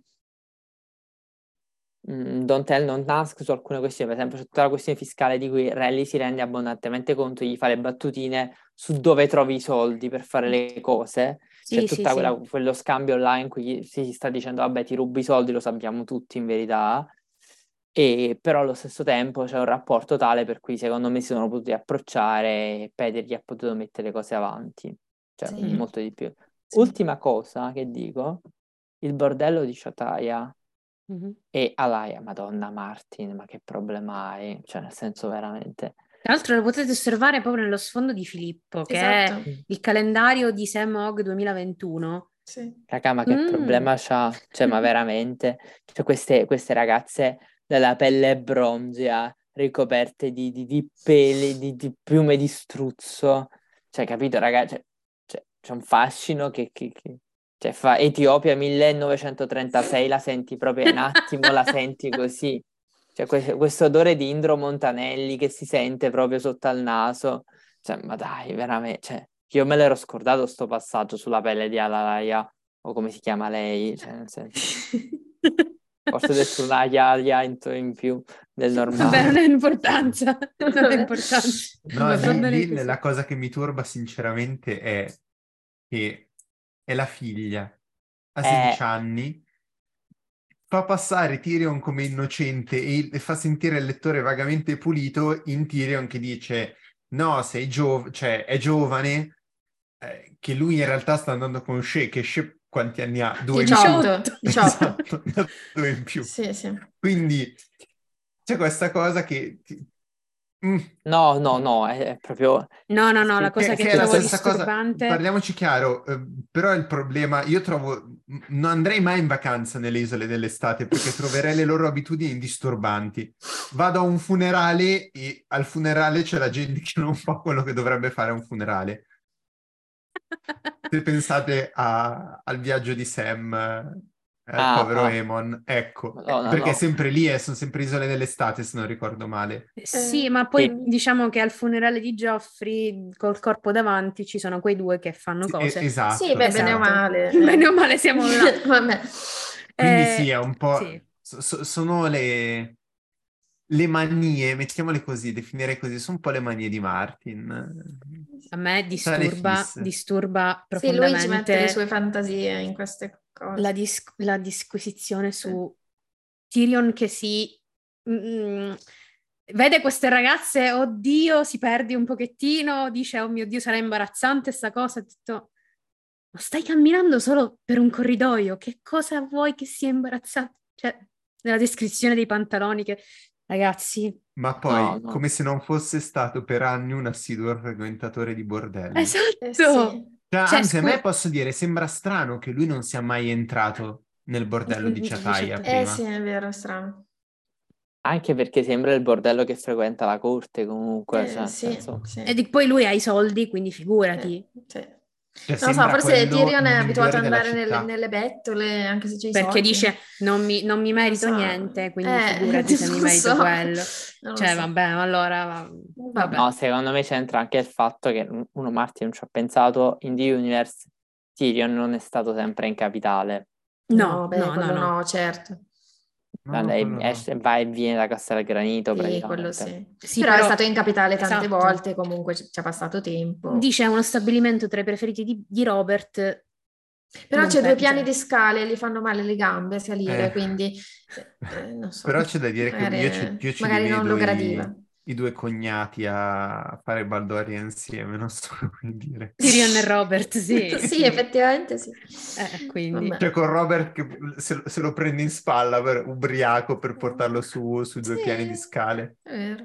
mm, don't tell, don't ask su alcune questioni. Per esempio, c'è tutta la questione fiscale di cui Renly si rende abbondantemente conto, gli fa le battutine su dove trovi i soldi per fare le cose. C'è Sì, sì, tutto sì. quello scambio là in cui gli- si sta dicendo, vabbè, ti rubi i soldi, lo sappiamo tutti in verità. E però allo stesso tempo c'è un rapporto tale per cui secondo me si sono potuti approcciare e Peter gli ha potuto mettere le cose avanti, cioè Sì, Mm. molto di più. sì. Ultima cosa che dico, il bordello di Ciataia Mhm. e Alaia, Madonna Martin, ma che problema hai? Cioè nel senso veramente... Tra l'altro lo potete osservare proprio nello sfondo di Filippo, che è Esatto. il calendario di Sam Hogg duemilaventuno. Sì. Raga, ma che Mm. problema c'ha? Cioè, ma veramente? Cioè, queste, queste ragazze dalla pelle bronzea, ricoperte di, di, di peli, di, di piume di struzzo. Cioè, capito, raga? Cioè, cioè, c'è un fascino che... che, che... Cioè, fa Etiopia millenovecentotrentasei, la senti proprio un attimo, la senti così. Cioè, que- questo odore di Indro Montanelli che si sente proprio sotto al naso. Cioè, ma dai, veramente... Cioè, io me l'ero scordato sto passaggio sulla pelle di Alalaya, o come si chiama lei, cioè nel senso, forse ho detto una Iaia in, in più del Vabbè, non normale. ha importanza, non ha Vabbè. importanza. No, Va lì, bene lì così. la cosa che mi turba sinceramente è che è la figlia, a Eh, sedici anni, fa passare Tyrion come innocente e, e fa sentire il lettore vagamente pulito in Tyrion che dice no, sei giovane, cioè è giovane, eh, che lui in realtà sta andando con Shea, che Shea quanti anni ha? Due in più. diciotto. diciotto. diciotto. Esatto, ne ha due in più. Sì, sì. Quindi c'è questa cosa che ti- Mm. No, no, no, è, è proprio... No, no, no, la Sì, cosa Che, che che è la trovo stessa cosa, disturbante... parliamoci chiaro, eh, però il problema, io trovo, non andrei mai in vacanza nelle isole dell'estate perché troverei le loro abitudini disturbanti. Vado a un funerale e al funerale c'è la gente che non fa quello che dovrebbe fare a un funerale. Se pensate a- al viaggio di Sam, eh, al Ah, povero ah, Emon, ecco, no, no, perché è no. sempre lì, eh, sono sempre isole dell'estate se non ricordo male. Sì, Eh, ma Sì, poi diciamo che al funerale di Geoffrey, col corpo davanti, ci sono quei due che fanno Sì, e- cose. sì, esatto, beh, bene o Esatto. esatto. male. Bene o eh. male siamo là. Vabbè. Quindi sì, Eh, è un po'... sì. so- so- sono le, le manie, mettiamole così, definire così, sono un po' le manie di Martin. A me C'ha le disturba, fisse. disturba Sì, lui ci mette le sue profondamente fantasie in queste la, cose. dis- la disquisizione Sì. su Tyrion che si mm, vede queste ragazze, oddio, si perde un pochettino, dice, oh mio Dio, sarà imbarazzante sta cosa. Ho detto, ma stai camminando solo per un corridoio, che cosa vuoi che sia imbarazzante? Cioè, nella descrizione dei pantaloni che... Ragazzi, Ma no, poi, no. come se non fosse stato per anni un assiduo frequentatore di bordelli. Eh esatto! sì. Cioè, Cioè, anzi, a me scu- posso dire, sembra strano che lui non sia mai entrato nel bordello di Ciataia Diciate- Eh prima. sì, è vero, è strano. Anche perché sembra il bordello che frequenta la corte comunque, cioè, Eh nel sì, senso... sì. E di- poi lui ha i soldi, quindi figurati. Eh, sì. Cioè, Non lo so, sembra forse quello Tyrion il è abituato migliore ad della andare nelle, città. nelle bettole, anche se c'è i Perché soldi. dice non mi, non mi Non lo merito so. niente, quindi Eh, figurati se mi non lo merito so. quello. Non lo Cioè, so. vabbè, ma allora, va- Vabbè. vabbè. No, secondo me c'entra anche il fatto che uno Martin non ci ha pensato, in The Universe Tyrion non è stato sempre in capitale. No, No, beh, no, no, quello no. no, certo. No, no, Lei quello no. esce, va e viene da Castel Granito Sì, quello praticamente. sì. Sì, Però è però, stato in capitale tante esatto. volte, comunque ci ci ha passato tempo. Dice uno stabilimento tra i preferiti di, di Robert. Però Non c'è due pe- piani cioè, di scale, gli fanno male le gambe a salire, Eh. quindi eh, eh, non so, Però c'è da dire che io ci, magari, io ci magari non lo rivedo gradiva. i, i due cognati a fare baldoria insieme, non so come dire. Tyrion e Robert, sì. Sì, effettivamente sì. Eh, quindi. Cioè Vabbè. con Robert che se, se lo prende in spalla per, ubriaco per portarlo su, sui due Sì, piani di scale. è vero.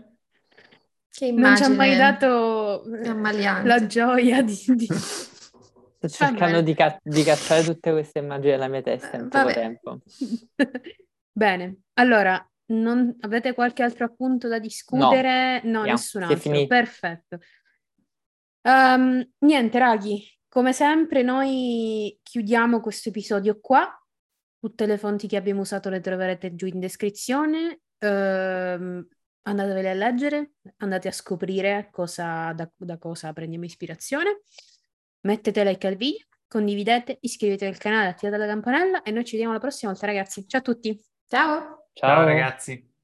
Che Non ci ha mai immagine dato eh, la ammaliante. gioia di... di- Sto Va cercando bene. di, ca- di cacciare tutte queste immagini dalla mia testa in Eh, poco Vabbè. tempo. Bene, allora, non... avete qualche altro appunto da No, discutere? No, yeah, nessun si è altro. finito. Perfetto. Ehm, niente, raghi, come sempre noi chiudiamo questo episodio qua. Tutte le fonti che abbiamo usato le troverete giù in descrizione. Ehm, andatevele a leggere, andate a scoprire cosa, da, da cosa prendiamo ispirazione. Mettete like al video, condividete, iscrivetevi al canale, attivate la campanella e noi ci vediamo la prossima volta, ragazzi. Ciao a tutti! Ciao. Ciao Ciao. ragazzi.